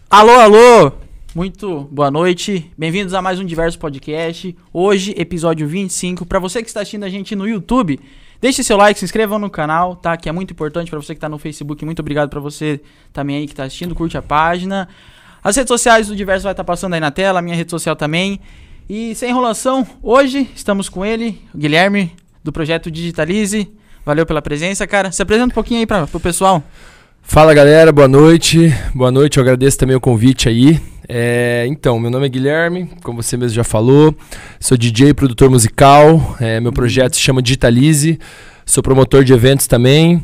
Alô, alô! Muito boa noite, bem-vindos a mais um Diverso Podcast. Hoje, episódio 25. Para você que está assistindo a gente no YouTube, deixe seu like, se inscreva no canal, tá? Que é muito importante. Para você que está no Facebook, muito obrigado para você também aí que está assistindo, curte a página. As redes sociais do Diverso vai estar passando aí na tela, a minha rede social também. E sem enrolação, hoje estamos com ele, o Guilherme, do projeto Digitalize. Valeu pela presença, cara. Se apresenta um pouquinho aí pro pessoal. Fala, galera, boa noite. Boa noite, eu agradeço também o convite aí. Então, meu nome é Guilherme, como você mesmo já falou. Sou DJ e produtor musical. Meu projeto se chama Digitalize. Sou promotor de eventos também.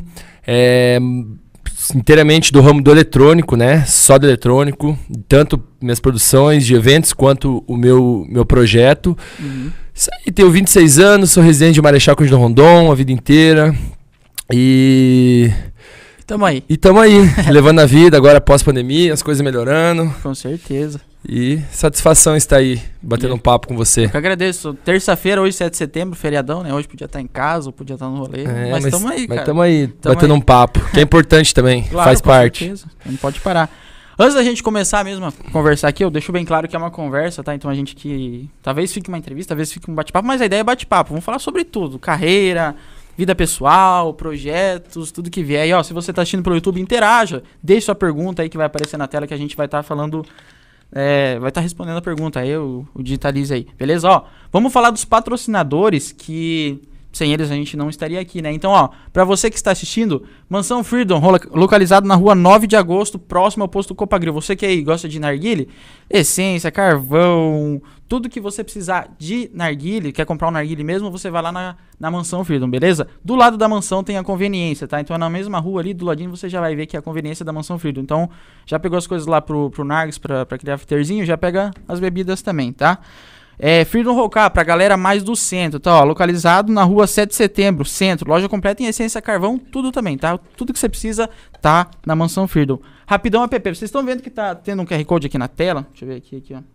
Inteiramente do ramo do eletrônico, né? Só do eletrônico. Tanto minhas produções de eventos quanto o meu projeto. Isso aí, tenho 26 anos, sou residente de Marechal Cândido Rondon a vida inteira. E tamo aí, levando a vida agora pós-pandemia, as coisas melhorando. Com certeza. E satisfação estar aí, batendo um papo com você. Eu que agradeço. Terça-feira, hoje 7 de setembro, feriadão, né? Hoje podia estar em casa, ou podia estar no rolê. Mas tamo aí, cara. Mas tamo aí, batendo um papo, que é importante também, claro, faz parte. Certeza. Não pode parar. Antes da gente começar mesmo a conversar aqui, eu deixo bem claro que é uma conversa, tá? Então a gente que... Talvez fique uma entrevista, talvez fique um bate-papo, mas a ideia é bate-papo. Vamos falar sobre tudo. Carreira, vida pessoal, projetos, tudo que vier. E ó, se você tá assistindo pelo YouTube, interaja. Deixe sua pergunta aí que vai aparecer na tela que a gente vai estar falando... vai estar respondendo a pergunta aí, o Digitalize aí. Beleza? Ó, vamos falar dos patrocinadores que... Sem eles a gente não estaria aqui, né? Então, ó, pra você que está assistindo, Mansão Freedom, localizado na rua 9 de agosto, próximo ao posto Copagril. Você que aí gosta de narguile, essência, carvão, tudo que você precisar de narguile, quer comprar um narguile mesmo, você vai lá na Mansão Freedom, beleza? Do lado da mansão tem a conveniência, tá? Então é na mesma rua ali, do ladinho, você já vai ver que é a conveniência da Mansão Freedom. Então, já pegou as coisas lá pro Nargs, pra criar afterzinho, já pega as bebidas também, tá? Freedom Rocar, pra galera mais do centro, tá? Ó, localizado na rua 7 de setembro, centro, loja completa em essência, carvão, tudo também, tá? Tudo que você precisa tá na Mansão Freedom. Rapidão app, vocês estão vendo que tá tendo um QR Code aqui na tela? Deixa eu ver aqui, ó.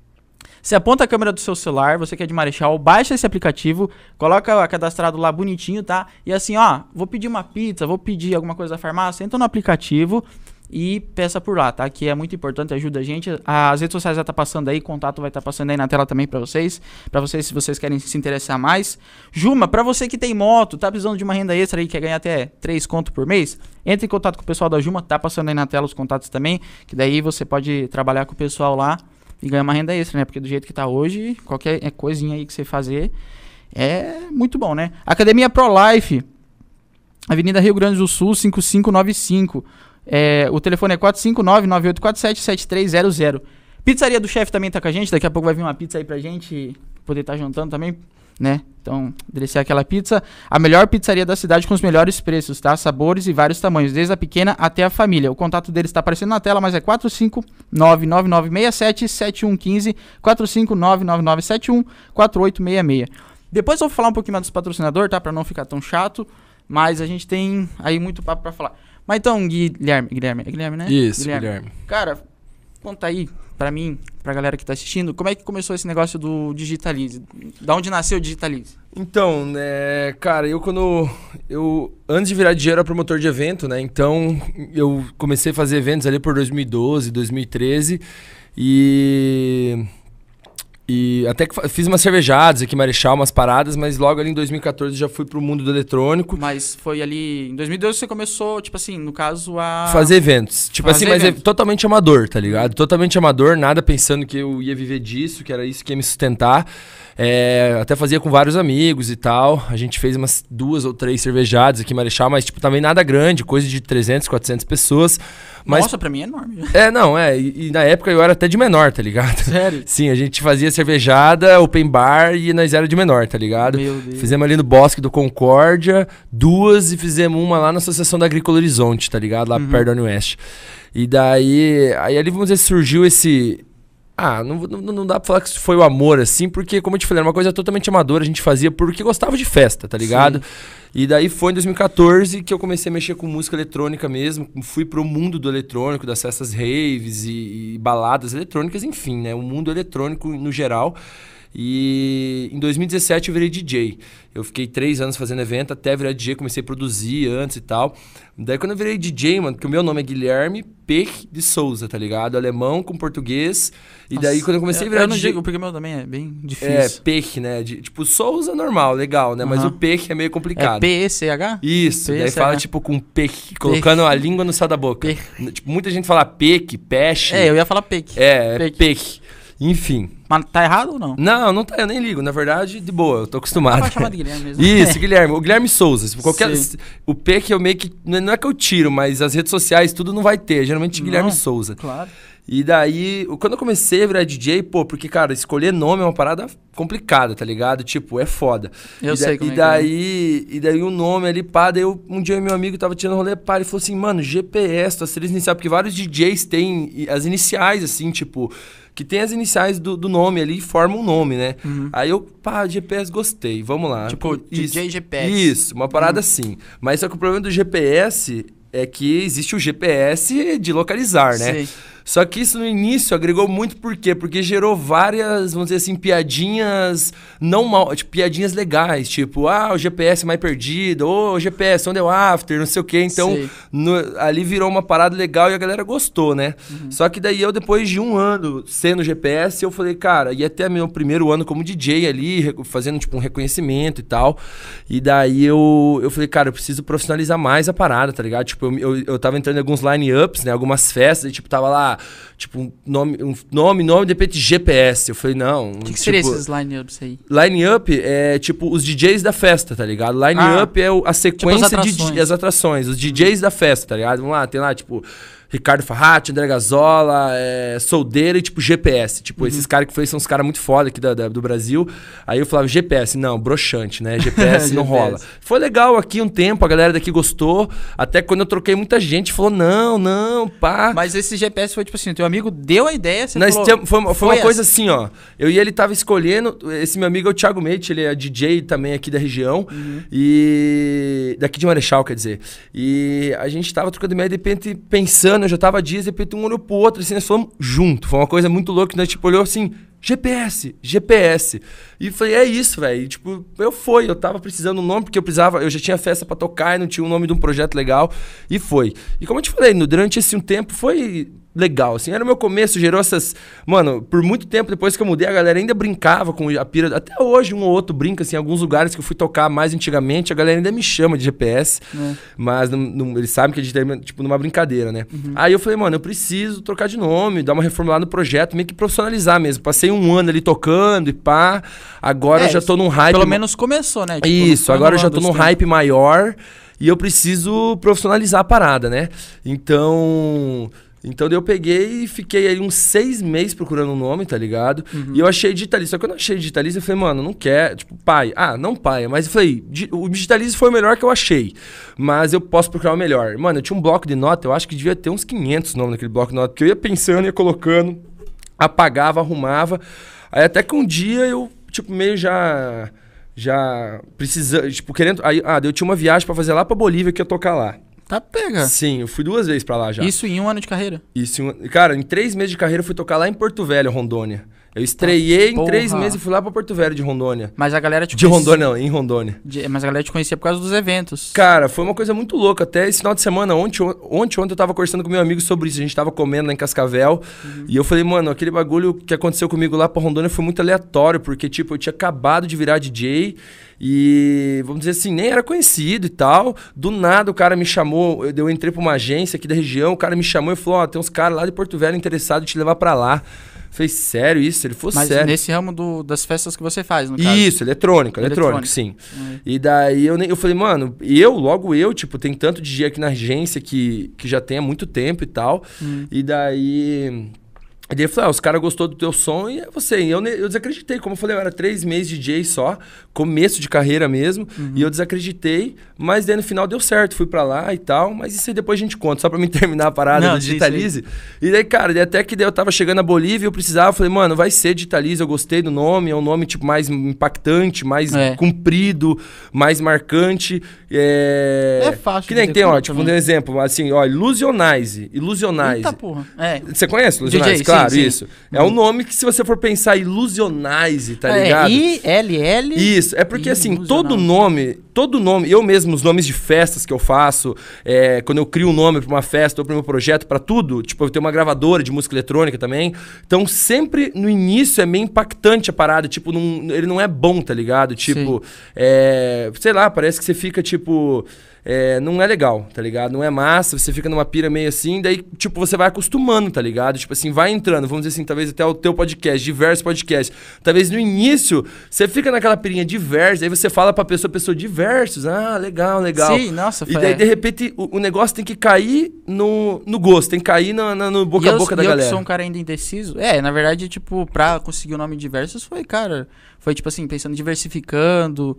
Você aponta a câmera do seu celular, você que é de Marechal, baixa esse aplicativo, coloca cadastrado lá bonitinho, tá? E assim, ó, vou pedir uma pizza, vou pedir alguma coisa da farmácia, entra no aplicativo e peça por lá, tá? Que é muito importante, ajuda a gente. As redes sociais já tá passando aí, contato vai estar passando aí na tela também pra vocês se vocês querem se interessar mais. Juma, pra você que tem moto, tá precisando de uma renda extra aí, quer ganhar até 3 conto por mês, entre em contato com o pessoal da Juma, tá passando aí na tela os contatos também, que daí você pode trabalhar com o pessoal lá e ganhar uma renda extra, né? Porque do jeito que tá hoje, qualquer coisinha aí que você fazer é muito bom, né? Academia Pro Life, Avenida Rio Grande do Sul, 5595. O telefone é 459-9847-7300. Pizzaria do Chefe também tá com a gente. Daqui a pouco vai vir uma pizza aí pra gente poder estar jantando também, né? Então, deliciar aquela pizza. A melhor pizzaria da cidade com os melhores preços, tá? Sabores e vários tamanhos, desde a pequena até a família. O contato deles tá aparecendo na tela, mas é 459-9967-7115, 459-9971-4866. Depois eu vou falar um pouquinho mais dos patrocinadores, tá? Pra não ficar tão chato. Mas a gente tem aí muito papo pra falar. Mas então, Guilherme, né? Isso, Guilherme. Cara, conta aí pra mim, pra galera que tá assistindo, como é que começou esse negócio do Digitalize? Da onde nasceu o Digitalize? Então, cara, antes de virar DJ, era promotor de evento, né? Então, eu comecei a fazer eventos ali por 2012, 2013 e até que fiz umas cervejadas aqui em Marechal, umas paradas, mas logo ali em 2014 já fui pro mundo do eletrônico. Mas foi ali... Em 2012 você começou, tipo assim, no caso a... Fazer eventos. Tipo assim, mas é totalmente amador, tá ligado? Totalmente amador, nada pensando que eu ia viver disso, que era isso que ia me sustentar. Até fazia com vários amigos e tal. A gente fez umas 2 ou 3 cervejadas aqui em Marechal, mas tipo, também nada grande, coisa de 300, 400 pessoas. Mas, nossa, pra mim é enorme. E na época eu era até de menor, tá ligado? Sério? Sim, a gente fazia cervejada, open bar e nós era de menor, tá ligado? Meu Deus. Fizemos ali no Bosque do Concórdia 2 e fizemos uma lá na Associação da Agrícola Horizonte, tá ligado? Lá perto da Unioeste. E daí, aí ali, vamos dizer, surgiu esse... não dá pra falar que isso foi o amor, assim, porque, como eu te falei, era uma coisa totalmente amadora, a gente fazia porque gostava de festa, tá ligado? Sim. E daí foi em 2014 que eu comecei a mexer com música eletrônica mesmo, fui pro mundo do eletrônico, das festas raves e baladas eletrônicas, enfim, né? O mundo eletrônico no geral. E em 2017 eu virei DJ. Eu fiquei 3 anos fazendo evento, até virar DJ, comecei a produzir antes e tal. Daí quando eu virei DJ, mano, que o meu nome é Guilherme Pech de Souza, tá ligado? Alemão com português. E daí quando eu comecei a virar DJ... Eu não digo, porque meu também é bem difícil. Pech, né? Tipo, Souza normal, legal, né? Mas o Pech é meio complicado. É P-E-C-H? Isso, daí fala tipo com Pech, colocando a língua no céu da boca. Tipo, muita gente fala Pech, Pech. Eu ia falar Pech. Pech. Enfim. Mas tá errado ou não? Não tá, eu nem ligo. Na verdade, de boa, eu tô acostumado. Pode chamar de Guilherme mesmo. Isso, Guilherme. O Guilherme Souza. O P que eu meio que... Não é que eu tiro, mas as redes sociais tudo não vai ter. Geralmente Guilherme Souza. Claro. E daí, quando eu comecei a virar DJ, porque, cara, escolher nome é uma parada complicada, tá ligado? Tipo, é foda. Eu sei como E daí o nome ali, daí um dia meu amigo tava tirando rolê, ele falou assim, mano, GPS, as 3 iniciais, porque vários DJs têm as iniciais, assim, tipo... Que tem as iniciais do nome ali e formam um nome, né? Aí eu, GPS, gostei, vamos lá. Tipo, DJ GPS. Isso, uma parada assim. Mas só que o problema do GPS é que existe o GPS de localizar, né? Sim. Só que isso no início agregou muito, por quê? Porque gerou várias, vamos dizer assim, piadinhas não mal, tipo, piadinhas legais, tipo, o GPS mais perdido, o GPS, onde é o after, não sei o quê. Então, ali virou uma parada legal e a galera gostou, né? Só que daí eu, depois de 1 ano sendo GPS, eu falei, cara, ia até meu primeiro ano como DJ ali, fazendo, tipo, um reconhecimento e tal. E daí eu falei, cara, eu preciso profissionalizar mais a parada, tá ligado? Tipo, eu tava entrando em alguns line-ups, né? Algumas festas, e tipo, tava lá, tipo, um nome, de repente GPS. Eu falei, não. O que seria esses line-ups aí? Line-up é tipo os DJs da festa, tá ligado? Line-up é a sequência de as atrações, os DJs da festa, tá ligado? Vamos lá, tem lá, tipo, Ricardo Farratti, André Gazola, Soldeira e tipo GPS. Tipo, esses caras que são os caras muito foda aqui do Brasil. Aí eu falava, GPS, não, broxante, né? GPS não rola. Foi legal aqui um tempo, a galera daqui gostou. Até quando eu troquei, muita gente falou, não, pá. Mas esse GPS foi tipo assim, teu amigo deu a ideia, você falou... Foi uma coisa assim, ó. Eu e ele tava escolhendo, esse meu amigo é o Thiago Meite, ele é DJ também aqui da região. E... daqui de Marechal, quer dizer. E a gente tava trocando ideia, de repente, pensando, eu já tava dias, de repente um olhou pro outro, assim, nós fomos junto. Foi uma coisa muito louca, nós tipo, olhou assim, GPS. E falei, é isso, velho. Tipo, eu tava precisando de um nome, porque eu já tinha festa pra tocar e não tinha o nome de um projeto legal. E foi. E como eu te falei, durante esse tempo foi legal, assim, era o meu começo, gerou essas... Mano, por muito tempo depois que eu mudei, a galera ainda brincava com a pira, até hoje um ou outro brinca, assim, em alguns lugares que eu fui tocar mais antigamente, a galera ainda me chama de GPS, mas eles sabem que a gente tá, tipo, numa brincadeira, né? Aí eu falei, mano, eu preciso trocar de nome, dar uma reformulada no projeto, meio que profissionalizar mesmo, passei 1 ano ali tocando e pá, agora eu já tô num hype... Pelo menos começou, né? Tipo, isso, agora eu já tô num hype maior e eu preciso profissionalizar a parada, né? Então daí eu peguei e fiquei aí uns 6 meses procurando um nome, tá ligado? E eu achei Digitalista. Só que quando eu achei Digitalista, eu falei, mano, não quer. Tipo, pai. Não pai. Mas eu falei, o Digitalista foi o melhor que eu achei. Mas eu posso procurar o melhor. Mano, eu tinha um bloco de nota, eu acho que devia ter uns 500 nomes naquele bloco de nota. Porque eu ia pensando, ia colocando, apagava, arrumava. Aí até que um dia eu, tipo, meio já precisando, tipo, querendo... Aí, eu tinha uma viagem pra fazer lá pra Bolívia, que ia tocar lá. Tá pega. Sim, eu fui 2 vezes pra lá já. Isso em 1 ano de carreira? Cara, em 3 meses de carreira eu fui tocar lá em Porto Velho, Rondônia. Eu estreiei em 3 meses e fui lá pra Porto Velho de Rondônia. Mas a galera te conhecia... De Rondônia não, em Rondônia. Mas a galera te conhecia por causa dos eventos. Cara, foi uma coisa muito louca. Até esse final de semana, ontem eu tava conversando com meu amigo sobre isso. A gente tava comendo lá em Cascavel. E eu falei, mano, aquele bagulho que aconteceu comigo lá pra Rondônia foi muito aleatório. Porque, tipo, eu tinha acabado de virar DJ... E, vamos dizer assim, nem era conhecido e tal. Do nada o cara me chamou, eu entrei pra uma agência aqui da região, o cara me chamou e falou, tem uns caras lá de Porto Velho interessados em te levar pra lá. Falei, sério isso? Ele falou, sério. Mas nesse ramo das festas que você faz, no caso? Isso, eletrônico, sim. E daí eu falei, mano, logo eu, tipo, tem tanto DJ aqui na agência que já tem há muito tempo e tal. E daí... Aí ele falou, os caras gostou do teu som e é você. E eu desacreditei. Como eu falei, eu era 3 meses de DJ só, começo de carreira mesmo. E eu desacreditei, mas daí no final deu certo. Fui pra lá e tal, mas isso aí depois a gente conta, só pra mim terminar a parada do Digitalize. E daí, cara, até que daí eu tava chegando na Bolívia, eu precisava, eu falei, mano, vai ser Digitalize, eu gostei do nome, é um nome tipo mais impactante, mais comprido, mais marcante. É fácil. Que nem tem, tipo, um exemplo, assim, ó, Illusionize. Eita porra. Você conhece Illusionize? DJ, claro. claro, sim. isso. É um nome que, se você for pensar Ilusionais, tá ligado? ILL. Isso, é porque assim, todo nome, eu mesmo, os nomes de festas que eu faço, quando eu crio um nome pra uma festa ou pro meu projeto, pra tudo, tipo, eu tenho uma gravadora de música eletrônica também, então sempre no início é meio impactante a parada, tipo, ele não é bom, tá ligado? Tipo, sei lá, parece que você fica, tipo... não é legal, tá ligado? Não é massa, você fica numa pira meio assim, daí, tipo, você vai acostumando, tá ligado? Tipo assim, vai entrando, vamos dizer assim, talvez até o teu podcast, diversos podcasts. Talvez no início, você fica naquela pirinha diversa, aí você fala pra pessoa diversos, legal. Sim, nossa. E daí, de repente, o negócio tem que cair no gosto, tem que cair no boca a boca da galera. Eu que sou um cara ainda indeciso, na verdade, tipo, pra conseguir o nome diversos foi tipo assim, pensando, diversificando,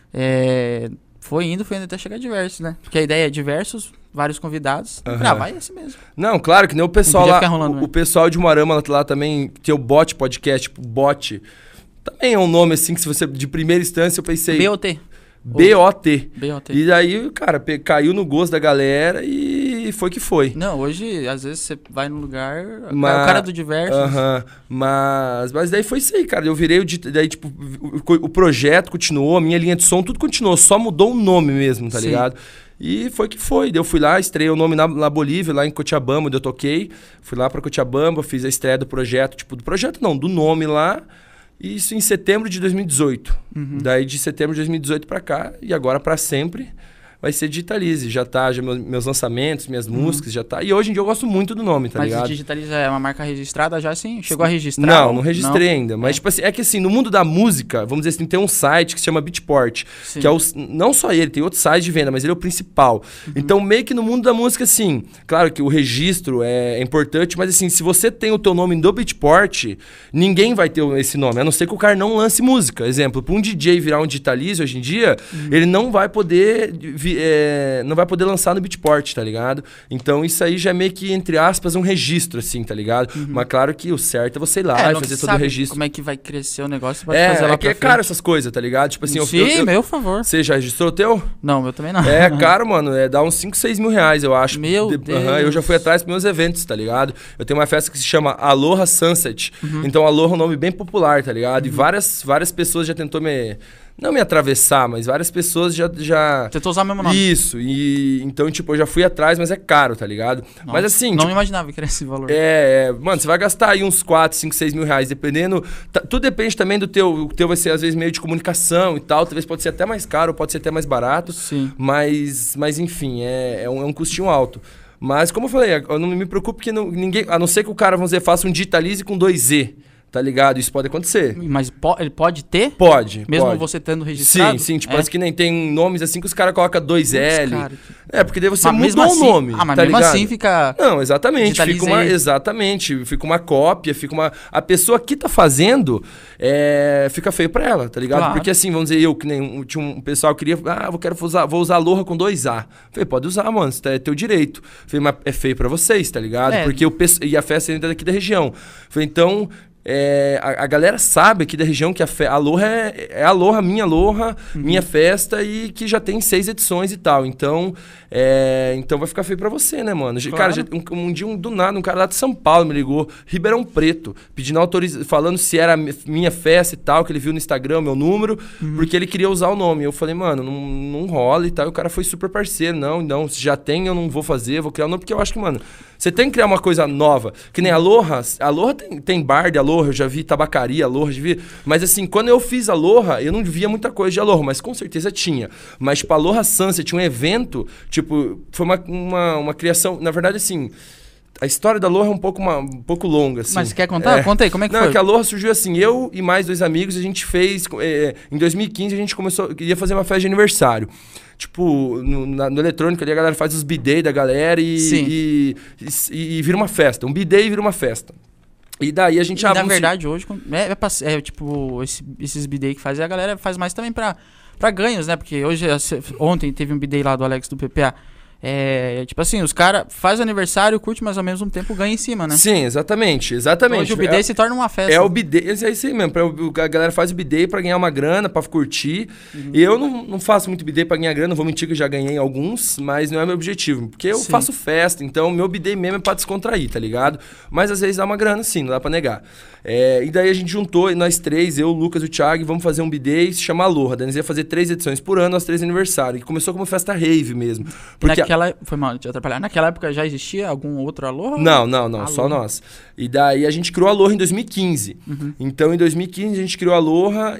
foi indo até chegar diversos, né? Porque a ideia é diversos, vários convidados. Vai esse mesmo. Não, claro, que nem o pessoal lá. O pessoal de Moarama lá também tem o Bot Podcast, tipo, Bot. Também é um nome assim que, se você, de primeira instância, eu pensei. BOT. BOT. E daí, cara, caiu no gosto da galera e foi que foi. Não, hoje, às vezes, você vai num lugar, o cara do diversos. Mas daí foi isso aí, cara. Eu virei daí, tipo, o projeto continuou, a minha linha de som, tudo continuou, só mudou o nome mesmo, tá ligado? E foi que foi. Daí eu fui lá, estreiei o nome na Bolívia, lá em Cochabamba, onde eu toquei. Fui lá pra Cochabamba, fiz a estreia do projeto, do nome lá. Isso em setembro de 2018. Daí de setembro de 2018 pra cá, e agora pra sempre, vai ser Digitalize. Já meus lançamentos, minhas músicas, já tá. E hoje em dia eu gosto muito do nome, tá ligado? Mas Digitalize é uma marca registrada já, assim? Chegou a registrar? Não registrei ainda. Mas, tipo assim, é que assim, no mundo da música, vamos dizer assim, tem um site que se chama Beatport, que é não só ele, tem outros sites de venda, mas ele é o principal. Então, meio que no mundo da música, assim, claro que o registro é importante, mas assim, se você tem o teu nome no Beatport, ninguém vai ter esse nome, a não ser que o cara não lance música. Exemplo, pra um DJ virar um Digitalize hoje em dia, ele não vai poder lançar no Beatport, tá ligado? Então isso aí já é meio que, entre aspas, um registro, assim, tá ligado? Mas claro que o certo é você ir lá e fazer todo o registro. Como é que vai crescer o negócio, pode fazer lá pra frente. Caro essas coisas, tá ligado? Tipo assim, meu favor. Você já registrou o teu? Não, meu também não. É caro, mano. Dá uns 5, 6 mil reais, eu acho. Meu Deus. Eu já fui atrás dos meus eventos, tá ligado? Eu tenho uma festa que se chama Aloha Sunset. Então, Aloha é um nome bem popular, tá ligado? E várias pessoas já tentou não me atravessar, mas várias pessoas já... Tentou usar o mesmo nome. Isso. E então, tipo, eu já fui atrás, mas é caro, tá ligado? Nossa, mas assim... Não tipo, imaginava que era esse valor. Mano, você vai gastar aí uns 4, 5, 6 mil reais, dependendo... Tudo depende também do teu... O teu vai ser, às vezes, meio de comunicação e tal. Talvez pode ser até mais caro, pode ser até mais barato. Sim. Mas enfim, é um custinho alto. Mas, como eu falei, eu não me preocupo que ninguém... A não ser que o cara, vamos dizer, faça um Digitalize com 2 Z. Tá ligado? Isso pode acontecer. Mas ele pode ter? Pode. Mesmo você tendo registrado? Sim. Tipo, parece que nem tem nomes assim que os caras colocam 2L. Porque daí você mudou assim, o nome. Mas tá mesmo ligado? assim fica... Não, exatamente. Fica uma cópia, a pessoa que tá fazendo, fica feio pra ela, tá ligado? Claro. Porque assim, vamos dizer, tinha um pessoal que queria, vou usar Aloha com 2A. Falei, pode usar, mano, isso é teu direito. Falei, mas é feio pra vocês, tá ligado? Porque e a festa ainda é daqui da região. Falei, então... a galera sabe aqui da região que a Aloha é Aloha, minha festa, e que já tem 6 edições e tal. Então vai ficar feio pra você, né, mano? Claro. Cara, um dia do nada, um cara lá de São Paulo me ligou, Ribeirão Preto, pedindo falando se era minha festa e tal, que ele viu no Instagram meu número, porque ele queria usar o nome. Eu falei, mano, não rola e tal. E o cara foi super parceiro. Não, se já tem, eu não vou fazer, vou criar um nome, porque eu acho que, mano, você tem que criar uma coisa nova. Que nem Aloha tem bar de Aloha, eu já vi tabacaria Aloha, mas assim, quando eu fiz Aloha, eu não via muita coisa de Aloha, mas com certeza tinha. Mas tipo, Aloha Sunset, um evento, tipo, foi uma criação, na verdade assim, a história da Aloha é um pouco longa, assim. Mas você quer contar? Conta aí, como é que foi? Não, que a Aloha surgiu assim, eu e mais 2 amigos, a gente fez, em 2015 a gente queria fazer uma festa de aniversário. Tipo, no eletrônico ali a galera faz os bidê da galera e vira uma festa, um bidê e vira uma festa. E daí a gente... na verdade, hoje, tipo, esses bidê que faz, a galera faz mais também pra ganhos, né? Porque ontem teve um bidê lá do Alex do PPA. Tipo assim, os caras fazem aniversário, curte, mas ao mesmo tempo ganha em cima, né? Sim, exatamente, exatamente. Hoje o B-Day se torna uma festa. É o B-Day, é isso aí mesmo. A galera faz o B-Day pra ganhar uma grana, pra curtir. E eu não faço muito B-Day pra ganhar grana, não vou mentir que eu já ganhei alguns, mas não é meu objetivo. Porque eu faço festa, então meu B-Day mesmo é pra descontrair, tá ligado? Mas às vezes dá uma grana sim, não dá pra negar. E daí a gente juntou, nós três, eu, o Lucas e o Thiago, e vamos fazer um B-Day, se chama Aloha. Daí nós ia fazer 3 edições por ano, aos 3 aniversários. E começou como festa rave mesmo. Porque Foi mal te atrapalhar. Naquela época já existia algum outro Aloha? Não, só nós. E daí a gente criou a Aloha em 2015. Então em 2015 a gente criou a Aloha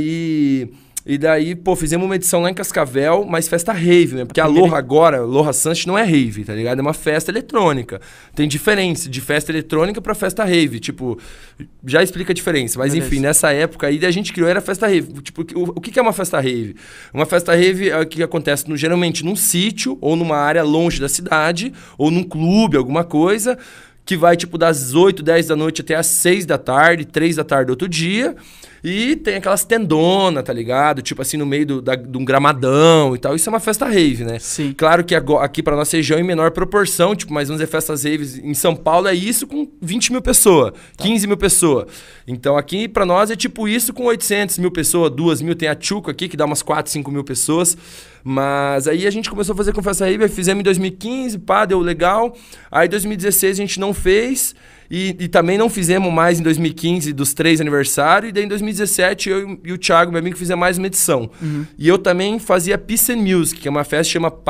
e daí, pô, fizemos uma edição lá em Cascavel, mas festa rave, né? Porque a Aloha agora, Aloha Sunset não é rave, tá ligado? É uma festa eletrônica. Tem diferença de festa eletrônica pra festa rave. Tipo, já explica a diferença. Mas enfim, nessa época aí a gente criou, era festa rave. Tipo, o que é uma festa rave? Uma festa rave é o que acontece geralmente num sítio ou numa área longe da cidade, ou num clube, alguma coisa, que vai tipo das 8, 10 da noite até as 6 da tarde, 3 da tarde do outro dia. E tem aquelas tendonas, tá ligado? Tipo assim, no meio de um gramadão e tal. Isso é uma festa rave, né? Sim. Claro que aqui pra nossa região, em menor proporção, tipo, mas vamos dizer, festas raves em São Paulo é isso com 20 mil pessoas, 15 mil pessoas. Então aqui pra nós é tipo isso com 800 mil pessoas, 2 mil. Tem a Tchuco aqui, que dá umas 4, 5 mil pessoas. Mas aí a gente começou a fazer com festa rave, fizemos em 2015, pá, deu legal. Aí em 2016 a gente não fez. E também não fizemos mais em 2015 dos 3 aniversários. E daí em 2017 eu e o Thiago, meu amigo, fizemos mais uma edição. E eu também fazia Peace and Music, que é uma festa que chama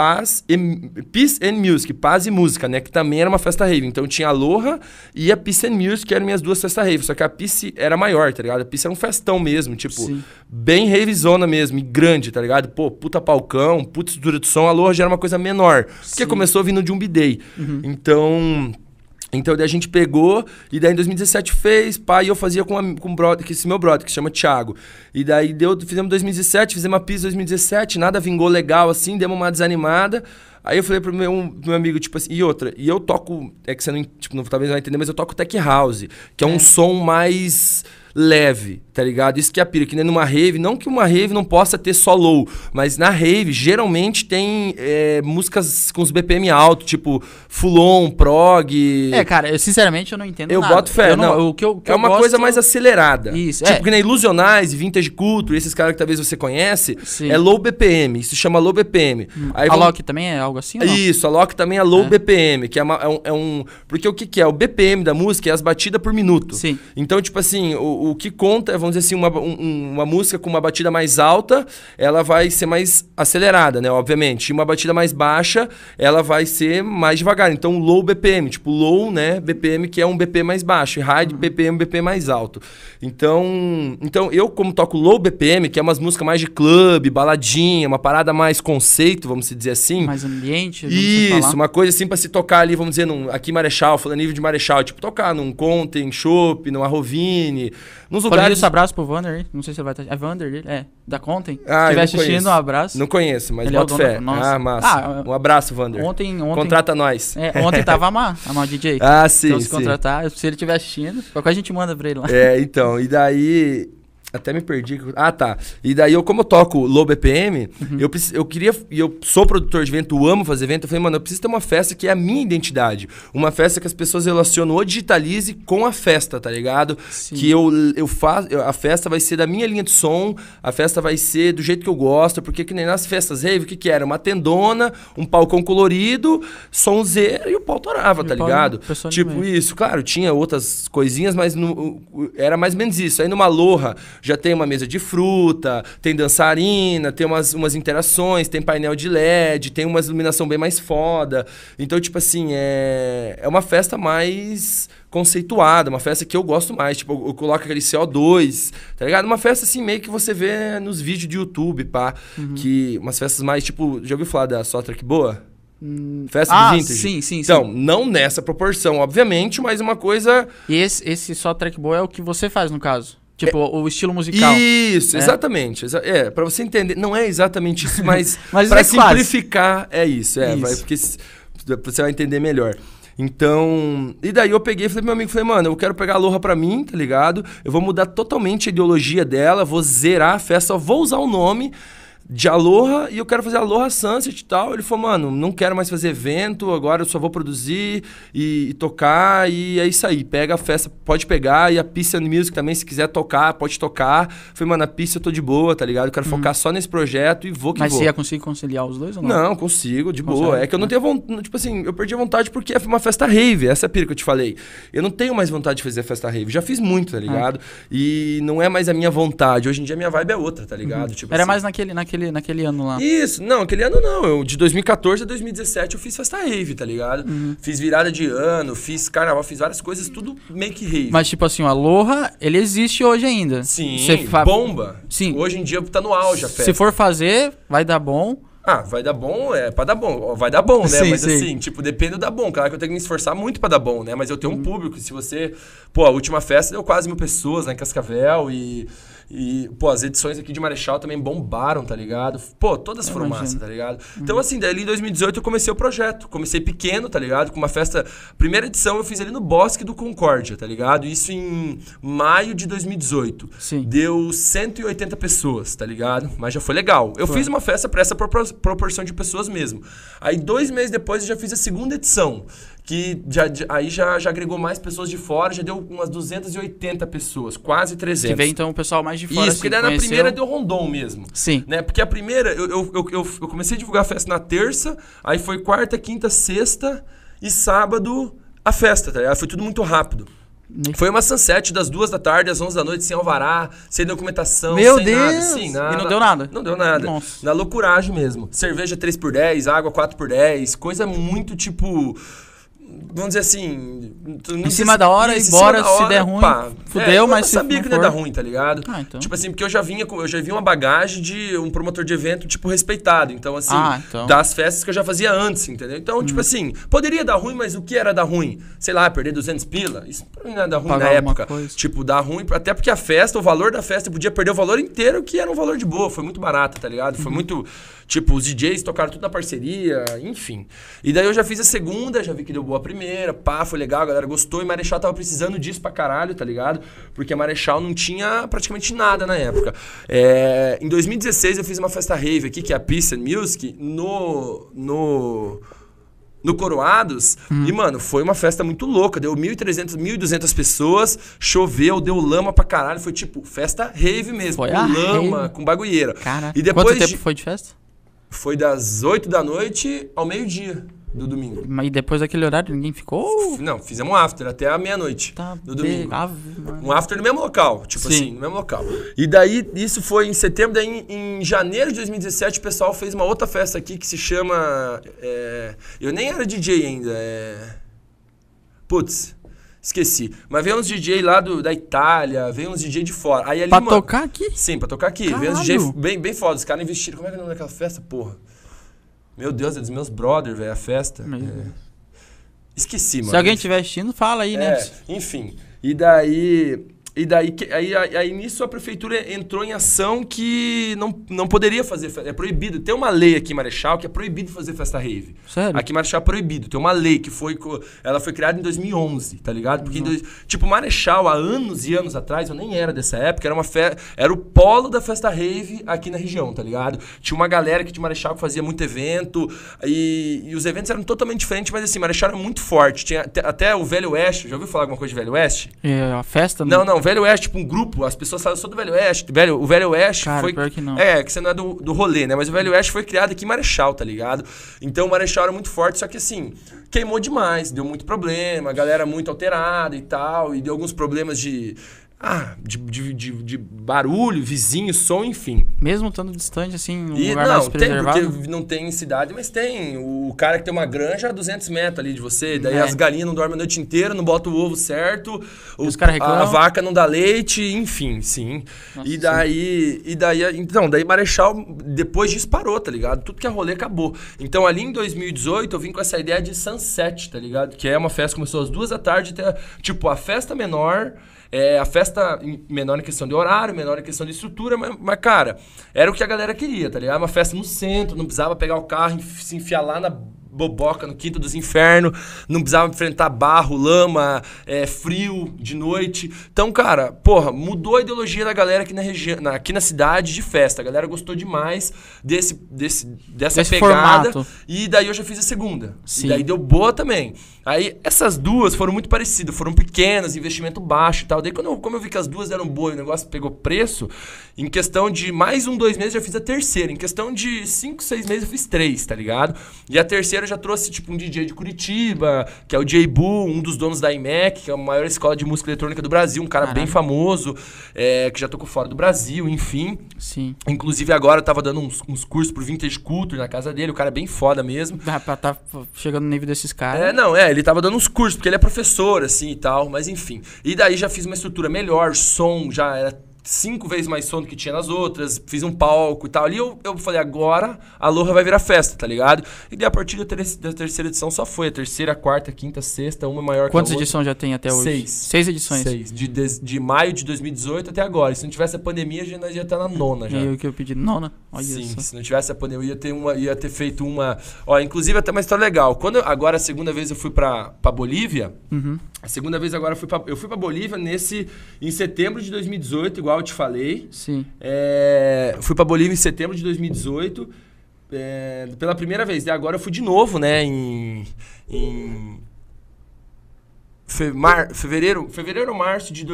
Peace and Music, Paz e Música, né? Que também era uma festa rave. Então tinha a Aloha e a Peace and Music, que eram minhas 2 festas rave. Só que a Peace era maior, tá ligado? A Peace era um festão mesmo, tipo, bem ravezona mesmo, e grande, tá ligado? Pô, puta palcão, puta estrutura de som. A Aloha já era uma coisa menor, porque começou vindo de um B-Day. Então daí a gente pegou, e daí em 2017 fez, pá, e eu fazia com esse meu brother, que se chama Thiago. E daí fizemos 2017, fizemos a pista 2017, nada vingou legal assim, demos uma desanimada. Aí eu falei pro meu amigo, tipo assim, e eu toco, é que você não, tipo, talvez não vai entender, mas eu toco tech house, que é um som mais leve, tá ligado? Isso que é a pira, que nem numa rave, não que uma rave não possa ter só low, mas na rave geralmente tem músicas com os BPM alto, tipo Fulon, prog... Cara, eu sinceramente eu não entendo nada. Eu boto fé, não. O que eu é uma gosto... coisa mais acelerada. Isso, tipo que nem Ilusionais, Vintage Culture, esses caras que talvez você conhece, Sim. é low BPM, isso se chama low BPM. Aí a Loki também é algo assim, ou não? Isso, a Loki também é low BPM, que é um... Porque o que é? O BPM da música é as batidas por minuto. Sim. Então, tipo assim, o que conta, vamos dizer assim, uma música com uma batida mais alta, ela vai ser mais acelerada, né? Obviamente. E uma batida mais baixa, ela vai ser mais devagar. Então, low BPM, tipo low, né? BPM, que é um BP mais baixo. E high BPM, BP mais alto. Então, eu como toco low BPM, que é umas músicas mais de clube, baladinha, uma parada mais conceito, vamos dizer assim. Mais ambiente. Isso, uma coisa assim pra se tocar ali, vamos dizer, aqui em Marechal, falando nível de Marechal, tipo, tocar num Conten, Chopp, numa Rovini, nos lugares... Um abraço pro Vander aí, não sei se ele vai estar... É Vander dele? É, da Conten. Se estiver assistindo, um abraço. Não conheço, mas ele boto fé. Massa. Um abraço, Vander. Ontem... Contrata nós. Ontem tava a DJ. Sim, então, se contratar, se ele estiver assistindo, qualquer a gente manda pra ele lá. Então, e daí... Até me perdi. Tá. E daí, como eu toco low BPM, eu queria... E eu sou produtor de evento, eu amo fazer evento. Eu falei, mano, eu preciso ter uma festa que é a minha identidade. Uma festa que as pessoas relacionam o Digitalize com a festa, tá ligado? Sim. Que eu faço... A festa vai ser da minha linha de som, a festa vai ser do jeito que eu gosto, porque que nem nas festas rave, o que era? Uma tendona, um palcão colorido, sonzeiro e o pau torava, tá ligado? Tipo isso. Claro, tinha outras coisinhas, mas era mais ou menos isso. Aí numa Aloha... Já tem uma mesa de fruta, tem dançarina, tem umas interações, tem painel de LED, tem uma iluminação bem mais foda. Então, tipo assim, é uma festa mais conceituada, uma festa que eu gosto mais. Tipo, eu coloco aquele CO2, tá ligado? Uma festa assim, meio que você vê nos vídeos de YouTube, pá. Que umas festas mais, tipo... Já ouviu falar da Só Track Boa? Festa de vintage? Sim. Então, não nessa proporção, obviamente, mas uma coisa... E esse Só Track Boa é o que você faz, no caso? Tipo, o estilo musical. Isso, exatamente. Pra você entender, não é exatamente isso, mas, mas pra simplificar, é isso. Porque você vai entender melhor. Então, e daí eu peguei e falei pro meu amigo, mano, eu quero pegar a Aloha pra mim, tá ligado? Eu vou mudar totalmente a ideologia dela, vou zerar a festa, só vou usar o nome de Aloha e eu quero fazer Aloha Sunset e tal. Ele falou, mano, não quero mais fazer evento, agora eu só vou produzir e tocar e é isso aí. Pega a festa, pode pegar e a Peace and Music também, se quiser tocar, pode tocar. Eu falei, mano, a pista eu tô de boa, tá ligado? Eu quero focar só nesse projeto e vou que Mas vou. você ia conseguir conciliar os dois ou não? Não, consigo, de boa. É que eu não tenho vontade, tipo assim, eu perdi a vontade porque é uma festa rave, essa é a pira que eu te falei. Eu não tenho mais vontade de fazer festa rave, já fiz muito, tá ligado? E não é mais a minha vontade. Hoje em dia a minha vibe é outra, tá ligado? Tipo Era assim, mais naquele ano lá. isso, não, aquele ano não. Eu, de 2014 a 2017 eu fiz festa rave, tá ligado? Fiz virada de ano, fiz carnaval, fiz várias coisas, tudo meio que rave. Mas tipo assim, o Aloha, ele existe hoje ainda. Sim, Você bomba. Sim. Hoje em dia tá no auge a festa. Se for fazer, vai dar bom. Ah, vai dar bom, é pra dar bom. Vai dar bom, né? Sim, Mas sim. assim, tipo, depende do dar bom. Claro que eu tenho que me esforçar muito pra dar bom, né? Mas eu tenho um público. Se você... Pô, a última festa deu quase 1000 pessoas lá em Cascavel e, pô, as edições aqui de Marechal também bombaram, tá ligado? Pô, todas foram massa, tá ligado? Então, assim, daí em 2018 eu comecei o projeto. Comecei pequeno, tá ligado? Com uma festa... Primeira edição eu fiz ali no Bosque do Concórdia, tá ligado? Isso em maio de 2018. Sim. Deu 180 pessoas, tá ligado? Mas já foi legal. Eu fiz uma festa pra essa proporção de pessoas mesmo. Aí 2 meses depois eu já fiz a segunda edição. Que aí já agregou mais pessoas de fora, já deu umas 280 pessoas, quase 300. Que veio então o pessoal mais de fora. Isso, assim, porque daí na primeira deu Rondon mesmo. Sim. Né? Porque a primeira, eu comecei a divulgar a festa na terça, aí foi quarta, quinta, sexta e sábado a festa, tá ligado? Foi tudo muito rápido. Foi uma sunset das 2 da tarde às 11 da noite, sem alvará, sem documentação, Meu sem Deus! nada. Sim, nada. E não deu nada? Não deu nada. Nossa. Na loucuragem mesmo. Cerveja 3x10, água 4x10, coisa muito tipo... Vamos dizer assim... Em cima da hora, e bora, se der ruim, fudeu, mas se eu sabia não que não ia dar for... ruim, tá ligado? Ah, então. Tipo assim, porque eu já vi uma bagagem de um promotor de evento, tipo, respeitado. Então, assim, então. das festas que eu já fazia antes, entendeu? Então, tipo assim, poderia dar ruim, mas o que era dar ruim? Sei lá, perder 200 pila? Isso pra mim não era dar ruim Pagar na alguma época. coisa. Tipo, dar ruim, até porque a festa, o valor da festa, eu podia perder o valor inteiro, que era um valor de boa. Foi muito barato, tá ligado? Foi muito... Tipo, os DJs tocaram tudo na parceria, enfim. E daí eu já fiz a segunda, já vi que deu boa a primeira, pá, foi legal, a galera gostou. E Marechal tava precisando disso pra caralho, tá ligado? Porque a Marechal não tinha praticamente nada na época. Em 2016 eu fiz uma festa rave aqui, que é a Peace and Music, no Coroados. E, mano, foi uma festa muito louca. Deu 1.300, 1.200 pessoas, choveu, deu lama pra caralho. Foi tipo, festa rave mesmo. Foi com a lama, rave. com bagulheira. Caraca. E depois Quanto tempo foi de festa? Foi das 8 da noite ao meio-dia do domingo. E depois daquele horário ninguém ficou? Não, fizemos um after até a meia-noite do domingo. Um after no mesmo local, tipo assim, no mesmo local. E daí, isso foi em setembro, daí em janeiro de 2017 o pessoal fez uma outra festa aqui que se chama... eu nem era DJ ainda, Putz, esqueci. Mas veio uns DJ lá da Itália, veio uns DJ de fora. Aí ali, Pra mano, tocar aqui? Sim, pra tocar aqui. Caralho. Veio uns DJ bem foda. Os caras investiram. Como é que é o nome daquela festa, porra? Meu Deus, é dos meus brothers, velho, a festa. Esqueci, mano. Se alguém estiver assistindo, fala aí, né? Enfim. E daí nisso a prefeitura entrou em ação que não poderia fazer festa. É proibido. Tem uma lei aqui em Marechal que é proibido fazer festa rave. Sério? Aqui em Marechal é proibido. Tem uma lei que ela foi criada em 2011, tá ligado? Porque, tipo, Marechal, há anos e anos atrás, eu nem era dessa época, era o polo da festa rave aqui na região, tá ligado? Tinha uma galera aqui de Marechal que fazia muito evento e os eventos eram totalmente diferentes, mas assim, Marechal era muito forte. Tinha até o Velho Oeste. Já ouviu falar alguma coisa de Velho Oeste? A festa? Não, Velho Oeste, tipo um grupo, as pessoas falam, eu sou do Velho Oeste. O Velho Oeste Cara, foi... pior que não. Que você não é do rolê, né? Mas o Velho Oeste foi criado aqui em Marechal, tá ligado? Então o Marechal era muito forte, só que assim, queimou demais, deu muito problema, a galera muito alterada e tal, e deu alguns problemas de barulho, vizinho, som, enfim. Mesmo estando distante, assim, um E lugar mais não, tem, preservado? porque não tem em cidade, mas tem. O cara que tem uma granja a 200 metros ali de você, daí as galinhas não dormem a noite inteira, não botam o ovo certo, os caras reclamam. A vaca não dá leite, enfim, sim. Nossa, Daí Marechal, depois disso parou, tá ligado? Tudo que é rolê acabou. Então ali em 2018 eu vim com essa ideia de Sunset, tá ligado? Que é uma festa que começou às 2 da tarde, tipo, a festa menor... a festa menor em questão de horário, menor em questão de estrutura, mas, cara, era o que a galera queria, tá ligado? Uma festa no centro, não precisava pegar o carro e se enfiar lá na boboca no Quinto dos Infernos, não precisava enfrentar barro, lama, frio de noite. Então, cara, porra, mudou a ideologia da galera aqui na região, aqui na cidade de festa. A galera gostou demais dessa pegada. Formato. E daí eu já fiz a segunda. Sim. E daí deu boa também. Aí essas duas foram muito parecidas, foram pequenas, investimento baixo e tal. Daí como eu vi que as duas eram boas e o negócio pegou preço, em questão de mais 2 meses eu já fiz a terceira. Em questão de 5, 6 meses eu fiz 3, tá ligado? E a terceira eu já trouxe tipo um DJ de Curitiba, que é o J-Bu, um dos donos da IMEC, que é a maior escola de música eletrônica do Brasil, um cara bem famoso, que já tocou fora do Brasil, enfim. Sim. Inclusive agora eu tava dando uns cursos pro Vintage Culture na casa dele, o cara é bem foda mesmo. Pra tá chegando no nível desses caras. Ele tava dando uns cursos, porque ele é professor, assim, e tal, mas enfim. E daí já fiz uma estrutura melhor, som, já era 5 vezes mais som do que tinha nas outras, fiz um palco e tal. Ali eu falei, agora a Aloha vai virar festa, tá ligado? E daí a partir da terceira edição só foi. A terceira, quarta, quinta, sexta, uma maior Quantas que a outra. edições já tem até hoje? 6. 6 edições. 6. De maio de 2018 até agora. E se não tivesse a pandemia, nós ia estar na 9ª já. E o que eu pedi? Nona? Olha Sim, isso. se não tivesse a pandemia, ia ter feito uma... Ó, inclusive até uma história legal. Agora a segunda vez eu fui pra Bolívia. Uhum. A segunda vez agora eu fui pra Bolívia em setembro de 2018, igual eu te falei. Sim. Fui pra Bolívia em setembro de 2018, pela primeira vez. E agora eu fui de novo, né, em fevereiro ou março de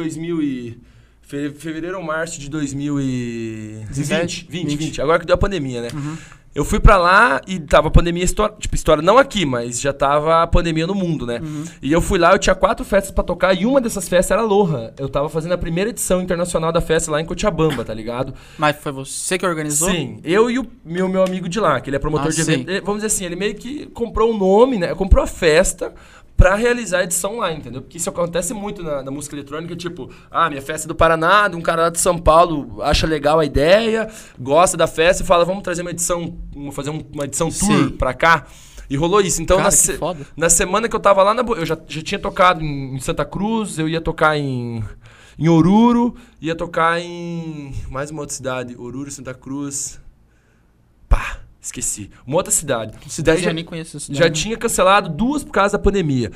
2020. Agora que deu a pandemia, né? Uhum. Eu fui pra lá e tava a pandemia, história não aqui, mas já tava a pandemia no mundo, né? Uhum. E eu fui lá, eu tinha 4 festas pra tocar e uma dessas festas era Aloha. Eu tava fazendo a primeira edição internacional da festa lá em Cochabamba, tá ligado? Mas foi você que organizou? Sim, eu e o meu amigo de lá, que ele é promotor de sim. evento. Vamos dizer assim, ele meio que comprou o nome, né? Comprou a festa pra realizar a edição lá, entendeu? Porque isso acontece muito na música eletrônica, tipo, minha festa é do Paraná, um cara lá de São Paulo acha legal a ideia, gosta da festa e fala, vamos trazer uma edição, fazer uma edição tour pra cá. E rolou isso. Então, cara, foda. na semana que eu tava lá, eu já tinha tocado em Santa Cruz, eu ia tocar em Oruro, ia tocar em mais uma outra cidade, Oruro, Santa Cruz, esqueci. Uma outra cidade. Cidade eu nem conheço essa cidade. Já tinha cancelado 2 por causa da pandemia.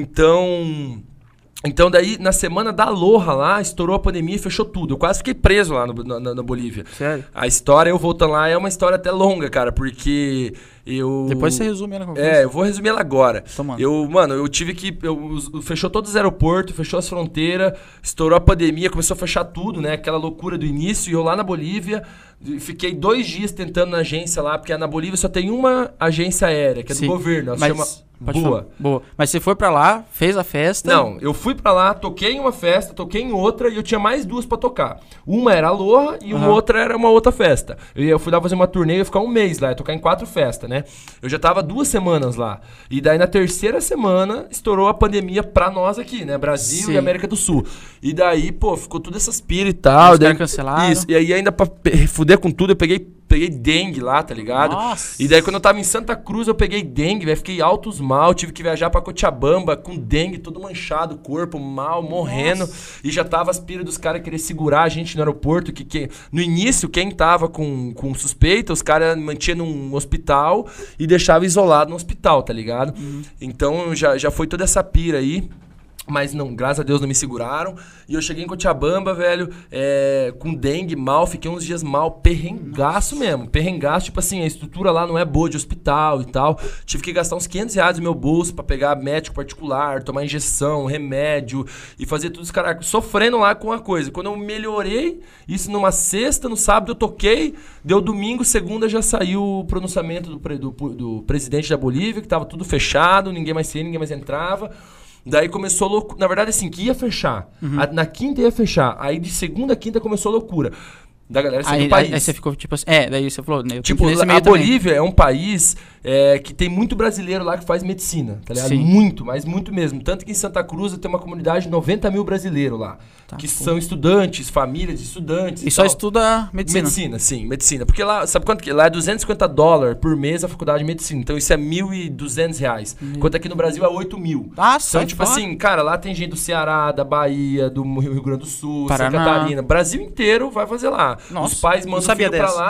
Então daí, na semana da Aloha lá, estourou a pandemia e fechou tudo. Eu quase fiquei preso lá na Bolívia. Sério? A história, eu voltando lá, é uma história até longa, cara, porque Depois você resume ela com a eu vou resumir ela agora. Tomando. Eu tive que... fechou todos os aeroportos, fechou as fronteiras, estourou a pandemia, começou a fechar tudo, né? Aquela loucura do início. E eu lá na Bolívia, fiquei 2 dias tentando na agência lá, porque na Bolívia só tem uma agência aérea, que é do governo. Ela se chama... Boa. Mas você foi pra lá, fez a festa? Não, eu fui pra lá, toquei em uma festa, toquei em outra e eu tinha mais 2 pra tocar. Uma era Aloha e uma outra era uma outra festa. Eu fui lá fazer uma turnê e ia ficar 1 mês lá, ia tocar em 4 festas, né? Eu já tava 2 semanas lá. E daí na terceira semana estourou a pandemia pra nós aqui, né? Brasil Sim. e América do Sul. E daí, ficou tudo essas pira e tal. Daí cancelaram. Isso. E aí ainda pra fuder com tudo, eu peguei dengue lá, tá ligado? Nossa. E daí quando eu tava em Santa Cruz, eu peguei dengue, velho. Fiquei altos mal, tive que viajar pra Cochabamba com dengue, todo manchado, corpo mal, morrendo. Nossa. E já tava as piras dos caras querer segurar a gente no aeroporto. No início, quem tava com suspeita, os caras mantinham num hospital e deixavam isolado no hospital, tá ligado? Uhum. Então já foi toda essa pira aí. Mas não, graças a Deus não me seguraram. E eu cheguei em Cochabamba, velho, com dengue, mal, fiquei uns dias mal, perrengaço mesmo. Perrengaço, tipo assim, a estrutura lá não é boa de hospital e tal. Tive que gastar uns R$500 no meu bolso pra pegar médico particular, tomar injeção, remédio e fazer tudo isso, cara, sofrendo lá com a coisa. Quando eu melhorei, isso numa sexta, no sábado eu toquei, deu domingo, segunda já saiu o pronunciamento do presidente da Bolívia, que tava tudo fechado, ninguém mais saía, ninguém mais entrava. Daí começou loucura. Na verdade, assim, que ia fechar. Uhum. Na quinta ia fechar. Aí de segunda a quinta começou a loucura. Da galera sair do país. Aí você ficou tipo assim. Daí você falou. Né, tipo, a Bolívia é um país que tem muito brasileiro lá que faz medicina, tá ligado? Sim. Muito, mas muito mesmo. Tanto que em Santa Cruz tem uma comunidade de 90 mil brasileiros lá. Que são estudantes, famílias de estudantes. E só estuda medicina. Medicina, sim, medicina. Porque lá, sabe quanto que? Lá é $250 por mês a faculdade de medicina. Então isso é R$1.200. Enquanto aqui no Brasil é 8 mil. Então, tipo assim, cara, lá tem gente do Ceará, da Bahia, do Rio Grande do Sul, Paraná. Santa Catarina. Brasil inteiro vai fazer lá. Nossa, os pais mandam o filho pra lá.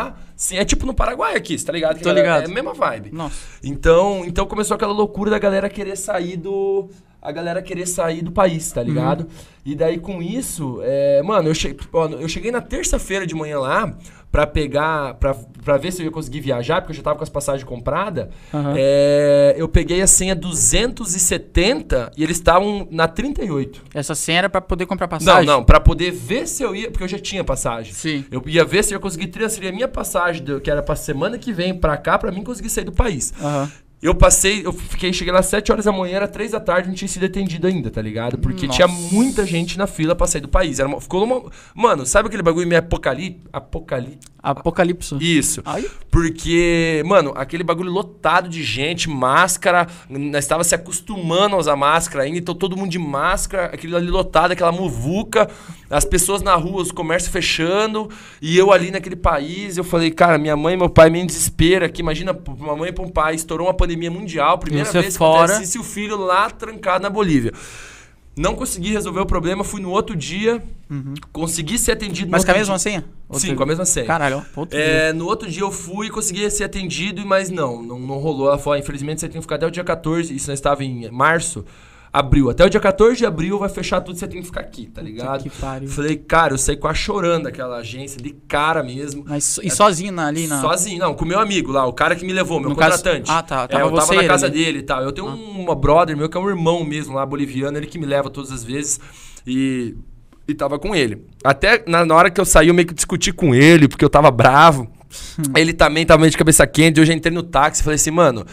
Sim, é tipo no Paraguai aqui, você tá ligado? Tô ligado. É a mesma vibe. Nossa. Então começou aquela loucura da galera querer sair do... país, tá ligado? E daí com isso, mano, eu cheguei na terça-feira de manhã lá pra pegar, pra ver se eu ia conseguir viajar, porque eu já tava com as passagens compradas. Eu peguei a senha 270 e eles estavam na 38. Essa senha era pra poder comprar passagem? Não, pra poder ver se eu ia, porque eu já tinha passagem. Sim. Eu ia ver se eu ia conseguir transferir a minha passagem, que era pra semana que vem pra cá, pra mim conseguir sair do país. Cheguei lá às 7 horas da manhã, era 3 da tarde, não tinha sido atendido ainda, tá ligado? Porque tinha muita gente na fila pra sair do país. Mano, sabe aquele bagulho meio Apocalipse. Isso. Ai. Porque, mano, aquele bagulho lotado de gente, máscara, nós estava se acostumando a usar máscara ainda, então todo mundo de máscara, aquele ali lotado, aquela muvuca, as pessoas na rua, os comércios fechando, e eu ali naquele país, eu falei, cara, minha mãe e meu pai me em desespero aqui, imagina, uma mãe e um pai, estourou uma pandemia mundial, primeira vez que acontece, o filho lá trancado na Bolívia. Não consegui resolver o problema, fui no outro dia, consegui ser atendido... Mas com a mesma senha? Sim, com a mesma senha. Caralho, ó. No outro dia eu fui e consegui ser atendido, mas não rolou. Ela falou, infelizmente você tem que ficar até o dia 14, isso nós estava em março, abril. Até o dia 14 de abril vai fechar tudo, você tem que ficar aqui, tá ligado? Que pariu. Falei, cara, eu saí quase chorando daquela agência, de cara mesmo. Mas, e sozinho ali na... Sozinho, não, com o meu amigo lá, o cara que me levou, meu contratante. Tá. Eu tava na casa dele e tal. Eu tenho um brother meu que é um irmão mesmo lá, boliviano, ele que me leva todas as vezes e tava com ele. Até na hora que eu saí, eu meio que discuti com ele, porque eu tava bravo. Ele também tava meio de cabeça quente. Eu já entrei no táxi e falei assim, mano,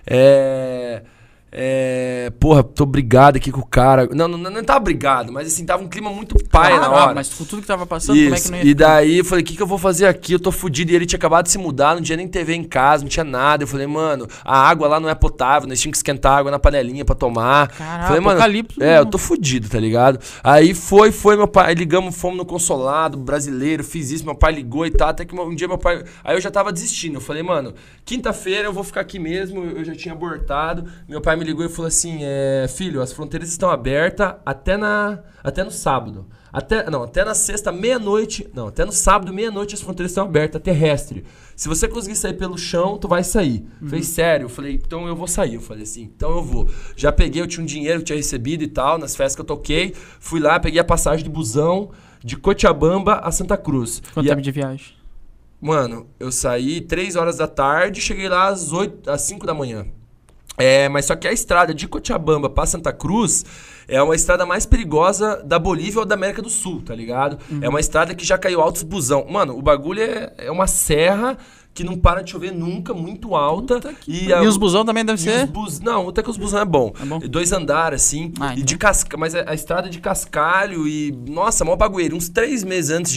porra, tô brigado aqui com o cara. Não tava brigado, mas assim, tava um clima muito paia na hora. Mas com tudo que tava passando, como é que não ia... E daí eu falei, o que eu vou fazer aqui? Eu tô fudido. E ele tinha acabado de se mudar, não tinha nem TV em casa, não tinha nada. Eu falei, mano, a água lá não é potável, nós tínhamos que esquentar água na panelinha pra tomar. Caralho, falei, mano, eu tô fudido, tá ligado? Aí foi meu pai, ligamos, fomos no consulado brasileiro, fiz isso, meu pai ligou e tal, até que um dia meu pai... Aí eu já tava desistindo, eu falei, mano, quinta-feira eu vou ficar aqui mesmo, eu já tinha abortado. Meu pai me ligou e falou assim, filho, as fronteiras estão abertas até no sábado. Até na sexta, meia-noite. Não, até no sábado, meia-noite, as fronteiras estão abertas, terrestre. Se você conseguir sair pelo chão, tu vai sair. Falei, sério? Eu falei, então eu vou sair. Eu falei assim, então eu vou. Já peguei, eu tinha um dinheiro que eu tinha recebido e tal, nas festas que eu toquei. Fui lá, peguei a passagem de busão de Cochabamba a Santa Cruz. Quanto tempo de viagem? Mano, eu saí 3 horas da tarde, cheguei lá às 5 da manhã. Mas só que a estrada de Cochabamba pra Santa Cruz é uma estrada mais perigosa da Bolívia ou da América do Sul, tá ligado? É uma estrada que já caiu altos busão. Mano, o bagulho é uma serra que não para de chover nunca, muito alta. E os busão também devem ser? Não, até que os busão é bom. 2 andares, assim. E de mas a estrada de cascalho e... Nossa, mó bagulheiro. Uns 3 meses antes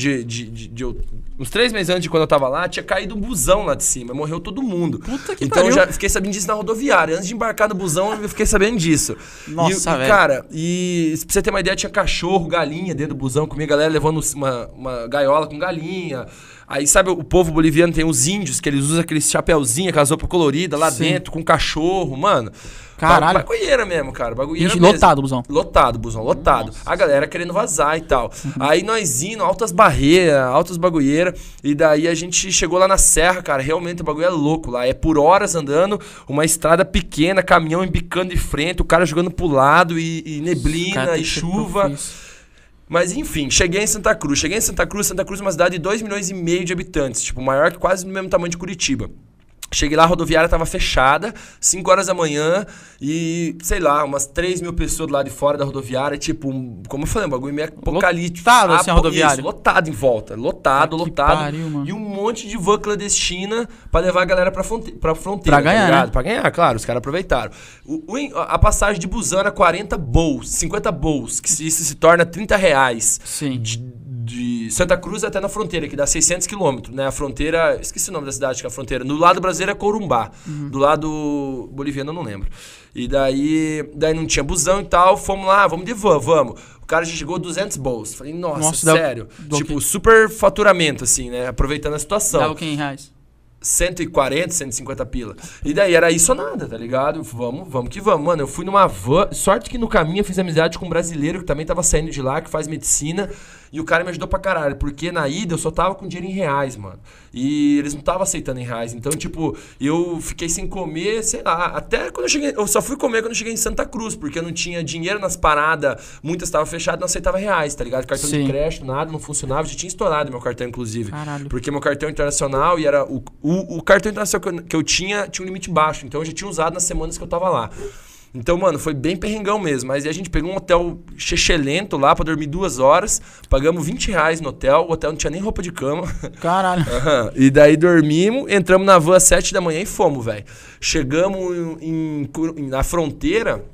uns 3 meses antes de quando eu tava lá, tinha caído um busão lá de cima. Morreu todo mundo. Puta que então eu já fiquei sabendo disso na rodoviária. Antes de embarcar no busão, eu fiquei sabendo disso. Nossa, velho. Cara, e pra você ter uma ideia, tinha cachorro, galinha dentro do busão. Comigo, a galera levando uma gaiola com galinha. Aí, sabe, o povo boliviano tem os índios, que eles usam aqueles chapéuzinhos, aquelas roupas coloridas lá dentro, com cachorro, mano. Caralho. Bagulheira mesmo, cara. Bagulheira mesmo. Lotado o busão. Lotado, busão, lotado. Nossa. A galera querendo vazar e tal. Aí nós indo, altas barreiras, altas bagulheiras. E daí a gente chegou lá na serra, cara. Realmente o bagulho é louco lá. É por horas andando, uma estrada pequena, caminhão embicando de frente, o cara jogando pro lado e neblina e chuva. Mas enfim, cheguei em Santa Cruz. Santa Cruz é uma cidade de 2,5 milhões de habitantes. Tipo, maior que quase do mesmo tamanho de Curitiba. Cheguei lá, a rodoviária tava fechada, 5 horas da manhã e, sei lá, umas 3 mil pessoas do lado de fora da rodoviária, tipo, como eu falei, um bagulho meio apocalíptico. Lotado assim a rodoviária. Isso, lotado em volta, lotado. Pariu, e um monte de van clandestina pra levar a galera pra fronteira. Pra ganhar, tá né? Pra ganhar, claro, os caras aproveitaram. A passagem de busão era 40 bols, 50 bols, que isso se torna R$30. Sim. De Santa Cruz até na fronteira, que dá 600 quilômetros, né? A fronteira... Esqueci o nome da cidade que é a fronteira. Do lado brasileiro é Corumbá. Do lado boliviano eu não lembro. E daí não tinha busão e tal. Fomos lá, vamos de van, vamos. O cara já chegou a 200 bols. Falei, nossa sério? Tipo, super faturamento, assim, né? Aproveitando a situação. Dava o que em reais? 140, 150 pila. E daí era isso ou nada, tá ligado? Vamos que vamos. Mano, eu fui numa van. Sorte que no caminho eu fiz amizade com um brasileiro que também tava saindo de lá, que faz medicina. E o cara me ajudou pra caralho, porque na ida eu só tava com dinheiro em reais, mano. E eles não estavam aceitando em reais. Então, tipo, eu fiquei sem comer, sei lá, até quando eu cheguei... Eu só fui comer quando eu cheguei em Santa Cruz, porque eu não tinha dinheiro nas paradas, muitas estavam fechadas, não aceitava reais, tá ligado? Cartão de crédito, nada, não funcionava. Já tinha estourado meu cartão, inclusive. Caralho. Porque meu cartão internacional e era... O cartão internacional que eu tinha um limite baixo. Então, eu já tinha usado nas semanas que eu tava lá. Então, mano, foi bem perrengão mesmo. Mas aí a gente pegou um hotel chechelento lá pra dormir 2 horas. Pagamos R$20 no hotel. O hotel não tinha nem roupa de cama. Caralho. E daí dormimos, entramos na van às 7 da manhã e fomos, velho. Chegamos na fronteira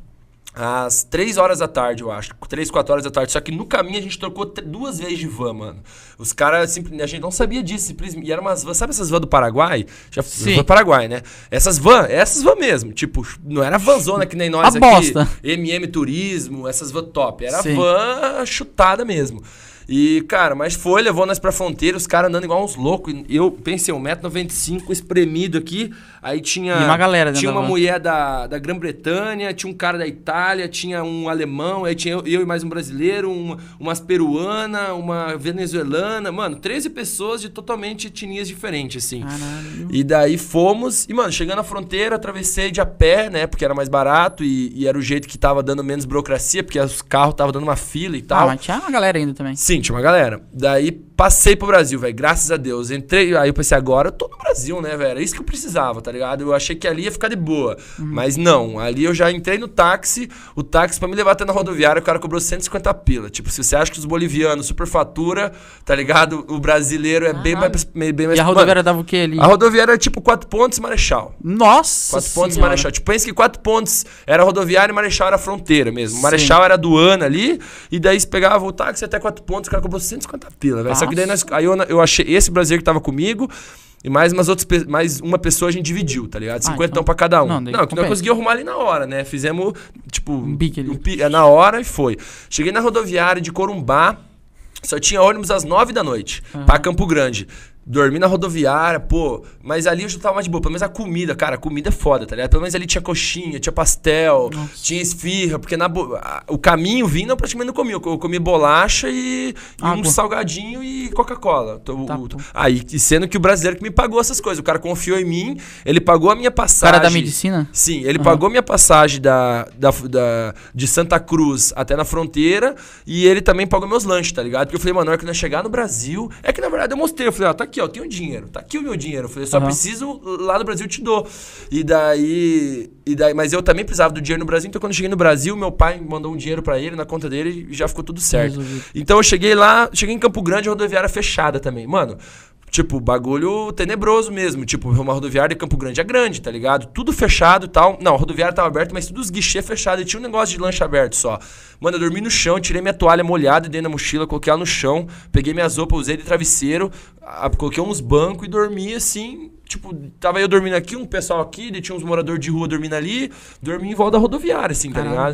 às 3 horas da tarde, eu acho. 3, 4 horas da tarde. Só que no caminho a gente trocou 2 vezes de van, mano. Os caras, a gente não sabia disso. Simplesmente, e eram umas vans, sabe essas vans do Paraguai? Já foi do Paraguai, né? Essas vans mesmo. Tipo, não era vanzona que nem nós a aqui. Bosta. Turismo, essas vans top. Era van chutada mesmo. E, cara, mas levou nós pra fronteira, os caras andando igual uns loucos. E eu pensei, 1,95 m espremido aqui. Aí tinha... E uma galera dentro tinha uma da van. mulher da Grã-Bretanha, tinha um cara da Itália, tinha um alemão, aí tinha eu e mais um brasileiro, umas peruanas, uma venezuelana. Mano, 13 pessoas de totalmente etnias diferentes, assim. Caralho. E daí fomos, e, mano, chegando na fronteira, atravessei de a pé, né? Porque era mais barato e era o jeito que tava dando menos burocracia, porque os carros estavam dando uma fila e tal. Mas tinha uma galera ainda também. Sim, tinha uma galera. Daí passei pro Brasil, velho. Graças a Deus. Entrei, aí eu pensei, agora eu tô no Brasil, né, velho? Era isso que eu precisava, tá ligado? Eu achei que ali ia ficar de boa. Mas não, ali eu já entrei no táxi. O táxi, pra me levar até na rodoviária, o cara cobrou 150 pila. Tipo, se você acha que os bolivianos superfatura, tá ligado? O brasileiro é bem mais... E a rodoviária dava o quê ali? A rodoviária era tipo 4 pontos e Marechal. Nossa 4 pontos e senhora. Marechal. Tipo, pensa que 4 pontos era rodoviária e Marechal era fronteira mesmo. Sim. Marechal era aduana ali, e daí você pegava o táxi até 4 pontos, o cara cobrou 150 pila, velho. Só que daí aí eu achei esse brasileiro que tava comigo, e mais uma pessoa a gente dividiu, tá ligado? 50 então, pra cada um. não, que nós conseguimos arrumar ali na hora, né? Fizemos, tipo, um pique ali. Na hora e foi. Cheguei na rodoviária de Corumbá, só tinha ônibus às 9 da noite, pra Campo Grande. Dormi na rodoviária, pô, mas ali eu já tava mais de boa. Pelo menos a comida, cara, a comida é foda, tá ligado? Pelo menos ali tinha coxinha, tinha pastel, tinha esfirra, porque o caminho vindo eu praticamente não comia. Eu comi bolacha e um salgadinho e Coca-Cola. Aí, sendo que o brasileiro que me pagou essas coisas. O cara confiou em mim, ele pagou a minha passagem. O cara da medicina? Sim, ele pagou minha passagem de Santa Cruz até na fronteira e ele também pagou meus lanches, tá ligado? Porque eu falei, mano, na hora que nós chegar no Brasil, é que na verdade eu mostrei, eu falei, ó, tá aqui, ó, tenho dinheiro, tá aqui o meu dinheiro. Eu falei, só preciso lá no Brasil eu te dou. E daí, mas eu também precisava do dinheiro no Brasil, então quando eu cheguei no Brasil, meu pai mandou um dinheiro pra ele na conta dele e já ficou tudo certo. Então eu cheguei em Campo Grande, a rodoviária fechada também. Mano, tipo, bagulho tenebroso mesmo. Tipo, uma rodoviária de Campo Grande é grande, tá ligado? Tudo fechado e tal. Não, a rodoviária tava aberta, mas tudo os guichês fechados. E tinha um negócio de lanche aberto só. Mano, eu dormi no chão, tirei minha toalha molhada dentro da mochila, coloquei ela no chão, peguei minhas roupas, usei de travesseiro, coloquei uns bancos e dormi assim. Tipo, tava eu dormindo aqui, um pessoal aqui, tinha uns moradores de rua dormindo ali, dormi em volta da rodoviária, assim, tá ligado?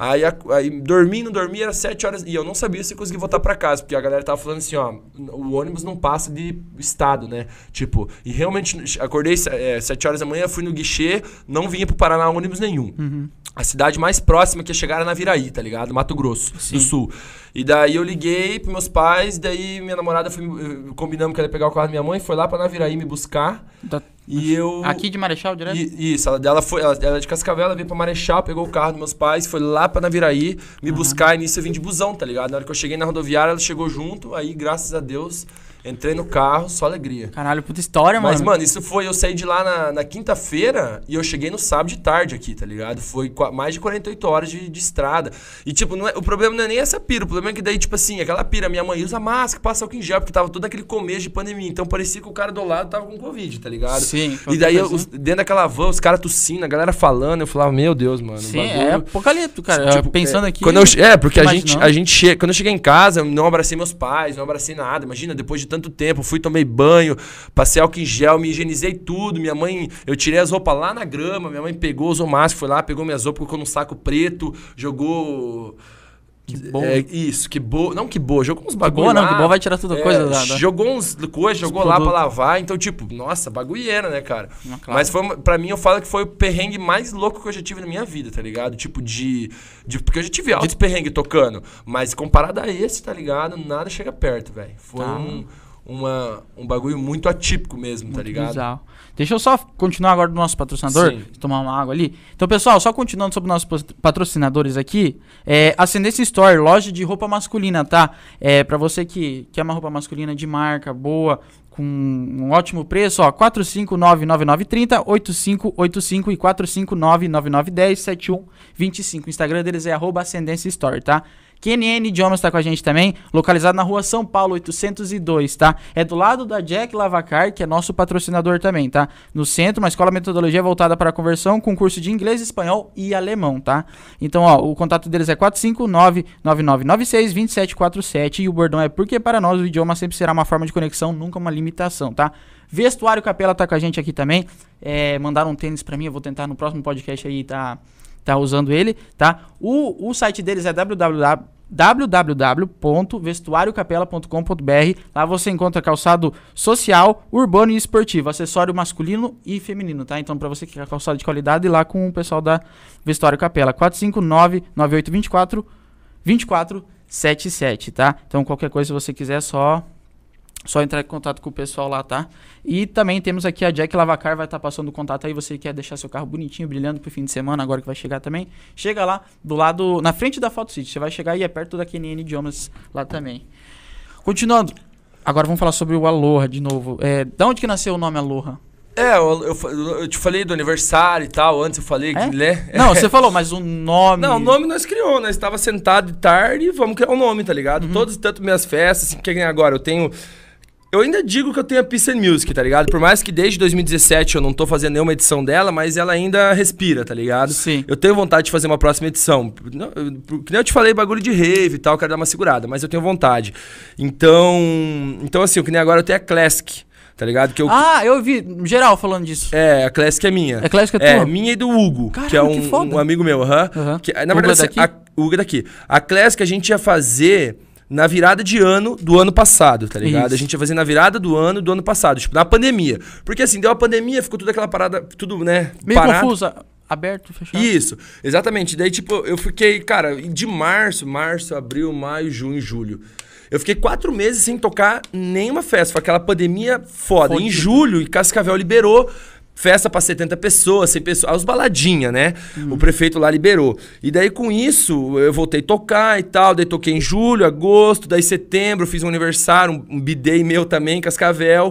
Aí dormi, não dormi, era 7 horas, e eu não sabia se eu conseguia voltar pra casa, porque a galera tava falando assim, ó, o ônibus não passa de estado, né? Tipo, e realmente, acordei 7 horas da manhã, fui no guichê, não vinha pro Paraná ônibus nenhum. A cidade mais próxima que ia chegar era Naviraí, tá ligado? Mato Grosso, do Sul. E daí eu liguei pros meus pais, daí minha namorada combinamos que ela ia pegar o carro da minha mãe, foi lá pra Naviraí me buscar. E eu... Aqui de Marechal, direto? Isso, ela é de Cascavel, ela veio pra Marechal, pegou o carro dos meus pais, foi lá pra Naviraí me buscar, e nisso eu vim de busão, tá ligado? Na hora que eu cheguei na rodoviária, ela chegou junto, aí graças a Deus... Entrei no carro, só alegria. Caralho, puta história, mano. Mas, mano, isso foi... Eu saí de lá na quinta-feira e eu cheguei no sábado de tarde aqui, tá ligado? Foi mais de 48 horas de estrada. E, tipo, o problema não é nem essa pira. O problema é que daí, tipo assim, aquela pira, minha mãe usa máscara, passa álcool em gel, porque tava todo aquele começo de pandemia. Então parecia que o cara do lado tava com Covid, tá ligado? Sim. E daí, dentro daquela van, os caras tossindo, a galera falando, eu falava, meu Deus, mano. Sim, é apocalipto, cara. Tipo, pensando aqui... Porque a gente chega... Quando eu cheguei em casa, eu não abracei meus pais, não abracei nada. Imagina, depois de tanto tempo, tomei banho, passei álcool em gel, me higienizei tudo. Minha mãe, eu tirei as roupas lá na grama, minha mãe pegou, usou máscara, foi lá, pegou minhas roupas, colocou num saco preto, jogou Que boa. Isso, que boa. Não, que boa. Jogou uns bagulho boa, lá. não, que boa vai tirar tudo coisa Jogou uns coisas, jogou lá pra lavar. Então, tipo, nossa, bagulheira, né, cara? Claro. Mas pra mim, eu falo que foi o perrengue mais louco que eu já tive na minha vida, tá ligado? Tipo, porque eu já tive altos perrengues tocando. Mas comparado a esse, tá ligado? Nada chega perto, velho. Foi um bagulho muito atípico mesmo, tá ligado? Bizarro. Deixa eu só continuar agora do nosso patrocinador. Sim. Tomar uma água ali. Então, pessoal, só continuando sobre nossos patrocinadores aqui. Ascendência Store, loja de roupa masculina, tá? Pra você que quer uma roupa masculina de marca, boa, com um ótimo preço, ó. 4599930 8585 e 45999107125. O Instagram deles é @Ascendência Store, tá? QNN Idiomas tá com a gente também, localizado na rua São Paulo 802, tá? É do lado da Jack Lavacar, que é nosso patrocinador também, tá? No centro, uma escola metodologia voltada para a conversão, com curso de inglês, espanhol e alemão, tá? Então, ó, o contato deles é 459-9996-2747 e o bordão é porque para nós o idioma sempre será uma forma de conexão, nunca uma limitação, tá? Vestuário Capela tá com a gente aqui também, mandaram um tênis pra mim, eu vou tentar no próximo podcast aí, tá usando ele, tá? O site deles é www.vestuariocapela.com.br. Lá você encontra calçado social, urbano e esportivo, acessório masculino e feminino, tá? Então, pra você que quer calçado de qualidade, lá com o pessoal da Vestuário Capela, 459-9824-2477, tá? Então, qualquer coisa, se você quiser, só entrar em contato com o pessoal lá, tá? E também temos aqui a Jack Lavacar, vai estar passando o contato aí, você quer deixar seu carro bonitinho, brilhando pro fim de semana, agora que vai chegar também, chega lá, do lado, na frente da Photo City, você vai chegar e é perto da QNN Idiomas lá também. Continuando, agora vamos falar sobre o Aloha de novo. Da onde que nasceu o nome Aloha? Eu te falei do aniversário e tal, antes eu falei que... Né? Não, você falou, mas o nome... Não, o nome nós criou, nós estava sentado de tarde e vamos criar um nome, tá ligado? Tanto minhas festas, assim, que nem agora, eu ainda digo que eu tenho a Peace and Music, tá ligado? Por mais que desde 2017 eu não tô fazendo nenhuma edição dela, mas ela ainda respira, tá ligado? Sim. Eu tenho vontade de fazer uma próxima edição. Que nem eu te falei, bagulho de rave e tal, quero dar uma segurada, mas eu tenho vontade. Então assim, que nem agora eu tenho a Classic, tá ligado? Eu vi geral falando disso. A Classic é minha. A Classic é tua? Minha e do Hugo, caramba, que é um amigo meu. Que, na verdade, o Hugo é daqui. A Classic a gente ia fazer... na virada de ano do ano passado, tá ligado? Isso. A gente ia fazer na virada do ano passado, tipo, na pandemia. Porque assim, deu a pandemia, ficou tudo aquela parada, tudo, né, meio parado. confusa, aberto, fechado. Isso, exatamente. Daí, tipo, eu fiquei, cara, de março, abril, maio, junho, julho. Eu fiquei 4 meses sem tocar nenhuma festa. Foi aquela pandemia foda. Em julho, Cascavel liberou... festa pra 70 pessoas, 100 pessoas, as baladinhas, né? O prefeito lá liberou. E daí, com isso, eu voltei a tocar e tal. Daí toquei em julho, agosto, daí setembro, fiz um aniversário, um B-Day meu também, em Cascavel.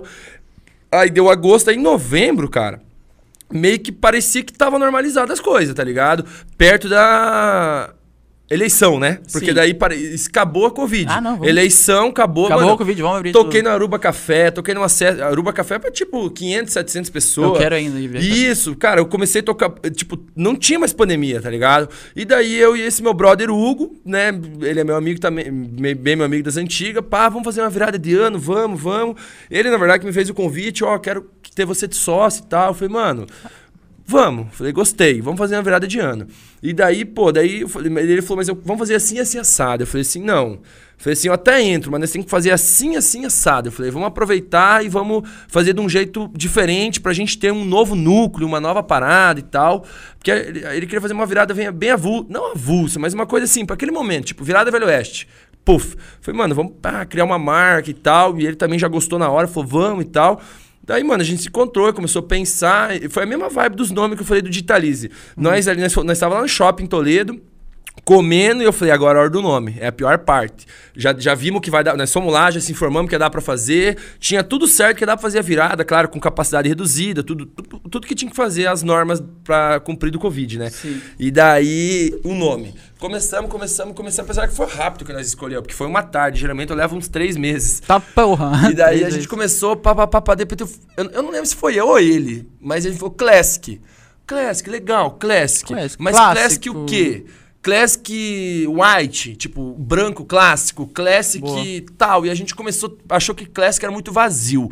Aí deu agosto, aí em novembro, cara, meio que parecia que tava normalizado as coisas, tá ligado? Perto da... eleição, né? Porque Sim. daí acabou a Covid. Não, vamos... Eleição, acabou mano, a Covid, vamos abrir toquei tudo. no Aruba Café, toquei numa... Aruba Café é pra, tipo, 500, 700 pessoas. Eu quero ainda ir ver. Isso, cara, eu comecei a tocar... Tipo, não tinha mais pandemia, tá ligado? E daí eu e esse meu brother Hugo, né? Ele é meu amigo também, bem meu amigo das antigas. Pá, vamos fazer uma virada de ano, vamos. Ele, na verdade, que me fez o convite, quero ter você de sócio e tal. Eu falei, mano... Vamos. Falei, gostei. Vamos fazer uma virada de ano. E daí, eu falei, ele falou, mas vamos fazer assim, assim, assado. Eu falei assim, não. Eu falei assim, eu até entro, mas nós temos que fazer assim, assim, assado. Eu falei, vamos aproveitar e vamos fazer de um jeito diferente pra gente ter um novo núcleo, uma nova parada e tal. Porque ele queria fazer uma virada bem avulsa, não avulsa, mas uma coisa assim, pra aquele momento, tipo, virada Velho Oeste. Puf. Falei, mano, vamos criar uma marca e tal. E ele também já gostou na hora, falou, vamos e tal. Daí, mano, a gente se encontrou, começou a pensar. Foi a mesma vibe dos nomes que eu falei do Digitalize. Nós estávamos lá no shopping em Toledo, comendo, e eu falei, agora é a hora do nome. É a pior parte. Já vimos que vai dar. Nós fomos lá, já se informamos que ia dar pra fazer. Tinha tudo certo que ia dar pra fazer a virada, claro, com capacidade reduzida, tudo que tinha que fazer, as normas pra cumprir do Covid, né? Sim. E daí, o nome. Começamos, apesar que foi rápido que nós escolhemos, porque foi uma tarde, geralmente eu levo uns 3 meses. Tá porra. E daí a gente começou, depois eu não lembro se foi eu ou ele, mas ele falou Classic. Classic, legal, Classic. Mas Classic o quê? Classic white, tipo, branco clássico, Classic tal. E a gente achou que Classic era muito vazio.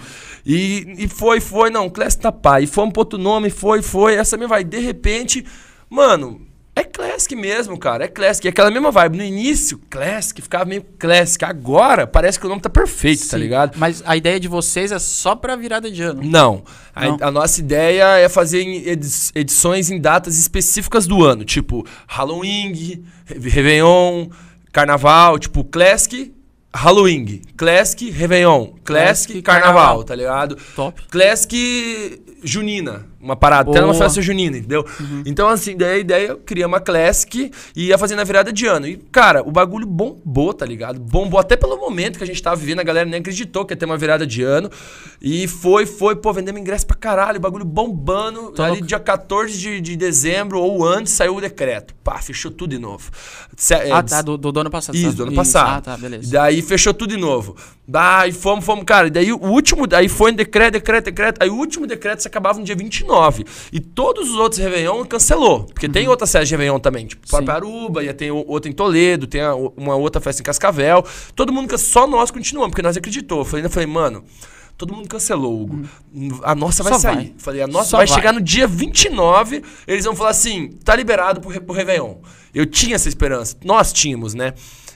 E foi, não, Classic tá pá. E fomos pro outro nome, foi, essa mesmo vai. De repente, mano... É Classic mesmo, cara. É Classic. É aquela mesma vibe. No início, Classic, ficava meio Classic. Agora, parece que o nome tá perfeito, Sim. tá ligado? Mas a ideia de vocês é só pra virada de ano. Não. Não. A nossa ideia é fazer edições em datas específicas do ano. Tipo, Halloween, Réveillon, Carnaval. Tipo, Classic, Halloween. Classic, Réveillon. Classic, Carnaval, tá ligado? Top. Classic Junina, uma parada, até Boa. uma festa junina, entendeu? Então, assim, daí a ideia eu queria uma Classic e ia fazer na virada de ano. E, cara, o bagulho bombou, tá ligado? Bombou até pelo momento que a gente tava vivendo, a galera nem acreditou que ia ter uma virada de ano. E foi, pô, vendendo ingresso pra caralho, o bagulho bombando. Ali dia 14 de dezembro ou antes saiu o decreto. Pá, fechou tudo de novo. Tá, do ano passado. Isso, do ano passado. Ah, tá, beleza. E daí fechou tudo de novo. Daí fomos, cara. E daí o último, aí foi um decreto. Aí o último decreto se acabava no dia 29. E todos os outros Réveillon cancelou. Porque tem outras festas de Réveillon também. Tipo, Aruba, ia ter outra em Toledo, tem uma outra festa em Cascavel. Todo mundo, só nós continuamos, porque nós acreditou. Eu falei, mano, todo mundo cancelou, Hugo. A nossa vai Só sair. vai. Falei, a nossa Só vai vai. chegar no dia 29, eles vão falar assim, tá liberado pro Réveillon. Eu tinha essa esperança. Nós tínhamos, né?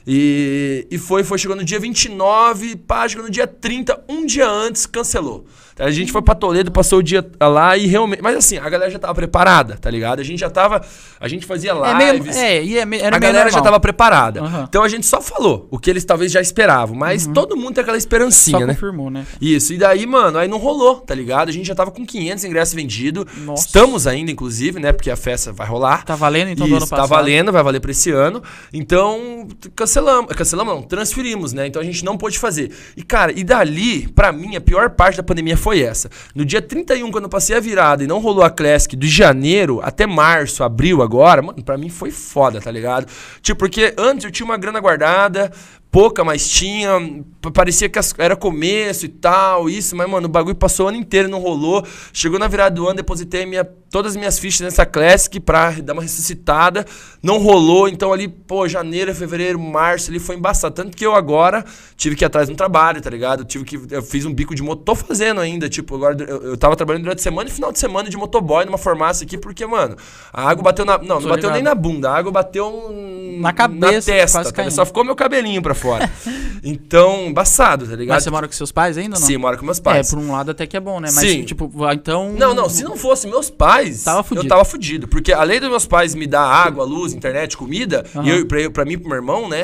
E foi, chegou no dia 29, pá, chegou no dia 30, um dia antes, cancelou. A gente foi pra Toledo, passou o dia lá e realmente... Mas assim, a galera já tava preparada, tá ligado? A gente fazia lives... Era a galera já normal. tava preparada. Uhum. Então a gente só falou o que eles talvez já esperavam. Mas todo mundo tem aquela esperancinha, Só né? confirmou, né? Isso, e daí, mano, aí não rolou, tá ligado? A gente já tava com 500 ingressos vendidos. Nossa. Estamos ainda, inclusive, né? Porque a festa vai rolar. Tá valendo então do ano Isso, passado? tá valendo, vai valer pra esse ano. Então, cancelamos não, transferimos, né? Então a gente não pôde fazer. E, cara, e dali, pra mim, a pior parte da pandemia foi essa. No dia 31, quando eu passei a virada e não rolou a Classic, de janeiro até março, abril agora, mano, pra mim foi foda, tá ligado? Tipo, porque antes eu tinha uma grana guardada, pouca, mas tinha. Parecia que era começo e tal, isso, mas, mano, o bagulho passou o ano inteiro e não rolou. Chegou na virada do ano, depositei todas as minhas fichas nessa Classic pra dar uma ressuscitada. Não rolou, então ali, pô, janeiro, fevereiro, março, ali foi embaçado. Tanto que eu agora tive que ir atrás no trabalho, tá ligado? Eu fiz um bico de moto, tô fazendo ainda, tipo, agora eu tava trabalhando durante a semana e final de semana de motoboy numa farmácia aqui, porque, mano, a água bateu não bateu nem na bunda, a água bateu na cabeça, na testa, quase tá? caindo. Só ficou meu cabelinho pra fora. Então, embaçado, tá ligado? Mas você mora com seus pais ainda ou não? Sim, moro com meus pais. É, por um lado até que é bom, né? Mas, Sim. tipo, então... Não, se não fosse meus pais, Tava fudido. eu tava fudido. Porque além dos meus pais me dar água, luz, internet, comida, e pra mim e pro meu irmão, né,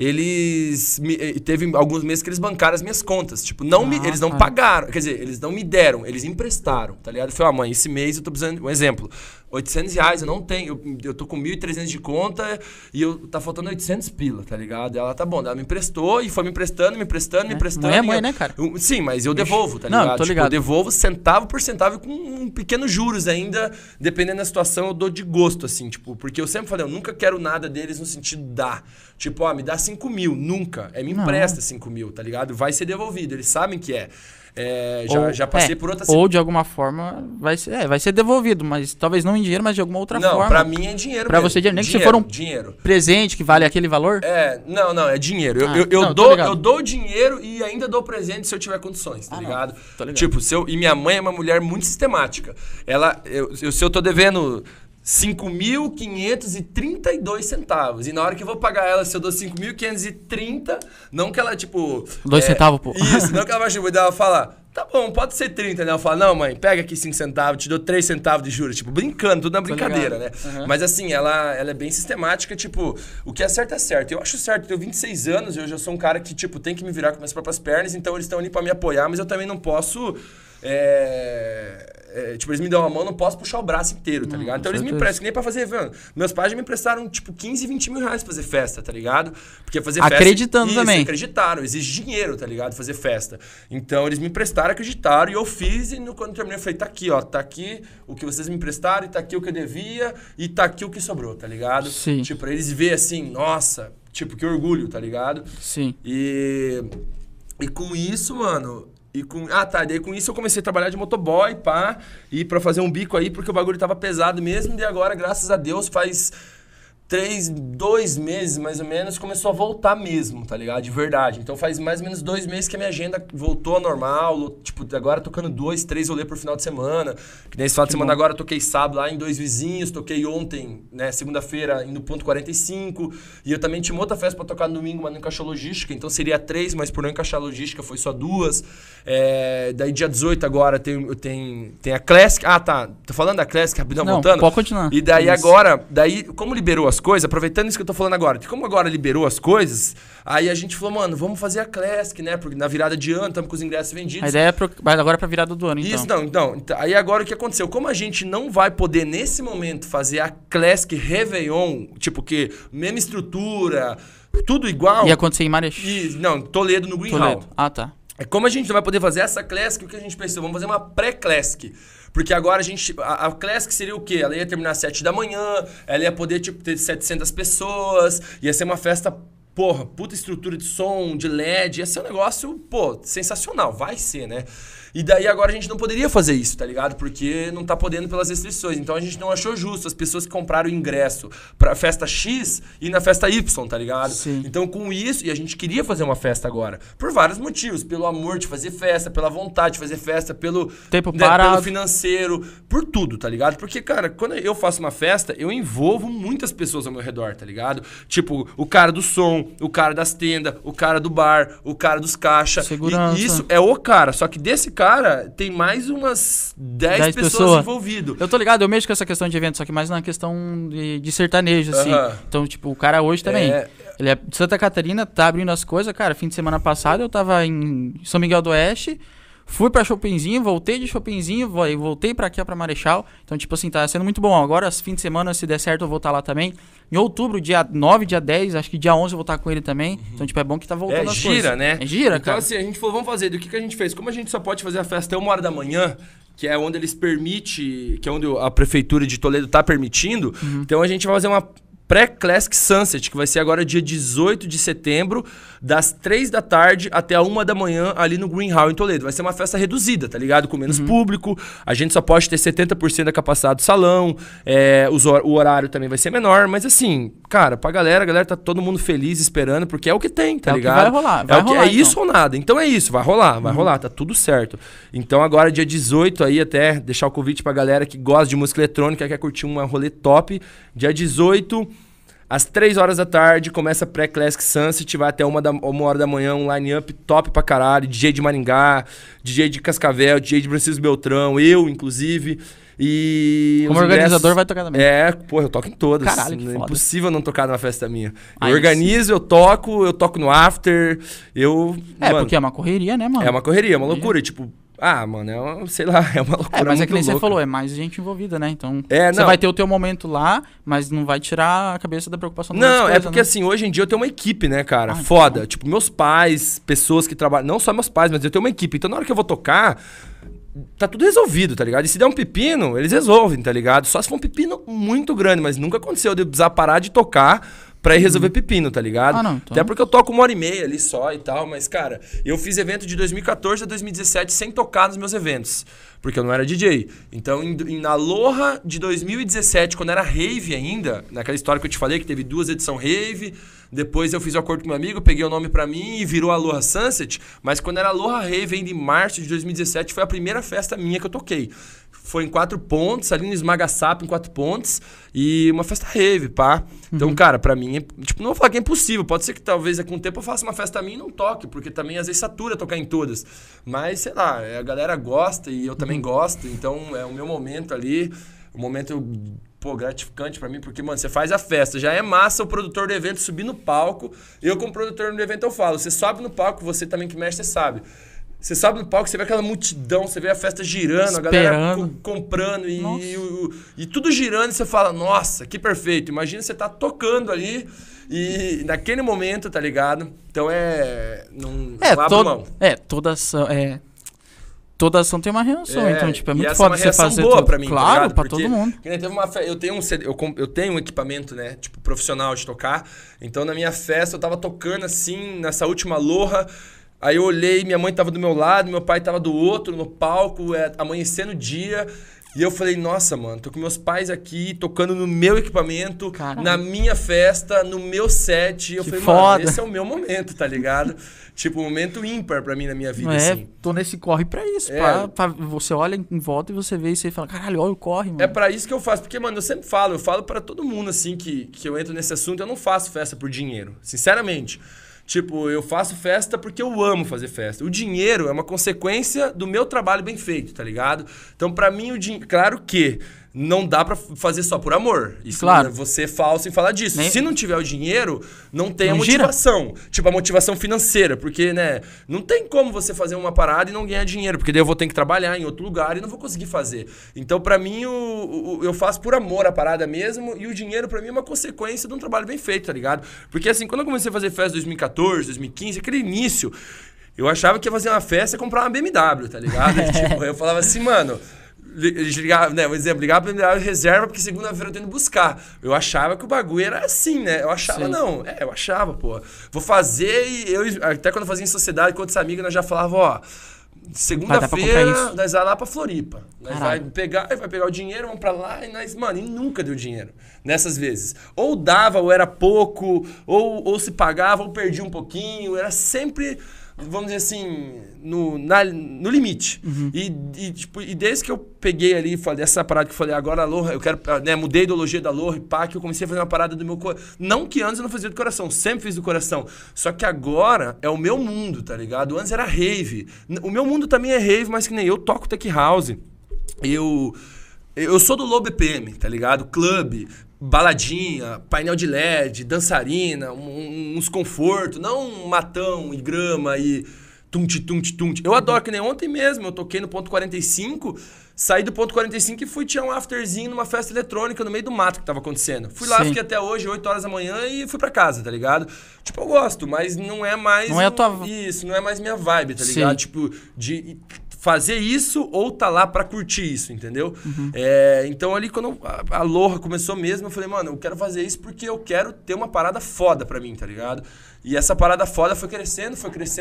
teve alguns meses que eles bancaram as minhas contas. Tipo, eles não pagaram, quer dizer, eles não me deram, eles emprestaram, tá ligado? Eu falei, mãe, esse mês eu tô precisando, um exemplo, R$800, eu não tenho, eu tô com 1.300 de conta e tá faltando 800 pila, tá ligado? Ela, tá bom, ela me emprestou e foi me emprestando. Mãe é mãe, né, cara? Sim, mas eu devolvo, tá Não, ligado? tô ligado. Eu devolvo centavo por centavo e com um pequeno juros ainda, dependendo da situação, eu dou de gosto, assim, tipo, porque eu sempre falei, eu nunca quero nada deles no sentido tipo, me dá 5 mil, nunca, me empresta 5 mil, tá ligado? Vai ser devolvido, eles sabem que é. Já passei por outra Ou de alguma forma vai ser devolvido, mas talvez não em dinheiro, mas de alguma outra forma. Não, pra mim é dinheiro. Pra mesmo. você, nem que dinheiro, se for um dinheiro. presente que vale aquele valor? Não, é dinheiro. Eu dou dinheiro e ainda dou presente se eu tiver condições, tá ligado? Tô ligado. Tipo, e minha mãe é uma mulher muito sistemática. Se eu tô devendo 5.532 centavos. E na hora que eu vou pagar ela, se eu dou 5.530, não que ela, tipo... 2 centavos, pô. Isso, não que ela vai ela fala, tá bom, pode ser 30, né? Ela fala, não, mãe, pega aqui 5 centavos, te dou 3 centavos de juros. Tipo, brincando, tudo na brincadeira, né? Uhum. Mas assim, ela é bem sistemática, tipo, o que é certo é certo. Eu acho certo, eu tenho 26 anos, eu já sou um cara que, tipo, tem que me virar com minhas próprias pernas, então eles estão ali pra me apoiar, mas eu também não posso... tipo, eles me dão a mão, não posso puxar o braço inteiro, tá ligado? Então eles me emprestam, que nem pra fazer, mano. Meus pais já me emprestaram, tipo, 15, 20 mil reais pra fazer festa, tá ligado? Porque fazer festa... Acreditando também. Acreditaram, exige dinheiro, tá ligado? Fazer festa. Então eles me emprestaram, acreditaram, e eu fiz, e quando eu terminei eu falei, tá aqui, ó, tá aqui o que vocês me emprestaram, e tá aqui o que eu devia, e tá aqui o que sobrou, tá ligado? Sim. Tipo, pra eles verem assim, nossa, tipo, que orgulho, tá ligado? Sim. E com isso, mano... daí com isso eu comecei a trabalhar de motoboy, pá, e pra fazer um bico aí, porque o bagulho tava pesado mesmo, e agora, graças a Deus, faz 2 meses, mais ou menos, começou a voltar mesmo, tá ligado? De verdade. Então faz mais ou menos 2 meses que a minha agenda voltou ao normal. Tipo, agora tocando 2, 3 rolê por final de semana. Que nesse final de semana agora eu toquei sábado lá em 2 vizinhos. Toquei ontem, né, segunda-feira, no ponto 45. E eu também tinha outra festa pra tocar no domingo, mas não encaixou logística. Então seria 3, mas por não encaixar logística foi só 2. Daí dia 18 agora tem a Classic. Ah, tá. Tô falando da Classic, rapidão, voltando. Pode continuar. E daí agora, como liberou as coisas, aproveitando isso que eu tô falando agora, como agora liberou as coisas, aí a gente falou, mano, vamos fazer a Classic, né? Porque na virada de ano, estamos com os ingressos vendidos. A ideia é agora pra virada do ano, então. Isso, então. Aí agora o que aconteceu? Como a gente não vai poder, nesse momento, fazer a Classic Réveillon, tipo, que mesma estrutura, tudo igual. Ia acontecer em Marechal. Não, Toledo no Green Hall. Ah, tá. Como a gente não vai poder fazer essa Classic, o que a gente pensou? Vamos fazer uma pré-Classic. Porque agora a Classic seria o quê? Ela ia terminar às 7 da manhã, ela ia poder tipo, ter 700 pessoas, ia ser uma festa, porra, puta estrutura de som, de LED, ia ser um negócio, pô, sensacional, vai ser, né? E daí agora a gente não poderia fazer isso, tá ligado? Porque não tá podendo pelas restrições. Então a gente não achou justo as pessoas que compraram o ingresso pra festa X e na festa Y, tá ligado? Sim. Então com isso, e a gente queria fazer uma festa agora, por vários motivos. Pelo amor de fazer festa, pela vontade de fazer festa, pelo tempo parado, pelo financeiro, por tudo, tá ligado? Porque, cara, quando eu faço uma festa, eu envolvo muitas pessoas ao meu redor, tá ligado? Tipo, o cara do som, o cara das tendas, o cara do bar, o cara dos caixas. Segurança. E isso é o cara, só que desse cara tem mais umas 10 pessoas envolvidas. Eu tô ligado, eu mexo com essa questão de evento, só que mais na questão de sertanejo, assim. Então, tipo, o cara hoje também, ele é de Santa Catarina, tá abrindo as coisas. Cara, fim de semana passado eu tava em São Miguel do Oeste, fui pra Chopinzinho, voltei de Chopinzinho, voltei pra aqui, pra Marechal. Então, tipo assim, tá sendo muito bom. Agora, fim de semana, se der certo, eu vou estar lá também. Em outubro, dia 9, dia 10, acho que dia 11 eu vou estar com ele também. Então, tipo, é bom que tá voltando as coisas. Gira, né? É gira, então, cara. Então, assim, a gente falou, vamos fazer. Do que a gente fez? Como a gente só pode fazer a festa até 1 hora da manhã, que é onde eles permitem, que é onde a prefeitura de Toledo tá permitindo, então a gente vai fazer uma pré-Classic Sunset, que vai ser agora dia 18 de setembro, das 3 da tarde até a 1 da manhã, ali no Green Hall, em Toledo. Vai ser uma festa reduzida, tá ligado? Com menos público, a gente só pode ter 70% da capacidade do salão, o horário também vai ser menor, mas assim, cara, pra galera, a galera tá todo mundo feliz esperando, porque é o que tem, tá ligado? É o que vai rolar. É isso ou nada. Então é isso, vai rolar, tá tudo certo. Então agora dia 18 aí, até deixar o convite pra galera que gosta de música eletrônica, quer curtir um rolê top, dia 18... Às 3 horas da tarde, começa a pré-Classic Sunset, vai até 1 hora da manhã, um line-up top pra caralho, DJ de Maringá, DJ de Cascavel, DJ de Francisco Beltrão, eu, inclusive. E como organizador vai tocar também. Eu toco em todas. Caralho, que foda. É impossível não tocar numa festa minha. Eu organizo, eu toco no after, mano, porque é uma correria, né, mano? É uma correria, é uma loucura, tipo... mano, sei lá, é uma loucura. Mas é que nem louca. você falou, é mais gente envolvida, né? Então, você vai ter o teu momento lá, mas não vai tirar a cabeça da preocupação das coisas, porque né? assim, hoje em dia eu tenho uma equipe, né, cara? Foda. Então. Tipo, meus pais, pessoas que trabalham... Não só meus pais, mas eu tenho uma equipe. Então, na hora que eu vou tocar, tá tudo resolvido, tá ligado? E se der um pepino, eles resolvem, tá ligado? Só se for um pepino muito grande, mas nunca aconteceu de eu precisar parar de tocar pra ir resolver pepino, tá ligado? Não, então... Até porque eu toco 1h30 ali só e tal, mas, cara, eu fiz evento de 2014 a 2017 sem tocar nos meus eventos, porque eu não era DJ. Então, na Aloha de 2017, quando era rave ainda, naquela história que eu te falei, que teve 2 edições rave, depois eu fiz o acordo com meu amigo, peguei o nome pra mim e virou Aloha Sunset, mas quando era Aloha Rave, ainda em março de 2017, foi a primeira festa minha que eu toquei. Foi em 4 pontos, ali no Esmaga Sapo, em 4 pontos, e uma festa rave, pá. Então, cara, pra mim, tipo, não vou falar que é impossível, pode ser que talvez com o tempo eu faça uma festa minha e não toque, porque também às vezes satura tocar em todas. Mas, sei lá, a galera gosta e eu também gosto, então é o meu momento ali, um momento... gratificante pra mim, porque, mano, você faz a festa, já é massa o produtor do evento subir no palco. Eu, como produtor do evento, eu falo, você sobe no palco, você também que mexe, você sabe. Você sobe no palco, você vê aquela multidão, você vê a festa girando, esperando. A galera comprando e tudo girando, e você fala, nossa, que perfeito. Imagina você tá tocando ali e naquele momento, tá ligado? Então não abre mão. Toda ação tem uma reação, então, tipo, é muito foda você fazer boa tudo. pra mim, claro, tá pra todo mundo. Teve eu tenho um equipamento, né, tipo, profissional de tocar. Então, na minha festa, eu tava tocando assim, nessa última Aloha. Aí eu olhei, minha mãe tava do meu lado, meu pai tava do outro, no palco, amanhecendo o dia. E eu falei, nossa, mano, tô com meus pais aqui, tocando no meu equipamento, Caralho. na minha festa, no meu set. E eu Que falei, foda. mano, esse é o meu momento, tá ligado? Tipo, um momento ímpar pra mim na minha vida, É, assim. tô nesse corre pra isso. É. Você olha em volta e você vê e você fala, caralho, olha o corre, mano. É pra isso que eu faço, porque, mano, eu falo pra todo mundo, assim, que eu entro nesse assunto, eu não faço festa por dinheiro, sinceramente. Tipo, eu faço festa porque eu amo fazer festa. O dinheiro é uma consequência do meu trabalho bem feito, tá ligado? Então, pra mim, o dinheiro... Claro que não dá pra fazer só por amor. Isso, Claro. Você é falso em falar disso. Nem... Se não tiver o dinheiro, não tem a Não gira. motivação. Tipo, a motivação financeira. Porque, né, não tem como você fazer uma parada e não ganhar dinheiro. Porque daí eu vou ter que trabalhar em outro lugar e não vou conseguir fazer. Então, pra mim, eu faço por amor a parada mesmo. E o dinheiro, pra mim, é uma consequência de um trabalho bem feito, tá ligado? Porque, assim, quando eu comecei a fazer festa em 2014, 2015, aquele início, eu achava que ia fazer uma festa e comprar uma BMW, tá ligado? Tipo, eu falava assim, mano... Ligava, né, um exemplo, ligava pra BMW reserva porque segunda-feira eu tô indo buscar. Eu achava que o bagulho era assim, né? Eu achava, Sim. não. Eu achava, pô. Vou fazer e eu... Até quando eu fazia em sociedade com outros amigos, nós já falava, ó... Segunda-feira, nós vai lá pra Floripa. Nós vai pegar o dinheiro, vamos pra lá e nós... Mano, e nunca deu dinheiro nessas vezes. Ou dava, ou era pouco, ou se pagava, ou perdia um pouquinho. Era sempre... Vamos dizer assim, no limite. Uhum. E desde que eu peguei ali, falei, essa parada que eu falei, agora a Aloha, eu quero, né, mudei a ideologia da Aloha e pá, que eu comecei a fazer uma parada do meu coração. Não que antes eu não fazia do coração, sempre fiz do coração. Só que agora é o meu mundo, tá ligado? Antes era rave. O meu mundo também é rave, mas que nem eu toco tech house. Eu sou do low BPM, tá ligado? Clube, baladinha, painel de LED, dançarina, uns confortos, não um matão e grama e tunte. Eu adoro, que nem ontem mesmo, eu toquei no ponto 45, saí do ponto 45 e fui tirar um afterzinho numa festa eletrônica no meio do mato que tava acontecendo. Fui lá, fiquei até hoje, 8 horas da manhã e fui pra casa, tá ligado? Tipo, eu gosto, mas não é mais... Não é a tua... Isso, não é mais minha vibe, tá ligado? Tipo, de... fazer isso ou tá lá pra curtir isso, entendeu? Uhum. Então ali quando a Aloha começou mesmo, eu falei, mano, eu quero fazer isso porque eu quero ter uma parada foda pra mim, tá ligado? E essa parada foda foi crescendo,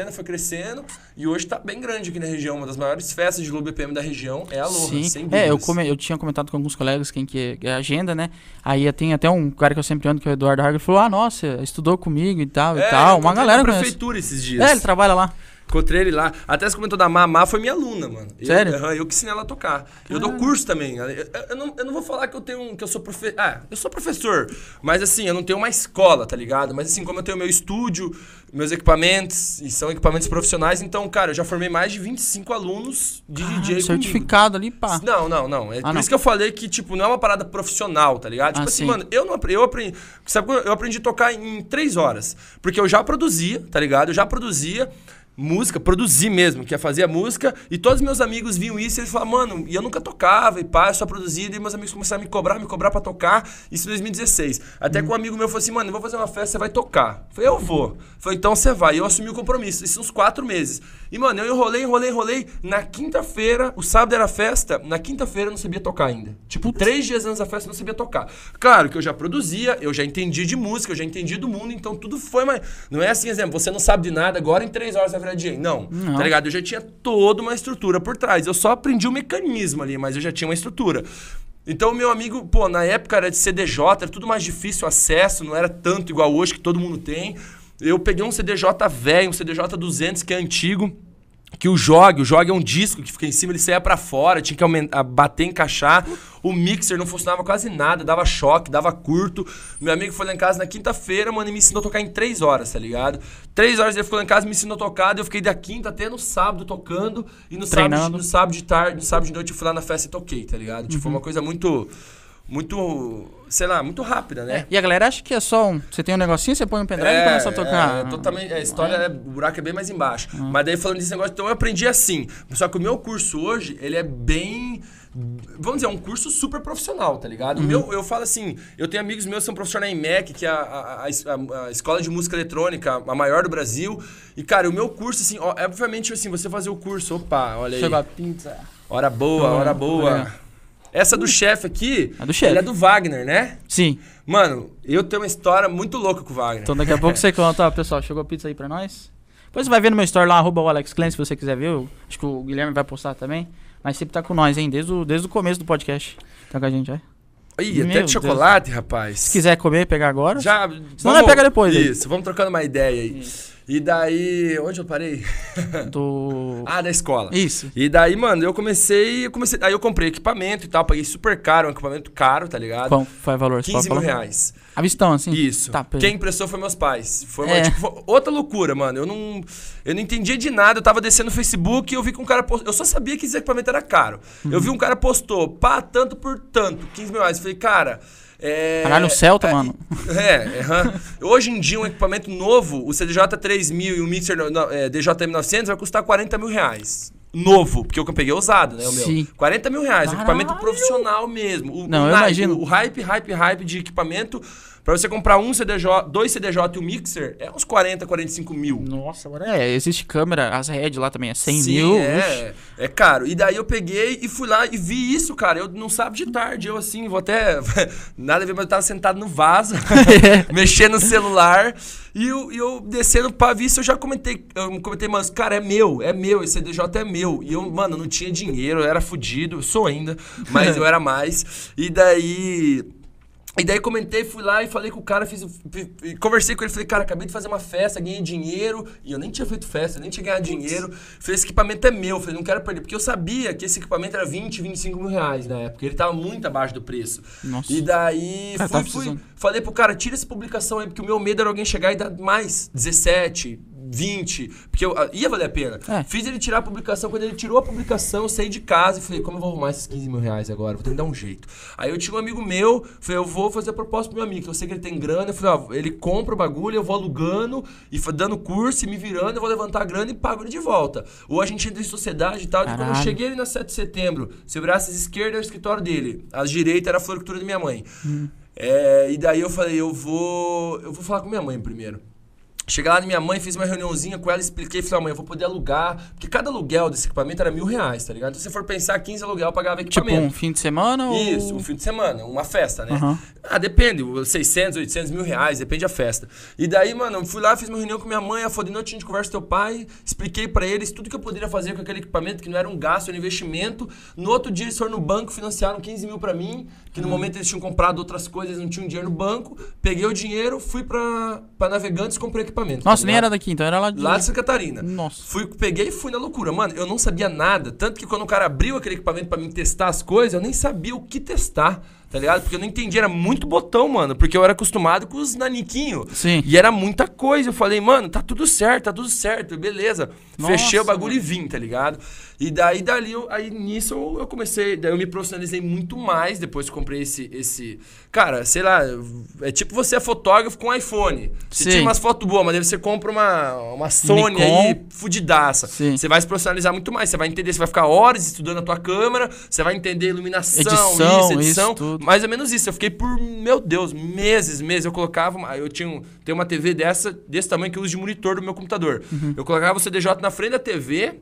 e hoje tá bem grande aqui na região. Uma das maiores festas de low BPM da região é a Aloha, Sim. sem dúvidas. Eu tinha comentado com alguns colegas quem que é a agenda, né? Aí tem até um cara que eu sempre ando, que é o Eduardo Harger, falou, ah, nossa, estudou comigo e tal, uma galera na conhece. prefeitura esses dias. Ele trabalha lá. Encontrei ele lá. Até você comentou da Má foi minha aluna, mano. Sério? Eu que ensinei ela a tocar. Eu dou curso também. Eu não vou falar que eu sou professor. Eu sou professor. Mas assim, eu não tenho uma escola, tá ligado? Mas assim, como eu tenho meu estúdio, meus equipamentos, e são equipamentos profissionais, então, cara, eu já formei mais de 25 alunos de DJ certificado ali, pá. Não. Por isso que eu falei que, tipo, não é uma parada profissional, tá ligado? Tipo assim, mano, eu aprendi... Sabe, eu aprendi a tocar em 3 horas. Porque eu já produzia, tá ligado? Eu já produzia música, produzir mesmo, que é fazer a música, e todos meus amigos viam isso e eles falavam, mano, e eu nunca tocava, e pá, eu só produzia, e meus amigos começaram a me cobrar pra tocar, isso em 2016. Até que um amigo meu falou assim, mano, eu vou fazer uma festa, você vai tocar. Eu falei, eu vou. Falei, então você vai. E eu assumi o compromisso, isso uns 4 meses. E, mano, eu enrolei, na quinta-feira, o sábado era a festa, na quinta-feira eu não sabia tocar ainda. Tipo, 3 dias antes da festa eu não sabia tocar. Claro que eu já produzia, eu já entendi de música, eu já entendi do mundo, então tudo foi, mas não é assim, exemplo, você não sabe de nada, agora em 3 horas vai virar DJ. Não, tá ligado? Eu já tinha toda uma estrutura por trás. Eu só aprendi o mecanismo ali, mas eu já tinha uma estrutura. Então, o meu amigo, pô, na época era de CDJ, era tudo mais difícil o acesso, não era tanto igual hoje, que todo mundo tem. Eu peguei um CDJ velho, um CDJ 200, que é antigo, que o Jog é um disco que fica em cima, ele saía pra fora, tinha que bater, encaixar. O mixer não funcionava quase nada, dava choque, dava curto. Meu amigo foi lá em casa na quinta-feira, mano, e me ensinou a tocar em 3 horas, tá ligado? 3 horas ele ficou lá em casa, me ensinou a tocar, eu fiquei da quinta até no sábado tocando, e no sábado de tarde, no sábado de noite eu fui lá na festa e toquei, tá ligado? Tipo, foi uma coisa muito, sei lá, muito rápida, né? E a galera acha que é só você tem um negocinho, você põe um pendrive e começa a tocar. Totalmente, a história, o buraco é bem mais embaixo. Mas daí falando desse negócio, então eu aprendi assim. Só que o meu curso hoje, ele é bem... Vamos dizer, é um curso super profissional, tá ligado? Eu falo assim, eu tenho amigos meus que são professores na IMEC, que é a escola de música eletrônica, a maior do Brasil. E, cara, o meu curso, assim, obviamente, assim, você fazer o curso, opa, olha aí. Chegou a pizza. Hora boa. Essa do chefe aqui, ele é do Wagner, né? Sim. Mano, eu tenho uma história muito louca com o Wagner. Então daqui a pouco você conta, pessoal, chegou a pizza aí pra nós. Depois você vai ver no meu story lá, @AlexClan, se você quiser ver. Acho que o Guilherme vai postar também. Mas sempre tá com nós, hein? Desde o começo do podcast. Tá com a gente, vai. Ih, até de chocolate, rapaz. Se quiser comer, pegar agora. Já. Senão vai pegar depois. Isso, vamos trocando uma ideia aí. Isso. E daí, onde eu parei? Da escola. Isso. E daí, mano, eu comecei, aí eu comprei equipamento e tal, paguei super caro, um equipamento caro, tá ligado? Qual foi o valor? 15 mil reais. À vistão, assim? Isso. Tá, quem emprestou foi meus pais. Foi outra loucura, mano. Eu não entendia de nada. Eu tava descendo no Facebook e eu vi que um cara postou. Eu só sabia que esse equipamento era caro. Eu vi um cara postou, pá, tanto por tanto, 15 mil reais. Eu falei, cara... Caralho, Celta, mano. Hoje em dia, um equipamento novo, o CDJ 3000 e o Mixer DJM 900 vai custar 40 mil reais. Novo, porque eu peguei usado, né? O meu. Sim. 40 mil reais, Caralho. Equipamento profissional mesmo. Não, eu imagino. O hype de equipamento, pra você comprar um CDJ, 2 CDJ e um Mixer, é uns 40, 45 mil. Nossa, agora existe câmera, as RED lá também é 100 Sim, mil. É caro. E daí eu peguei e fui lá e vi isso, cara. Eu não sábado de tarde, eu assim, vou até... Nada a ver, mas eu tava sentado no vaso, mexendo no celular. E eu descendo pra ver isso, eu já comentei, mas, cara, é meu, esse CDJ é meu. E eu, mano, não tinha dinheiro, eu era fudido, eu sou ainda, mas eu era mais. E daí comentei, fui lá e falei com o cara, conversei com ele, falei, cara, acabei de fazer uma festa, ganhei dinheiro, e eu nem tinha feito festa, nem tinha ganhado dinheiro. Falei, esse equipamento é meu, falei, não quero perder, porque eu sabia que esse equipamento era 20, 25 mil reais na época, ele tava muito abaixo do preço. Nossa. E daí fui, falei pro cara, tira essa publicação aí, porque o meu medo era alguém chegar e dar mais, 17, 20, porque ia valer a pena. Fiz ele tirar a publicação, quando ele tirou a publicação, eu saí de casa e falei, como eu vou arrumar esses 15 mil reais agora? Vou ter que dar um jeito. Aí eu tinha um amigo meu, falei, eu vou fazer a proposta pro meu amigo, que eu sei que ele tem grana, eu falei, ele compra o bagulho, eu vou alugando e dando curso e me virando, eu vou levantar a grana e pago ele de volta. Ou a gente entra em sociedade e tal, e quando eu cheguei ali na 7 de setembro, se eu virasse as esquerdas, era o escritório dele, as direitas era a floricultura da minha mãe. E daí eu falei, eu vou falar com minha mãe primeiro. Cheguei lá na minha mãe, fiz uma reuniãozinha com ela, expliquei, falei, mãe, eu vou poder alugar, porque cada aluguel desse equipamento era R$1.000, tá ligado? Então se você for pensar, 15 aluguel eu pagava equipamento. Tipo um fim de semana ou... Isso, um fim de semana, uma festa, né? Depende, 600, 800 mil reais, depende da festa. E daí, mano, eu fui lá, fiz uma reunião com minha mãe, de noite a gente conversa com teu pai, expliquei pra eles tudo que eu poderia fazer com aquele equipamento, que não era um gasto, era um investimento. No outro dia eles foram no banco, financiaram 15 mil pra mim, que no momento eles tinham comprado outras coisas, não tinham dinheiro no banco. Peguei o dinheiro, fui pra Navegantes e comprei equipamento. Nossa, nem era daqui, então era lá de Santa Catarina. Nossa. Peguei e fui na loucura. Mano, eu não sabia nada. Tanto que quando o cara abriu aquele equipamento pra mim testar as coisas, eu nem sabia o que testar, tá ligado? Porque eu não entendi, era muito botão, mano. Porque eu era acostumado com os naniquinhos. Sim. E era muita coisa. Eu falei, mano, tá tudo certo, beleza. Nossa, fechei o bagulho mano. E vim, tá ligado? E daí nisso eu comecei, daí eu me profissionalizei muito mais depois que comprei esse... Cara, sei lá, é tipo você é fotógrafo com iPhone. Você tira umas fotos boas, mas daí você compra uma Sony Nikon. aí, fudidaça. Sim. Você vai se profissionalizar muito mais, você vai entender, você vai ficar horas estudando a tua câmera, você vai entender iluminação, edição. Isso tudo. Mais ou menos isso. Eu fiquei por, meu Deus, meses. Eu colocava, tenho uma TV desse tamanho que eu uso de monitor do meu computador. Eu colocava o CDJ na frente da TV...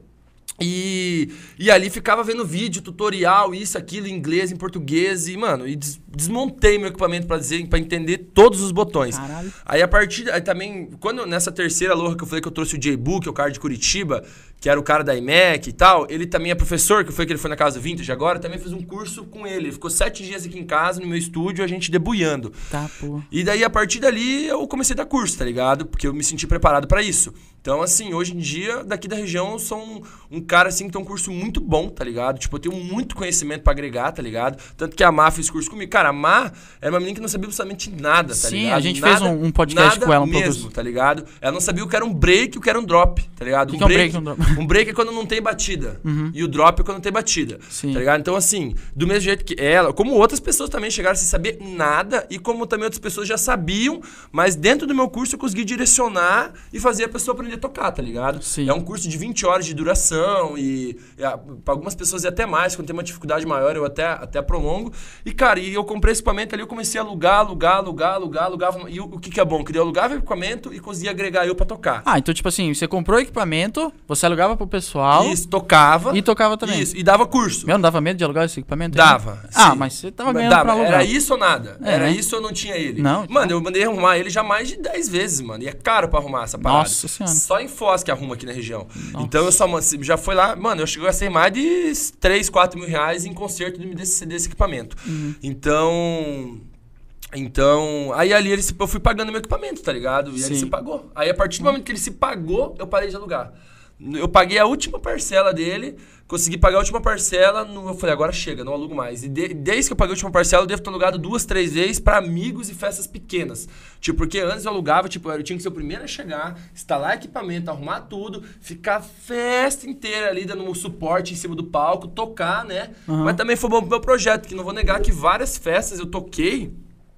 E ali ficava vendo vídeo, tutorial, isso, aquilo, em inglês, em português. E, mano, desmontei meu equipamento pra entender todos os botões. Caralho. Aí também, quando nessa terceira loja que eu falei que eu trouxe o J-Book, o cara de Curitiba, que era o cara da IMEC e tal, ele também é professor, que ele foi na casa do Vintage agora, também fiz um curso com ele. Ele ficou 7 dias aqui em casa, no meu estúdio, a gente debuiando. Tá, pô. E daí, a partir dali, eu comecei a dar curso, tá ligado? Porque eu me senti preparado pra isso. Então, assim, hoje em dia, daqui da região, eu sou um cara, assim, que tem um curso muito bom, tá ligado? Tipo, eu tenho muito conhecimento pra agregar, tá ligado? Tanto que a Má fez curso comigo. Cara, a Má era uma menina que não sabia absolutamente nada, tá ligado? Sim, a gente fez um podcast com ela. Mesmo, tá ligado? Ela não sabia o que era um break e o que era um drop, tá ligado? O que é um break e um drop? Um break é quando não tem batida. E o drop é quando tem batida, Sim. tá ligado? Então, assim, do mesmo jeito que ela, como outras pessoas também chegaram sem saber nada e como também outras pessoas já sabiam, mas dentro do meu curso eu consegui direcionar e fazer a pessoa aprender a tocar, tá ligado? Sim. É um curso de 20 horas de duração e para algumas pessoas é até mais, quando tem uma dificuldade maior eu até prolongo. E, cara, eu comprei esse equipamento ali, eu comecei a alugava. E o que é bom? Que eu alugava o equipamento e conseguia agregar eu pra tocar. Então, tipo assim, você comprou o equipamento, você alugava pro pessoal... Isso, tocava. E tocava também. Isso, e dava curso. Meu, não dava medo de alugar esse equipamento? Dava. Ah, mas você tava ganhando pra alugar. Era isso ou nada? Era isso ou eu não tinha ele? Não. Mano, eu mandei arrumar ele já mais de 10 vezes, mano. E é caro pra arrumar essa parada. Nossa Senhora. só em Foz que arruma aqui na região. Nossa. Então eu já fui lá, mano, eu cheguei a gastar mais de 3, 4 mil reais em conserto desse equipamento. Então, aí ali eu fui pagando meu equipamento, tá ligado? E aí ele se pagou. Aí a partir do momento que ele se pagou, eu parei de alugar. Eu paguei a última parcela dele, consegui pagar a última parcela, eu falei, agora chega, não alugo mais. E desde que eu paguei a última parcela, eu devo ter alugado 2, 3 vezes pra amigos e festas pequenas. Tipo, porque antes eu alugava, tipo, eu tinha que ser o primeiro a chegar, instalar equipamento, arrumar tudo, ficar a festa inteira ali, dando um suporte em cima do palco, tocar, né? Mas também foi bom pro meu projeto, que não vou negar que várias festas eu toquei,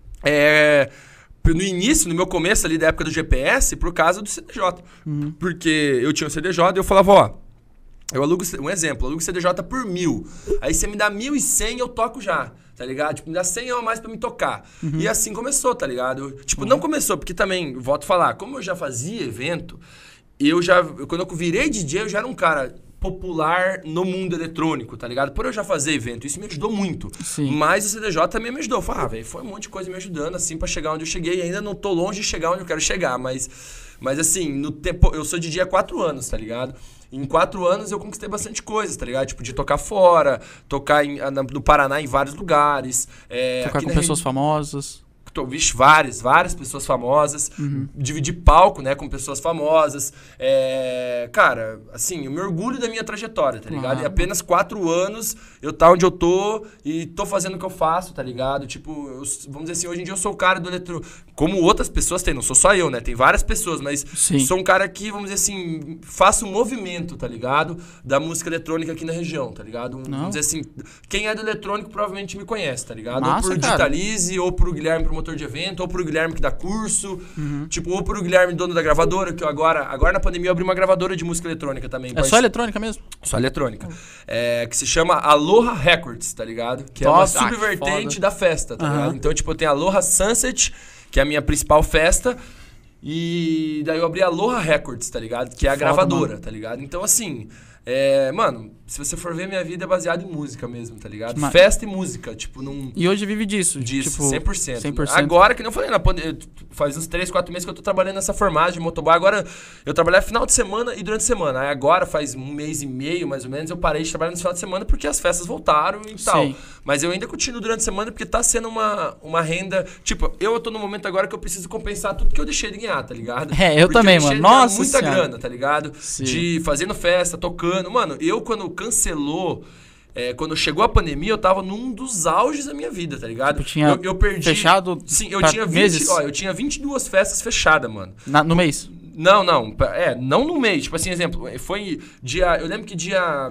no início, no meu começo ali da época do GPS, por causa do CDJ. Porque eu tinha o CDJ e eu falava, ó, eu alugo, um exemplo, eu alugo o CDJ por 1.000. Aí você me dá 1.100 eu toco já, tá ligado? Tipo, me dá 100 a mais pra me tocar. E assim começou, tá ligado? Tipo, não começou, porque também, volto a falar, como eu já fazia evento, quando eu virei DJ, eu já era um cara popular no mundo eletrônico, tá ligado? Por eu já fazer evento, isso me ajudou muito. Sim. Mas o CDJ também me ajudou. Falei, velho, foi um monte de coisa me ajudando, assim, pra chegar onde eu cheguei. E ainda não tô longe de chegar onde eu quero chegar, mas assim, no tempo, eu sou DJ há 4 anos, tá ligado? Em 4 anos eu conquistei bastante coisa, tá ligado? Tipo, de tocar fora, tocar no Paraná em vários lugares. Tocar com pessoas famosas. Vixe, várias pessoas famosas, dividir palco, né, com pessoas famosas, cara, assim, eu me orgulho da minha trajetória, tá ligado? Em apenas 4 anos eu tá onde eu tô e tô fazendo o que eu faço, tá ligado? Tipo, vamos dizer assim, hoje em dia eu sou o cara do eletro, como outras pessoas têm, não sou só eu, né, tem várias pessoas, mas sou um cara que, vamos dizer assim, faço um movimento, tá ligado? Da música eletrônica aqui na região, tá ligado? Vamos dizer assim, quem é do eletrônico provavelmente me conhece, tá ligado? Massa, ou por Digitalize, ou por Guilherme Promotor de evento, ou pro Guilherme que dá curso, tipo, ou pro Guilherme dono da gravadora, que eu agora na pandemia eu abri uma gravadora de música eletrônica também. Só eletrônica mesmo? Só eletrônica. Que se chama Aloha Records, tá ligado? Que é uma subvertente da festa, tá ligado? Então, tipo, eu tenho a Aloha Sunset, que é a minha principal festa, e daí eu abri a Aloha Records, tá ligado? Que é a gravadora, tá ligado? Então, assim, mano, se você for ver, minha vida é baseada em música mesmo, tá ligado? Festa e música, tipo, não... E hoje vive disso? Disso, tipo, 100%. Agora, que nem eu falei, faz uns 3, 4 meses que eu tô trabalhando nessa formagem de motoboy. Agora, eu trabalhava final de semana e durante a semana. Aí agora, faz 1 mês e meio, mais ou menos, eu parei de trabalhar no final de semana porque as festas voltaram e tal. Mas eu ainda continuo durante a semana porque tá sendo uma renda... Tipo, eu tô no momento agora que eu preciso compensar tudo que eu deixei de ganhar, tá ligado? Eu porque também, mano. Nossa muita grana, tá ligado? Sim. De fazendo festa, tocando. Mano, eu quando cancelou... quando chegou a pandemia, eu tava num dos auges da minha vida, tá ligado? Tipo, eu perdi... Fechado? Sim, eu tinha 20... meses? Ó, eu tinha 22 festas fechadas, mano. No mês? Não. Não no mês. Tipo assim, exemplo, foi dia... Eu lembro que dia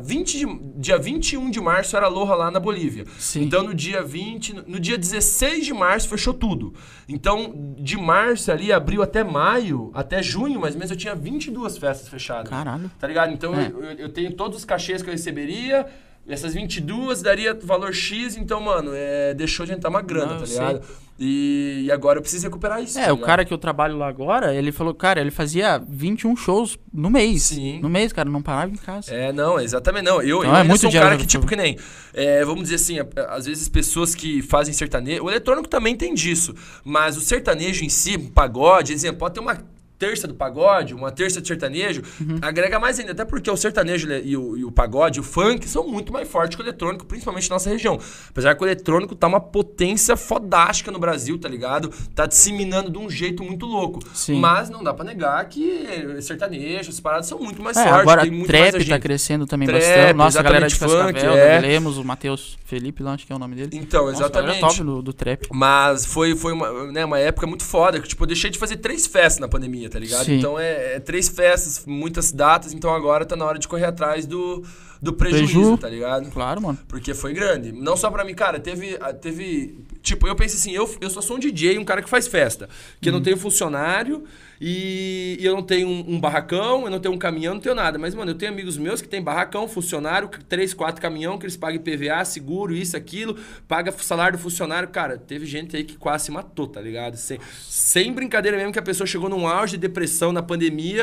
21 de março era Aloha lá na Bolívia. Sim. Então, no dia 20... No dia 16 de março, fechou tudo. Então, de março ali, abril até maio, até junho, mais ou menos, eu tinha 22 festas fechadas. Caralho. Tá ligado? Então, eu tenho todos os cachês que eu receberia... Essas 22 daria valor X, então, mano, deixou de entrar uma grana, tá ligado? E agora eu preciso recuperar isso. O cara que eu trabalho lá agora, ele falou, cara, ele fazia 21 shows no mês. Sim. No mês, cara, não parava em casa. Não, exatamente não. Eu muito sou um cara que, tipo, que nem... vamos dizer assim, às vezes pessoas que fazem sertanejo... O eletrônico também tem disso, mas o sertanejo em si, pagode, exemplo, pode ter uma... terça do pagode, uma terça de sertanejo, agrega mais ainda. Até porque o sertanejo e o pagode, o funk, são muito mais fortes que o eletrônico, principalmente na nossa região. Apesar que o eletrônico tá uma potência fodástica no Brasil, tá ligado? Tá disseminando de um jeito muito louco. Sim. Mas não dá pra negar que sertanejo, as paradas são muito mais fortes. Agora tem muito trap mais tá crescendo também trap, bastante. Nossa, a galera de funk, Cascavel, da Lemos, o Matheus Felipe lá, acho que é o nome dele. Então, exatamente. Nossa, top do trap. Mas foi uma época muito foda, que tipo, eu deixei de fazer 3 festas na pandemia, tá ligado? Sim. Então 3 festas, muitas datas, então agora tá na hora de correr atrás do prejuízo, tá ligado? Claro, mano. Porque foi grande. Não só pra mim, cara, teve tipo, eu pensei assim, eu só sou um DJ, um cara que faz festa, que eu não tenho funcionário e eu não tenho um barracão, eu não tenho um caminhão, não tenho nada. Mas, mano, eu tenho amigos meus que tem barracão, funcionário, 3, 4 caminhão, que eles pagam IPVA, seguro, isso, aquilo, paga salário do funcionário. Cara, teve gente aí que quase se matou, tá ligado? Sem brincadeira mesmo, que a pessoa chegou num auge de depressão na pandemia,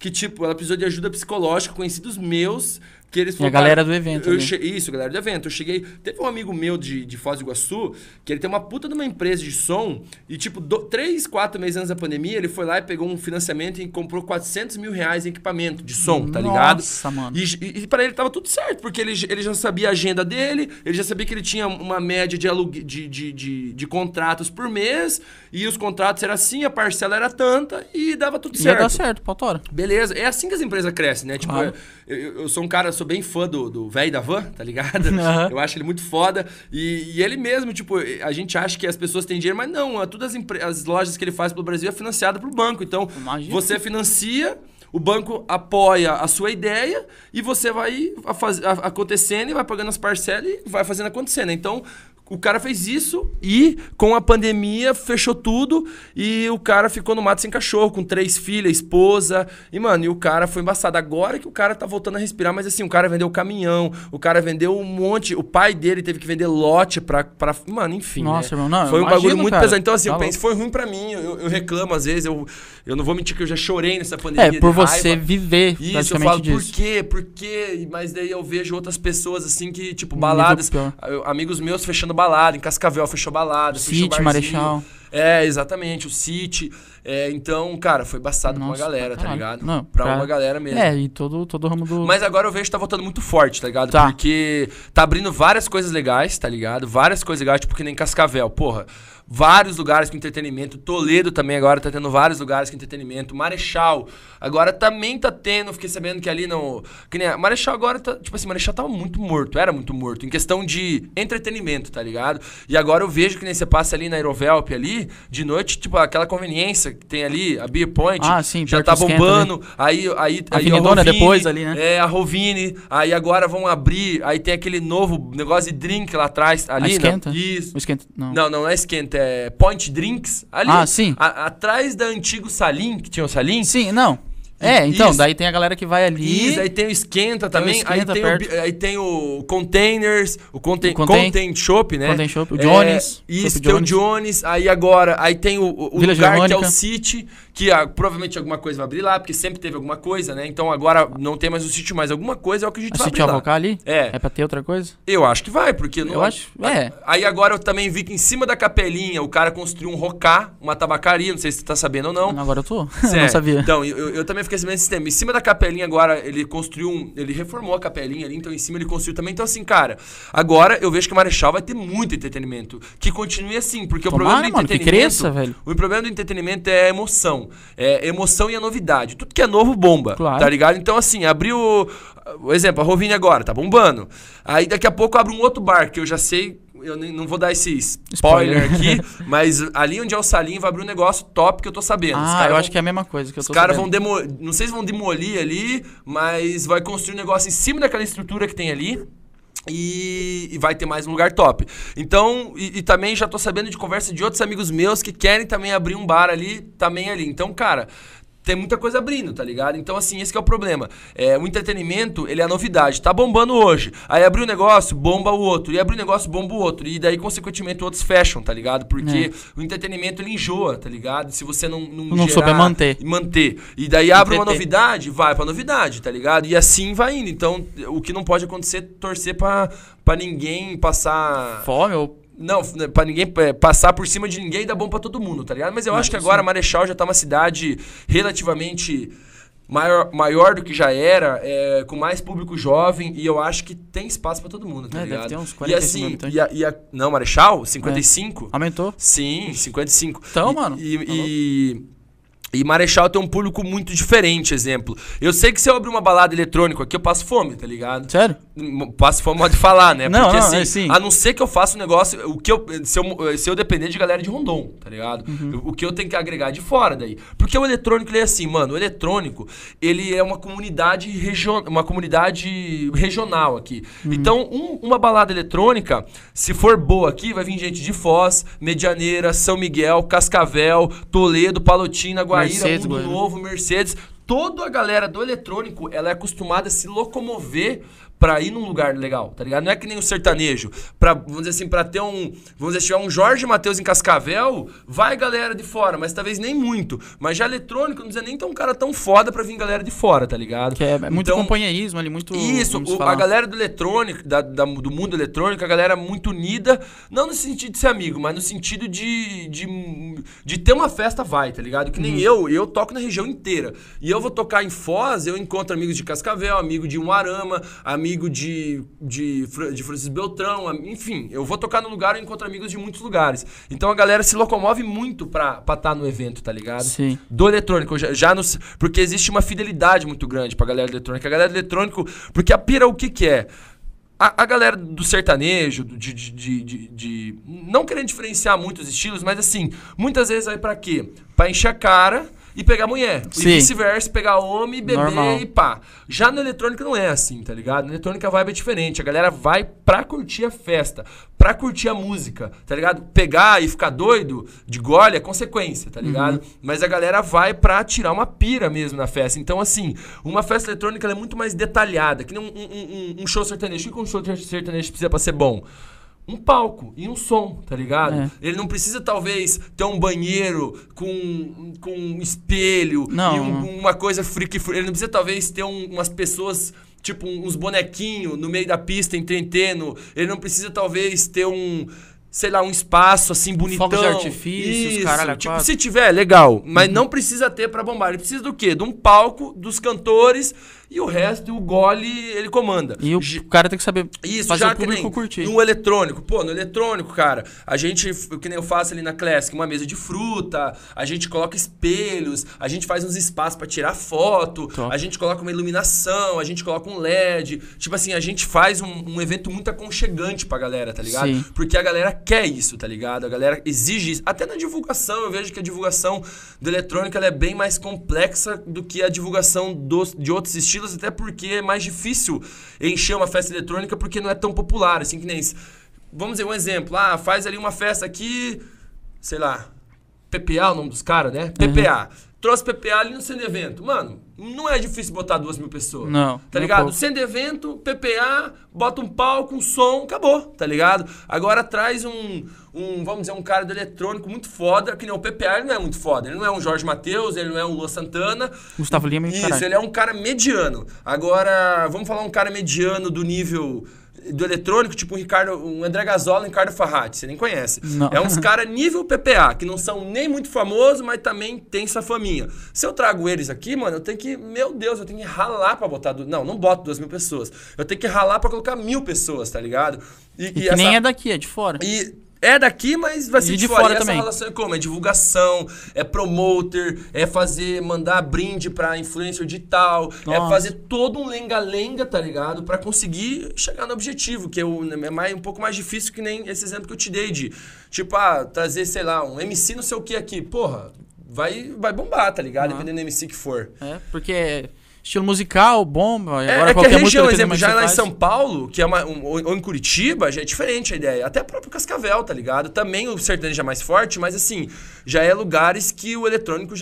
que, tipo, ela precisou de ajuda psicológica, conhecidos meus, que eles E a galera do evento. Isso, a galera do evento. Eu cheguei... Teve um amigo meu de Foz do Iguaçu, que ele tem uma puta de uma empresa de som, e, tipo, 3, 4 meses antes da pandemia, ele foi lá e pegou um financiamento e comprou 400 mil reais em equipamento de som, tá ligado? Nossa, mano. E pra ele tava tudo certo, porque ele já sabia a agenda dele, ele já sabia que ele tinha uma média de contratos por mês, e os contratos eram assim, a parcela era tanta, e dava tudo certo. Ia dar certo, pautora. Beleza, é assim que as empresas crescem, né? Tipo, Claro. eu sou um cara, sou bem fã do velho da van, tá ligado? Uhum. Eu acho ele muito foda. E ele mesmo, tipo, a gente acha que as pessoas têm dinheiro, mas não, todas as lojas que ele faz pelo Brasil é financiada pelo banco. Então, Imagina. você financia, o banco apoia a sua ideia e você vai acontecendo e vai pagando as parcelas e vai fazendo acontecer, né? Então, o cara fez isso e com a pandemia fechou tudo e o cara ficou no mato sem cachorro, com 3 filhas, esposa. E, mano, o cara foi embaçado. Agora que o cara tá voltando a respirar, mas assim, o cara vendeu caminhão, o cara vendeu um monte. O pai dele teve que vender lote pra mano, enfim. Nossa, né? irmão, não, foi um bagulho muito cara. pesado. Então, assim, Tá eu penso, foi ruim pra mim. Eu reclamo às vezes, eu não vou mentir que eu já chorei nessa pandemia. Por de raiva. você viver Isso, eu praticamente falo, disso. por quê? Por quê? Mas daí eu vejo outras pessoas, assim, que, tipo, baladas. pior. Amigos meus fechando balada, em Cascavel fechou balada, fechou City, barzinho. Marechal. É, exatamente, o City. Então, cara, foi embaçado pra uma Nossa, galera, tá caralho. ligado? Não, pra uma galera mesmo. E todo o ramo do... Mas agora eu vejo que tá voltando muito forte, tá ligado? Tá. Porque tá abrindo várias coisas legais, tá ligado? Várias coisas legais, tipo que nem Cascavel, porra. Vários lugares com entretenimento. Toledo também agora tá tendo vários lugares com entretenimento. Marechal agora também tá tendo. Fiquei sabendo que ali no... Que nem Marechal agora tá... Tipo assim, Marechal tava muito morto. Era muito morto. Em questão de entretenimento, tá ligado? E agora eu vejo que nem você passa ali na Aerovelp ali, de noite, tipo, aquela conveniência que tem ali, a Beer Point. Sim, já perto tá do Esquenta, bombando. né? Aí A Avenidona depois ali, né? É, a Rovini. Aí agora vão abrir. Aí tem aquele novo negócio de drink lá atrás. Ali, A Esquenta? né? Isso. O Esquenta, não. Não é Esquenta, é Point Drinks. Ali, Sim. Atrás da antigo Salim, que tinha o Salim. Sim, não. Então, Isso. daí tem a galera que vai ali... Isso, aí tem o Esquenta também. Esquenta aí tem o Containers, o Content Shop, né? Content Shop, o Jones. Isso, tem o Jones. Aí agora, aí tem o lugar Germânica. que é o City, que provavelmente alguma coisa vai abrir lá, porque sempre teve alguma coisa, né? Então agora não tem mais o City, mas alguma coisa é o que a gente A vai City abrir lá. Avocar ali? É. É pra ter outra coisa? Eu acho que vai, porque... Eu acho, Aí agora eu também vi que em cima da capelinha o cara construiu um rocá, uma tabacaria, não sei se você tá sabendo ou não. Agora eu tô. Certo. Eu não sabia. Então, eu também fiquei sabendo desse tema. Em cima da capelinha agora, ele construiu ele reformou a capelinha ali, então em cima ele construiu também. Então assim, cara, agora eu vejo que o Marechal vai ter muito entretenimento. Que continue assim, porque Tomara, o problema do mano, que entretenimento... cresça, velho. O problema do entretenimento é a emoção. É emoção e a novidade. Tudo que é novo bomba, Claro. tá ligado? Então assim, abriu... O exemplo, a Rovini agora, tá bombando. Aí daqui a pouco abre um outro bar, que eu já sei... Eu não vou dar esse spoiler aqui, mas ali onde é o Salim vai abrir um negócio top que eu tô sabendo. Eu acho que é a mesma coisa que eu tô Os caras sabendo. vão demolir, não sei se vão demolir ali, mas vai construir um negócio em cima daquela estrutura que tem ali. E vai ter mais um lugar top. Então, e também já tô sabendo de conversa de outros amigos meus que querem também abrir um bar ali, também ali. Então, cara... Tem muita coisa abrindo, tá ligado? Então, assim, esse que é o problema. O entretenimento, ele é a novidade. Tá bombando hoje. Aí abriu um negócio, bomba o outro. E abriu um negócio, bomba o outro. E daí, consequentemente, outros fecham, tá ligado? Porque o entretenimento, ele enjoa, tá ligado? Se você não souber manter. E daí abre uma novidade, vai pra novidade, tá ligado? E assim vai indo. Então, o que não pode acontecer é torcer pra ninguém passar... Fome ou... Não, pra ninguém passar por cima de ninguém dá bom pra todo mundo, tá ligado? Mas eu acho que agora Marechal já tá uma cidade relativamente maior do que já era, com mais público jovem, e eu acho que tem espaço pra todo mundo, tá ligado? Deve ter uns 45 e assim, habitantes. não, Marechal, 55? Aumentou? Sim, 55. Então, mano. E Marechal tem um público muito diferente, exemplo. Eu sei que se eu abrir uma balada eletrônica aqui, eu passo fome, tá ligado? Sério? Passo fome de falar, né? Não, porque não, assim, sim. a não ser que eu faça um negócio, se eu depender de galera de Rondon, tá ligado? O que eu tenho que agregar de fora daí. Porque o eletrônico, ele é assim, mano, o eletrônico, ele é uma comunidade regional aqui. Então, uma balada eletrônica, se for boa aqui, vai vir gente de Foz, Medianeira, São Miguel, Cascavel, Toledo, Palotina, Guaíra, Mercedes, Mundo Novo, Mercedes. Toda a galera do eletrônico, ela é acostumada a se locomover pra ir num lugar legal, tá ligado? Não é que nem o sertanejo. Vamos dizer assim, pra ter vamos dizer, se tiver um Jorge Mateus em Cascavel, vai galera de fora, mas talvez nem muito. Mas já eletrônico, não precisa nem ter um cara tão foda pra vir galera de fora, tá ligado? Que é muito então, companheirismo ali, muito... Isso, a galera do eletrônico, do mundo eletrônico, a galera é muito unida, não no sentido de ser amigo, mas no sentido de ter uma festa, vai, tá ligado? Que nem eu toco na região inteira. E eu vou tocar em Foz, eu encontro amigos de Cascavel, amigo de Umuarama, amigo de Francisco Beltrão, enfim, eu vou tocar no lugar, eu encontro amigos de muitos lugares. Então a galera se locomove muito pra estar no evento, tá ligado? Sim. Do eletrônico, porque existe uma fidelidade muito grande pra galera do eletrônico. A galera do eletrônico, porque a pira o que é? A galera do sertanejo, não querendo diferenciar muitos estilos, mas assim, muitas vezes vai pra quê? Pra encher a cara e pegar mulher. Sim. E vice-versa, pegar homem, beber Normal. e pá. Já no eletrônico não é assim, tá ligado? No eletrônico a vibe é diferente. A galera vai pra curtir a festa, pra curtir a música, tá ligado? Pegar e ficar doido de gole é consequência, tá ligado? Mas a galera vai pra tirar uma pira mesmo na festa. Então, assim, uma festa eletrônica ela é muito mais detalhada. Que nem um show sertanejo. O que um show sertanejo precisa pra ser bom? Um palco e um som, tá ligado? É. Ele não precisa, talvez, ter um banheiro com um espelho Não. e uma coisa freak. Ele não precisa, talvez, ter umas pessoas, tipo, uns bonequinhos no meio da pista entretendo. Ele não precisa, talvez, ter sei lá, um espaço assim bonitão. Fogos de artifícios, isso, caralho, tipo, quase. se tiver, legal. Mas não precisa ter pra bombar. Ele precisa do quê? De um palco, dos cantores e o resto, o gole, ele comanda. E o cara tem que saber fazer já o público curtir. No eletrônico. Pô, no eletrônico, cara, a gente, que nem eu faço ali na Classic, uma mesa de fruta, a gente coloca espelhos, a gente faz uns espaços pra tirar foto, Top. a gente coloca uma iluminação, a gente coloca um LED. Tipo assim, a gente faz um evento muito aconchegante pra galera, tá ligado? Sim. Porque a galera quer isso, tá ligado? A galera exige isso. Até na divulgação, eu vejo que a divulgação do eletrônico ela é bem mais complexa do que a divulgação de outros estilos, até porque é mais difícil encher uma festa eletrônica porque não é tão popular, assim que nem isso. Vamos dizer um exemplo. Faz ali uma festa aqui, sei lá, PPA, o nome dos caras, né? PPA. Trouxe PPA ali no centro de evento. Mano, não é difícil botar 2.000 pessoas. Não. Tá ligado? Centro de evento, PPA, bota um palco, um som, acabou, tá ligado? Agora traz vamos dizer, um cara do eletrônico muito foda, que nem o PPA, ele não é muito foda. Ele não é um Jorge Mateus, ele não é um Luan Santana. Gustavo Lima e isso, caralho. ele é um cara mediano. Agora, vamos falar um cara mediano do nível do eletrônico, tipo um André Gazola e um Ricardo Farratti, você nem conhece. Não. É uns caras nível PPA, que não são nem muito famosos, mas também tem sua faminha. Se eu trago eles aqui, mano, eu tenho que, meu Deus, eu tenho que ralar pra botar... Não boto 2.000 pessoas. Eu tenho que ralar pra colocar 1.000 pessoas, tá ligado? E que nem é daqui, é de fora. É daqui, mas vai ser E de fora E essa também. relação é como? É divulgação, é promoter, é mandar brinde pra influencer digital, é Nossa. fazer todo um lenga-lenga, tá ligado? Pra conseguir chegar no objetivo, que é um pouco mais difícil que nem esse exemplo que eu te dei de, tipo, trazer, sei lá, um MC não sei o que aqui. Porra, vai bombar, tá ligado? Dependendo do MC que for. É, porque estilo musical, bomba. Agora É que a qualquer região, música, exemplo, dependendo já do que lá em você São faz. Paulo, que é ou em Curitiba, já é diferente a ideia. Até próprio Cascavel, tá ligado? Também o sertanejo é mais forte, mas assim, já é lugares que o eletrônico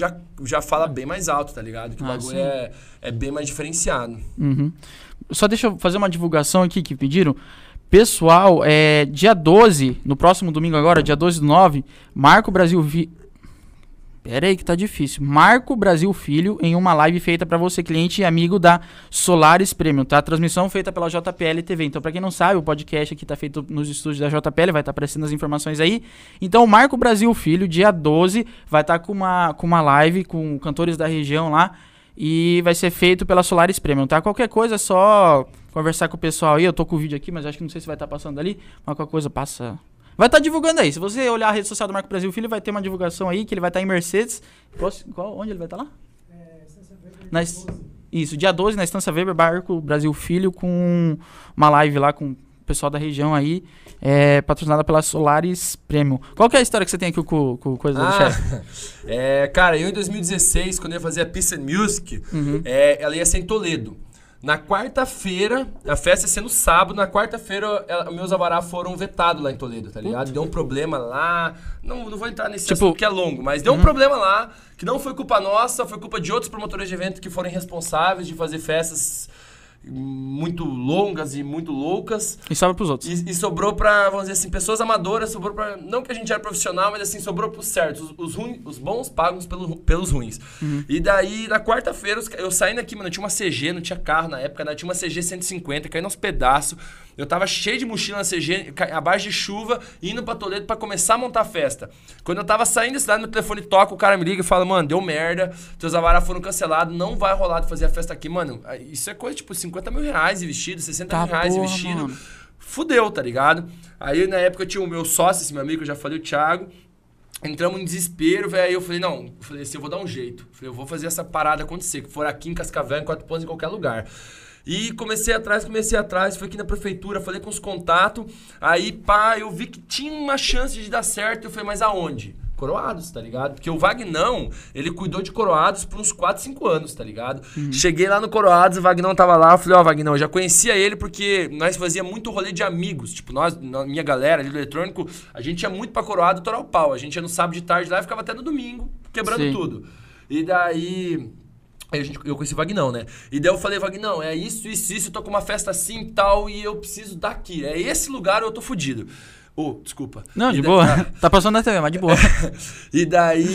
já fala bem mais alto, tá ligado? Que o bagulho é bem mais diferenciado. Uhum. Só deixa eu fazer uma divulgação aqui que pediram. Pessoal, dia 12, no próximo domingo agora, dia 12/9, Marco Brasil... Pera aí que tá difícil. Marco Brasil Filho em uma live feita pra você, cliente e amigo da Solaris Premium, tá? Transmissão feita pela JPL TV. Então, pra quem não sabe, o podcast aqui tá feito nos estúdios da JPL, vai estar aparecendo as informações aí. Então, o Marco Brasil Filho, dia 12, vai estar com uma live com cantores da região lá e vai ser feito pela Solaris Premium, tá? Qualquer coisa é só conversar com o pessoal aí. Eu tô com o vídeo aqui, mas acho que não sei se vai estar passando ali. Mas qualquer coisa passa... Vai estar divulgando aí. Se você olhar a rede social do Marco Brasil Filho, vai ter uma divulgação aí, que ele vai estar em Mercedes. Onde ele vai estar lá? Estância Weber, Isso, dia 12, na Estância Weber, Marco Brasil Filho, com uma live lá com o pessoal da região aí, patrocinada pela Solaris Premium. Qual que é a história que você tem aqui com coisa do chefe? Cara, eu em 2016, quando eu ia fazer a Peace and Music, ela ia ser em Toledo. Na quarta-feira, a festa ia ser no sábado, na quarta-feira meus avará foram vetados lá em Toledo, tá ligado? Deu um problema lá, não vou entrar nesse assunto que é longo, mas deu um problema lá, que não foi culpa nossa, foi culpa de outros promotores de evento que foram responsáveis de fazer festas muito longas e muito loucas. E sobra pros outros. E sobrou pra, vamos dizer assim, pessoas amadoras, sobrou pra... Não que a gente era profissional, mas assim, sobrou pros certos. Os bons pagam pelos ruins. E daí, na quarta-feira, eu saindo aqui, mano, eu tinha uma CG, não tinha carro na época, né? Eu tinha uma CG 150, caindo aos pedaços. Eu tava cheio de mochila na CG, abaixo de chuva, indo pra Toledo pra começar a montar a festa. Quando eu tava saindo da cidade, meu telefone toca, o cara me liga e fala, mano, deu merda, teus avaras foram cancelados, não vai rolar de fazer a festa aqui. Mano, isso é coisa, tipo, 50 mil reais de vestido, 60 mil reais de vestido. Mano. Fudeu, tá ligado? Aí, na época, eu tinha o meu sócio, esse meu amigo, eu já falei, o Thiago. Entramos em desespero, velho. Aí eu falei, não, assim, eu vou dar um jeito. Eu vou fazer essa parada acontecer, que for aqui em Cascavel, em Quatro Pontos, em qualquer lugar. E comecei atrás, fui aqui na prefeitura, falei com os contatos. Aí, pá, eu vi que tinha uma chance de dar certo. Eu falei, mas aonde? Coroados, tá ligado? Porque o Vagnão, ele cuidou de Coroados por uns 4, 5 anos, tá ligado? Cheguei lá no Coroados, o Vagnão tava lá, eu falei, ó, Vagnão, eu já conhecia ele porque nós fazia muito rolê de amigos. Tipo, minha galera ali do eletrônico, a gente ia muito pra Coroado torar o pau. A gente ia no sábado de tarde lá e ficava até no domingo, quebrando tudo. E daí... eu conheci o Vagnão, né? E daí eu falei, Vagnão, é isso, eu tô com uma festa assim e tal, e eu preciso daqui. É esse lugar ou eu tô fudido. Desculpa. Não, de boa. Tá passando na TV, mas de boa. E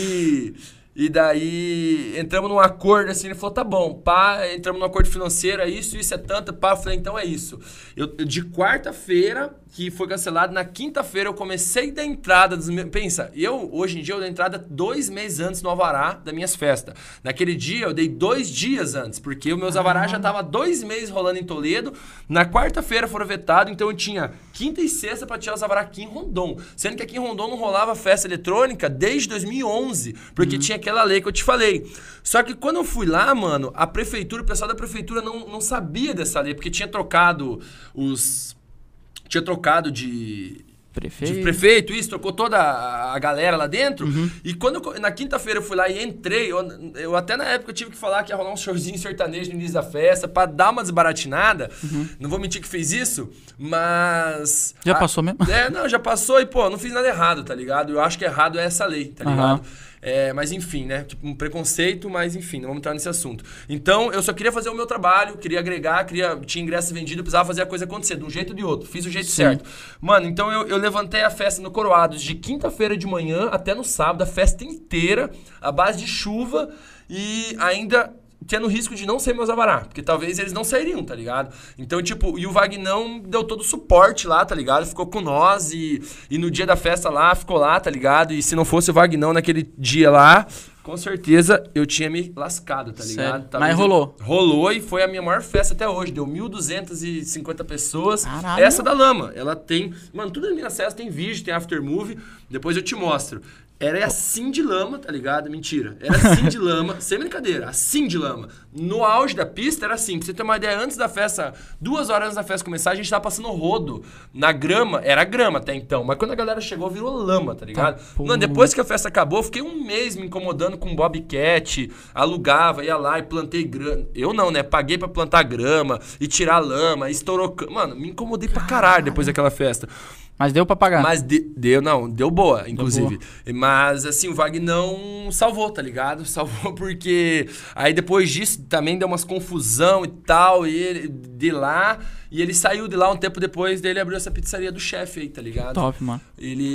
daí entramos num acordo assim, ele falou, tá bom, pá, entramos num acordo financeiro, é isso é tanto, pá, eu falei, então é isso. Eu de quarta-feira, que foi cancelado, na quinta-feira eu comecei da entrada dos meus... Pensa, hoje em dia eu dei entrada 2 meses antes no alvará das minhas festas. Naquele dia eu dei 2 dias antes, porque os meus alvará já tava 2 meses rolando em Toledo. Na quarta-feira foram vetados, então eu tinha quinta e sexta pra tirar os alvará aqui em Rondon. Sendo que aqui em Rondon não rolava festa eletrônica desde 2011, porque tinha aquela lei que eu te falei. Só que quando eu fui lá, mano, a prefeitura, o pessoal da prefeitura não sabia dessa lei, porque tinha trocado de prefeito, isso, trocou toda a galera lá dentro. E quando na quinta-feira eu fui lá e entrei, eu até na época tive que falar que ia rolar um showzinho sertanejo no início da festa pra dar uma desbaratinada. Não vou mentir que fez isso, mas... Já passou mesmo? Não, já passou e, pô, não fiz nada errado, tá ligado? Eu acho que errado é essa lei, tá ligado? Mas enfim, né? Tipo, um preconceito, mas enfim, não vamos entrar nesse assunto. Então, eu só queria fazer o meu trabalho, queria agregar, tinha ingresso vendido, eu precisava fazer a coisa acontecer, de um jeito ou de outro. Fiz o jeito certo. Mano, então eu levantei a festa no Coroados de quinta-feira de manhã até no sábado, a festa inteira, à base de chuva e ainda... tendo risco de não ser meus alvará, porque talvez eles não sairiam, tá ligado? Então, tipo, e o Vagnão deu todo o suporte lá, tá ligado? Ficou com nós e no dia da festa lá, ficou lá, tá ligado? E se não fosse o Vagnão naquele dia lá, com certeza eu tinha me lascado, tá ligado? Mas rolou. Rolou e foi a minha maior festa até hoje, deu 1.250 pessoas. Caralho. Essa da Lama, ela tem... Mano, tudo nas minhas festas tem vídeo, tem aftermovie, depois eu te mostro. Era assim de lama, tá ligado? Mentira. Era assim de lama, sem brincadeira, assim de lama. No auge da pista era assim, pra você ter uma ideia, antes da festa, 2 horas antes da festa começar, a gente tava passando rodo na grama, era grama até então, mas quando a galera chegou virou lama, tá ligado? Mano, depois que a festa acabou, eu fiquei 1 mês me incomodando com bobcat, alugava, ia lá e plantei grama. Eu não, né? Paguei pra plantar grama e tirar lama, estourou... Mano, me incomodei pra caralho depois daquela festa. Mas deu pra pagar. Mas deu boa, inclusive. Mas, assim, o Vagnão salvou, tá ligado? Salvou porque... Aí, depois disso, também deu umas confusão e tal, e ele de lá... E ele saiu de lá um tempo depois, dele abriu essa pizzaria do chefe aí, tá ligado? Top, mano.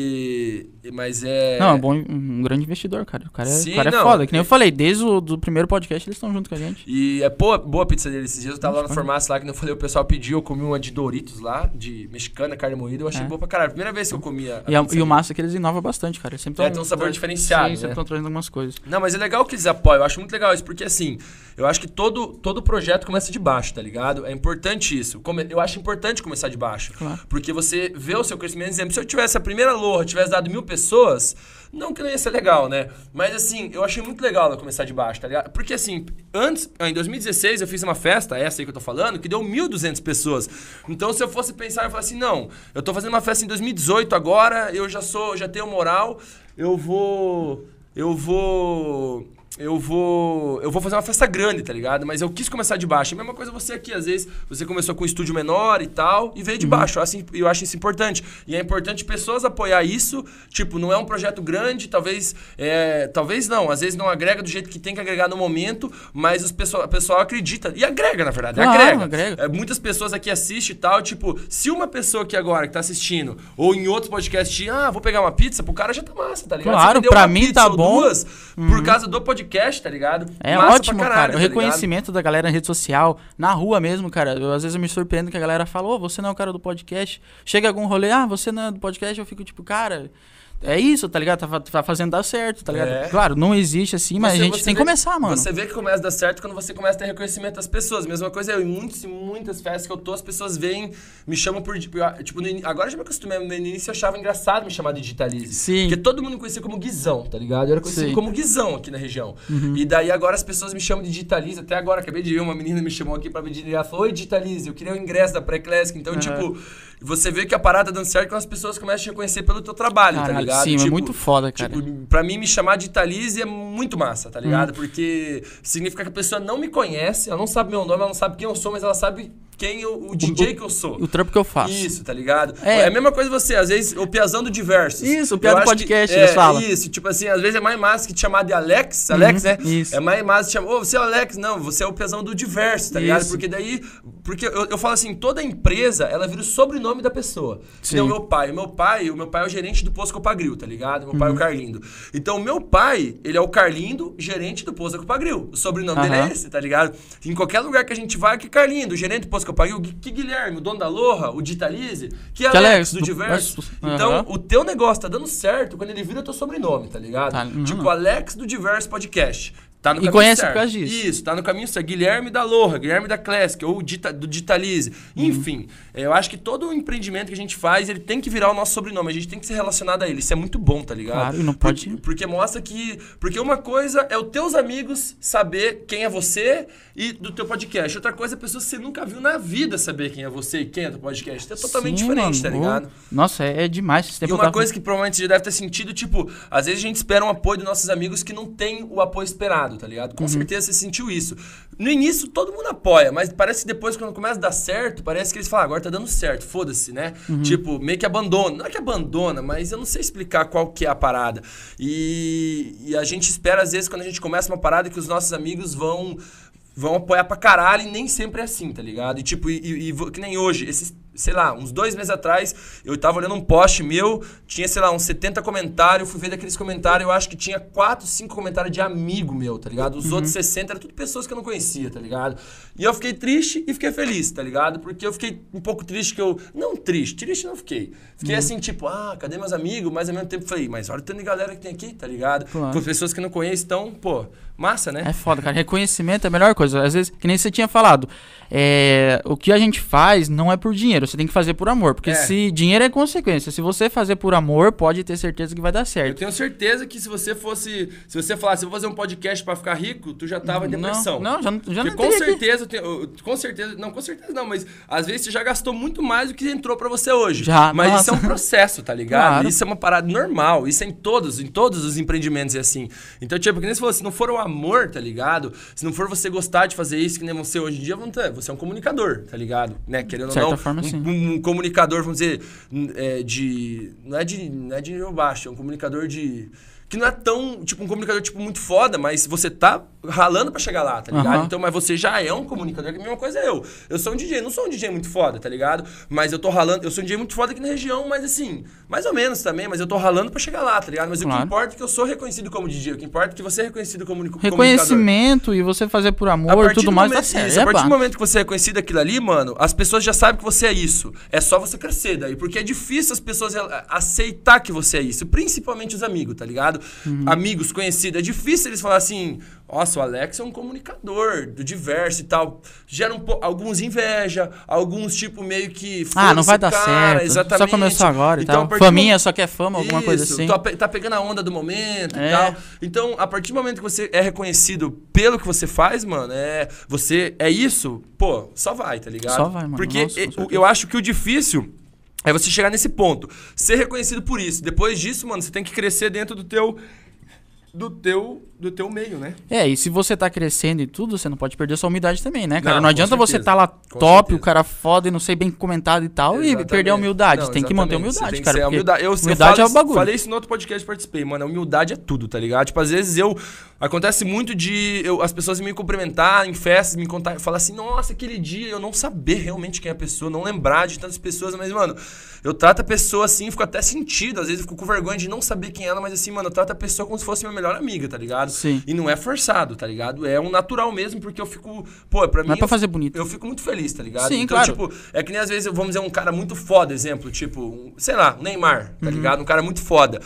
Mas é... Não, é um grande investidor, cara. O cara é foda. Que nem eu falei, desde o do primeiro podcast eles estão junto com a gente. E é boa a pizza dele. Esses dias eu tava lá no farmácia lá, que eu falei, o pessoal pediu, eu comi uma de Doritos lá, de mexicana, carne moída, eu achei boa pra caralho. Primeira vez que eu comia e o massa é que eles inovam bastante, cara. Eles sempre tem um sabor diferenciado, sim, né? sempre estão trazendo algumas coisas. Não, mas é legal que eles apoiam. Eu acho muito legal isso, porque assim, eu acho que todo projeto começa de baixo, tá ligado? É importante isso. Eu acho importante começar de baixo. Claro. Porque você vê o seu crescimento. Exemplo, se eu tivesse a primeira lorra, tivesse dado 1.000 pessoas, não que não ia ser legal, né? Mas assim, eu achei muito legal ela começar de baixo, tá ligado? Porque assim, em 2016 eu fiz uma festa, essa aí que eu tô falando, que deu 1.200 pessoas. Então se eu fosse pensar, eu falasse assim, não, eu tô fazendo uma festa em 2018 agora, eu já tenho moral, eu vou eu vou fazer uma festa grande, tá ligado? Mas eu quis começar de baixo. A mesma coisa você aqui, às vezes você começou com um estúdio menor e tal, e veio de baixo. Eu acho isso importante. E é importante pessoas apoiar isso. Tipo, não é um projeto grande, talvez não, às vezes não agrega do jeito que tem que agregar no momento, mas a pessoa acredita. E agrega, na verdade, agrega. Muitas pessoas aqui assistem e tal, tipo, se uma pessoa aqui agora que tá assistindo, ou em outros podcasts, vou pegar uma pizza, pro cara já tá massa, tá ligado? Claro, pra mim tá bom. Duas, por causa do podcast, tá ligado? É massa ótimo, pra caralho, cara. O reconhecimento da galera na rede social, na rua mesmo, cara. Às vezes eu me surpreendo que a galera fala, você não é o cara do podcast. Chega algum rolê, você não é do podcast, eu fico tipo, cara... É isso, tá ligado? Tá fazendo dar certo, tá ligado? Claro, não existe assim, mas a gente tem que começar, mano. Você vê que começa a dar certo quando você começa a ter reconhecimento das pessoas. Mesma coisa eu, em muitas festas que eu tô, as pessoas vêm, me chamam por... Tipo, agora já me acostumei, no início eu achava engraçado me chamar de Digitalize. Sim. Porque todo mundo me conhecia como Guizão, tá ligado? Eu era conhecido como Guizão aqui na região. E daí agora as pessoas me chamam de Digitalize. Até agora, acabei de ver, uma menina me chamou aqui pra me dizer, ela falou, oi Digitalize, eu queria o ingresso da Pré-Classic. Então, tipo... Você vê que a parada tá dando certo quando as pessoas começam a te reconhecer pelo teu trabalho, tá ligado? Sim, é muito foda, cara. Tipo, pra mim, me chamar de Digitalize é muito massa, tá ligado? Porque significa que a pessoa não me conhece, ela não sabe meu nome, ela não sabe quem eu sou, mas ela sabe quem o DJ que eu sou. O trampo que eu faço. Isso, tá ligado? É a mesma coisa você, às vezes, o piazão do Diversos. Isso, o piazão do podcast, eles falam. Isso, tipo assim, às vezes é mais massa que te chamar de Alex, né? Isso. É mais massa que te chamar, você é o Alex, não, você é o piazão do Diversos, tá ligado? Porque daí, eu falo assim, toda empresa, ela vira o sobrenome da pessoa. Então, o meu pai é o gerente do Posto Copagril, tá ligado? Meu pai é o Carlindo. Então, meu pai, ele é o Carlindo, gerente do Posto Copagril. O sobrenome dele é esse, tá ligado? Em qualquer lugar que a gente vai, que Carlindo, o gerente do Posto Copagril, que Guilherme, o dono da Loja, o Digitalize, que Alex do Diverso. Então, o teu negócio tá dando certo quando ele vira o teu sobrenome, tá ligado? Tipo, Alex do Diverso Podcast. Tá no caminho conhece certo. Por causa disso. Isso, tá no caminho certo. Guilherme da Loja, Guilherme da Classic, ou do Digitalize. Enfim, eu acho que todo empreendimento que a gente faz, ele tem que virar o nosso sobrenome. A gente tem que ser relacionado a ele. Isso é muito bom, tá ligado? Claro, não pode... Porque mostra que... Porque uma coisa é os teus amigos saber quem é você e do teu podcast. Outra coisa é pessoas que você nunca viu na vida saber quem é você e quem é do podcast. Isso é totalmente diferente, tá ligado? Nossa, é demais. Esse tempo e uma coisa que provavelmente você já deve ter sentido, tipo, às vezes a gente espera um apoio dos nossos amigos que não tem o apoio esperado, tá ligado? Com certeza você sentiu isso. No início todo mundo apoia, mas parece que depois quando começa a dar certo, parece que eles falam, agora tá dando certo, foda-se, né? Tipo, meio que abandona. Não é que abandona, mas eu não sei explicar qual que é a parada. E a gente espera às vezes quando a gente começa uma parada que os nossos amigos vão apoiar pra caralho e nem sempre é assim, tá ligado? E tipo, que nem hoje, sei lá, uns 2 meses atrás, eu tava olhando um post meu, tinha, sei lá, uns 70 comentários, fui ver daqueles comentários, eu acho que tinha 4, 5 comentários de amigo meu, tá ligado? Os outros 60 eram tudo pessoas que eu não conhecia, tá ligado? E eu fiquei triste e fiquei feliz, tá ligado? Porque eu fiquei um pouco triste que eu... Não triste não fiquei. Fiquei assim, tipo, cadê meus amigos? Mas ao mesmo tempo falei, mas olha o tanto de galera que tem aqui, tá ligado? Claro. Com pessoas que eu não conheço, então, pô, massa, né? É foda, cara. Reconhecimento é a melhor coisa. Às vezes, que nem você tinha falado, o que a gente faz não é por dinheiro, você tem que fazer por amor. Porque se dinheiro é consequência, se você fazer por amor, pode ter certeza que vai dar certo. Eu tenho certeza que se você falasse, vou fazer um podcast pra ficar rico, tu já tava em depressão. Não, já não com certeza, com certeza não, mas às vezes você já gastou muito mais do que entrou pra você hoje. Já, mas isso é um processo, tá ligado? Claro. Isso é uma parada normal, isso é em todos os empreendimentos é assim. Então, tipo, que nem você falou, se não for o amor, tá ligado? Se não for você gostar de fazer isso, que nem você hoje em dia, você é um comunicador, tá ligado? Né? Querendo ou não, um comunicador, vamos dizer, não é de nível baixo, é um comunicador que não é tão, tipo, um comunicador, tipo, muito foda, mas você tá ralando pra chegar lá, tá ligado? Então, mas você já é um comunicador, que a mesma coisa é eu. Eu sou um DJ, não sou um DJ muito foda, tá ligado? Mas eu tô ralando, eu sou um DJ muito foda aqui na região, mas assim, mais ou menos também, mas eu tô ralando pra chegar lá, tá ligado? Mas o que importa é que eu sou reconhecido como DJ, o que importa é que você é reconhecido como comunicador. Reconhecimento e você fazer por amor e tudo mais, tá certo. A partir do momento que você é reconhecido aquilo ali, mano, as pessoas já sabem que você é isso. É só você crescer daí, porque é difícil as pessoas aceitar que você é isso, principalmente os amigos, tá ligado? Amigos, conhecidos, é difícil eles falarem assim, nossa, o Alex é um comunicador do Diverso e tal. Gera alguns inveja, alguns tipo meio que... não vai dar certo, exatamente. Só começou agora e então, tal. Faminha só quer fama, alguma coisa assim. Tá pegando a onda do momento e tal. Então, a partir do momento que você é reconhecido pelo que você faz, mano, você é isso, pô, só vai, tá ligado? Só vai, mano. Porque nossa, eu acho que o difícil... é você chegar nesse ponto, ser reconhecido por isso. Depois disso, mano, você tem que crescer dentro do teu do teu meio, né? E se você tá crescendo e tudo, você não pode perder sua humildade também, né, cara? Não, Não adianta com você certeza. tá lá Com top, certeza. o cara foda e não sei bem comentado e tal, e perder a humildade. Não, Tem que manter a exatamente. Você humildade, tem que cara. ser a Porque humildade. Eu humildade falo é o bagulho. Falei isso no outro podcast que participei, mano. A humildade é tudo, tá ligado? Tipo, às vezes acontece muito de as pessoas me cumprimentar em festas, me contar, falar assim, nossa, aquele dia eu não saber realmente quem é a pessoa, não lembrar de tantas pessoas, mas, mano, eu trato a pessoa assim, fico até sentido, às vezes eu fico com vergonha de não saber quem é ela, mas assim, mano, eu trato a pessoa como se fosse minha melhor amiga, tá ligado? Sim. E não é forçado, tá ligado? É um natural mesmo, porque eu fico, pra mim... Não é pra fazer bonito. Eu fico muito feliz, tá ligado? Sim, então, claro. tipo, é que nem às vezes, vamos dizer, um cara muito foda, exemplo, tipo, sei lá, o Neymar, tá ligado? Um cara muito foda.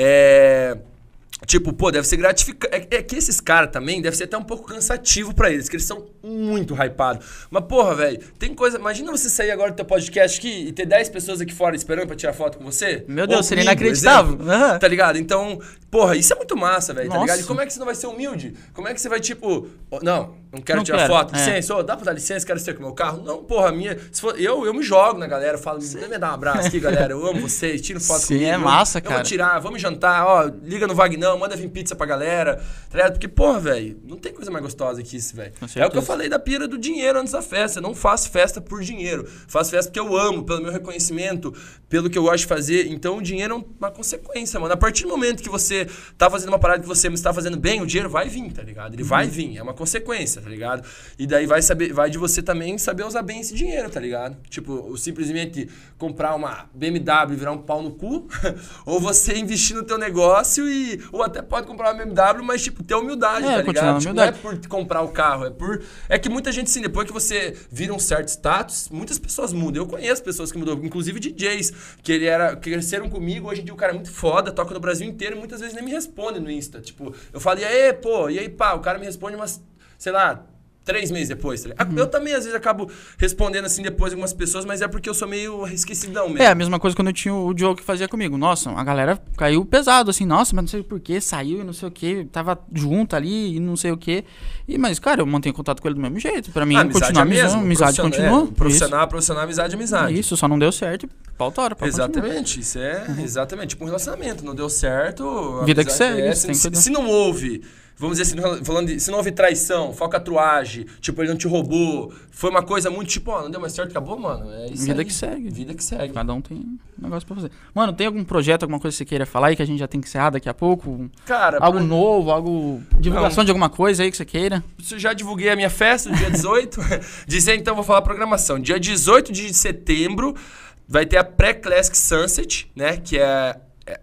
Tipo, deve ser gratificante. É que esses caras também deve ser até um pouco cansativo pra eles, que eles são muito hypados. Mas, porra, velho, tem coisa... Imagina você sair agora do teu podcast aqui e ter 10 pessoas aqui fora esperando pra tirar foto com você. Meu Deus, Ou seria comigo, inacreditável. exemplo, Aham. Tá ligado? Então, porra, isso é muito massa, velho, tá Nossa. ligado? E como é que você não vai ser humilde? Como é que você vai, tipo... Não quero Não tirar quero, foto. é. Licença, dá pra dar licença? Quero ser com o meu carro? Não, porra, se for, eu me jogo na galera, falo, me dá um abraço aqui, galera, eu amo vocês, tiro foto Sim, comigo. é massa, eu cara. vou tirar, vamos jantar, ó, liga no Vagnão, manda vir pizza pra galera, tá ligado? Porque, porra, velho, não tem coisa mais gostosa que isso, velho. Com É o que certeza. eu falei da pira do dinheiro antes da festa. Eu não faço festa por dinheiro. Faço festa porque eu amo, pelo meu reconhecimento, pelo que eu gosto de fazer. Então o dinheiro é uma consequência, mano. A partir do momento que você tá fazendo uma parada que você me está fazendo bem, o dinheiro vai vir, tá ligado? Ele vai vir, é uma consequência, tá ligado? E daí vai de você também saber usar bem esse dinheiro, tá ligado? Tipo, simplesmente comprar uma BMW e virar um pau no cu, ou você investir no teu negócio ou até pode comprar uma BMW, mas tipo, ter humildade, tá continuar ligado? na Tipo, humildade. não é por comprar o carro, é que muita gente, assim, depois que você vira um certo status, muitas pessoas mudam. Eu conheço pessoas que mudou, inclusive DJs, que cresceram comigo, hoje em dia o cara é muito foda, toca no Brasil inteiro e muitas vezes nem me responde no Insta. Tipo, eu falo, e aí, pá, o cara me responde umas, sei lá, 3 meses depois, tá ligado? Eu também, às vezes, acabo respondendo assim depois algumas pessoas, mas é porque eu sou meio esquecidão mesmo. É a mesma coisa quando eu tinha o Diogo que fazia comigo. Nossa, a galera caiu pesado, assim, nossa, mas não sei porquê, saiu e não sei o que, tava junto ali e não sei o que. Mas, cara, eu mantenho contato com ele do mesmo jeito. Pra mim, continua a amizade continua. Profissional, amizade. Isso, só não deu certo e pauta hora pra continuar. Exatamente, isso é exatamente tipo um relacionamento. Não deu certo. a Vida que amizade segue, você tem que cuidar. se não houve, vamos dizer assim, se não houve traição, falcatruagem, tipo, ele não te roubou, foi uma coisa muito tipo, não deu mais certo, acabou, mano. É isso Vida aí. que segue. Vida que segue. Cada um tem um negócio pra fazer. Mano, tem algum projeto, alguma coisa que você queira falar aí que a gente já tem que encerrar daqui a pouco? Cara, Algo novo, divulgação Não. de alguma coisa aí que você queira? Já divulguei a minha festa no dia 18. Dizer, então, vou falar a programação. Dia 18 de setembro vai ter a Pré-Classic Sunset, né? Que é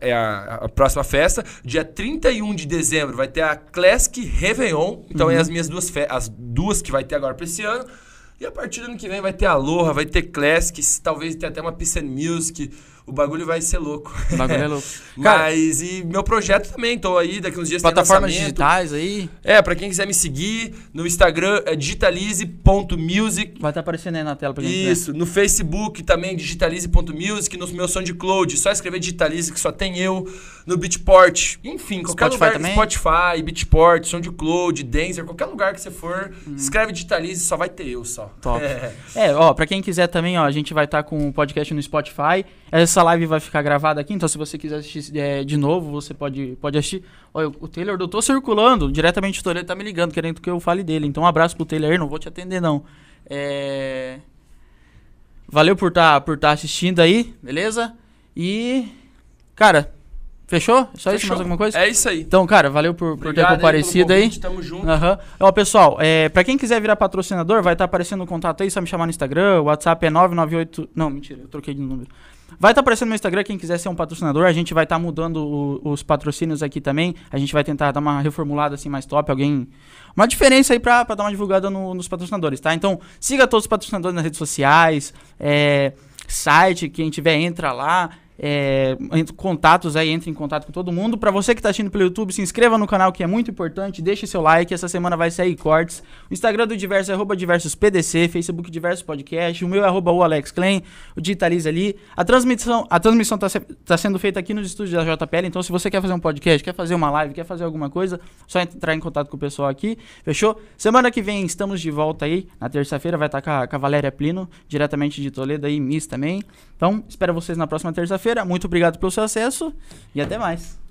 a próxima festa. Dia 31 de dezembro vai ter a Classic Réveillon. Então, é as minhas as duas que vai ter agora pra esse ano. E a partir do ano que vem vai ter Aloha, vai ter Classics, talvez tenha até uma Peace and Music. O bagulho vai ser louco. O bagulho é louco. Cara, Mas, e meu projeto também, tô aí, daqui uns dias plataformas tem lançamento. digitais aí, Pra quem quiser me seguir, no Instagram é digitalize.music. vai estar aparecendo aí na tela pra gente ver. Isso, no Facebook também, digitalize.music, no meu SoundCloud, só escrever Digitalize, que só tem eu, no Beatport, enfim, qualquer Spotify lugar, também? Spotify, Beatport, SoundCloud, Deezer, qualquer lugar que você for, escreve Digitalize, só vai ter eu só. Top. Pra quem quiser também, a gente vai estar com o podcast no Spotify. Essa live vai ficar gravada aqui, então se você quiser assistir de novo, você pode assistir. Olha, o Taylor, eu tô circulando, diretamente o Taylor tá me ligando, querendo que eu fale dele. Então um abraço pro Taylor, não vou te atender não. Valeu por tá assistindo aí, beleza? E, cara, fechou? Só isso, mais alguma coisa? É isso aí. Então, cara, valeu por ter Obrigado comparecido pelo aí. convite, tamo junto. Aham. Ó, pessoal, pra quem quiser virar patrocinador, vai estar aparecendo o contato aí, só me chamar no Instagram, o WhatsApp é 998... Não, mentira, eu troquei de número. Vai estar aparecendo no Instagram, quem quiser ser um patrocinador, a gente vai estar mudando os patrocínios aqui também, a gente vai tentar dar uma reformulada assim mais top, uma diferença aí pra dar uma divulgada nos patrocinadores, tá? Então, siga todos os patrocinadores nas redes sociais, site, quem tiver entra lá, contatos aí, entre em contato com todo mundo. Pra você que tá assistindo pelo YouTube, se inscreva no canal, que é muito importante, deixe seu like, essa semana vai sair cortes. O Instagram do Diverso é @diversospdc, Facebook Diverso Podcast, o meu é @oalexclaim, o Digitalize ali. A transmissão tá sendo feita aqui nos estúdios da JPL, então se você quer fazer um podcast, quer fazer uma live, quer fazer alguma coisa, só entrar em contato com o pessoal aqui, fechou? Semana que vem estamos de volta aí, na terça-feira vai estar com a Valéria Plino, diretamente de Toledo aí, Miss também. Então, espero vocês na próxima terça-feira. Muito obrigado pelo seu acesso e até mais.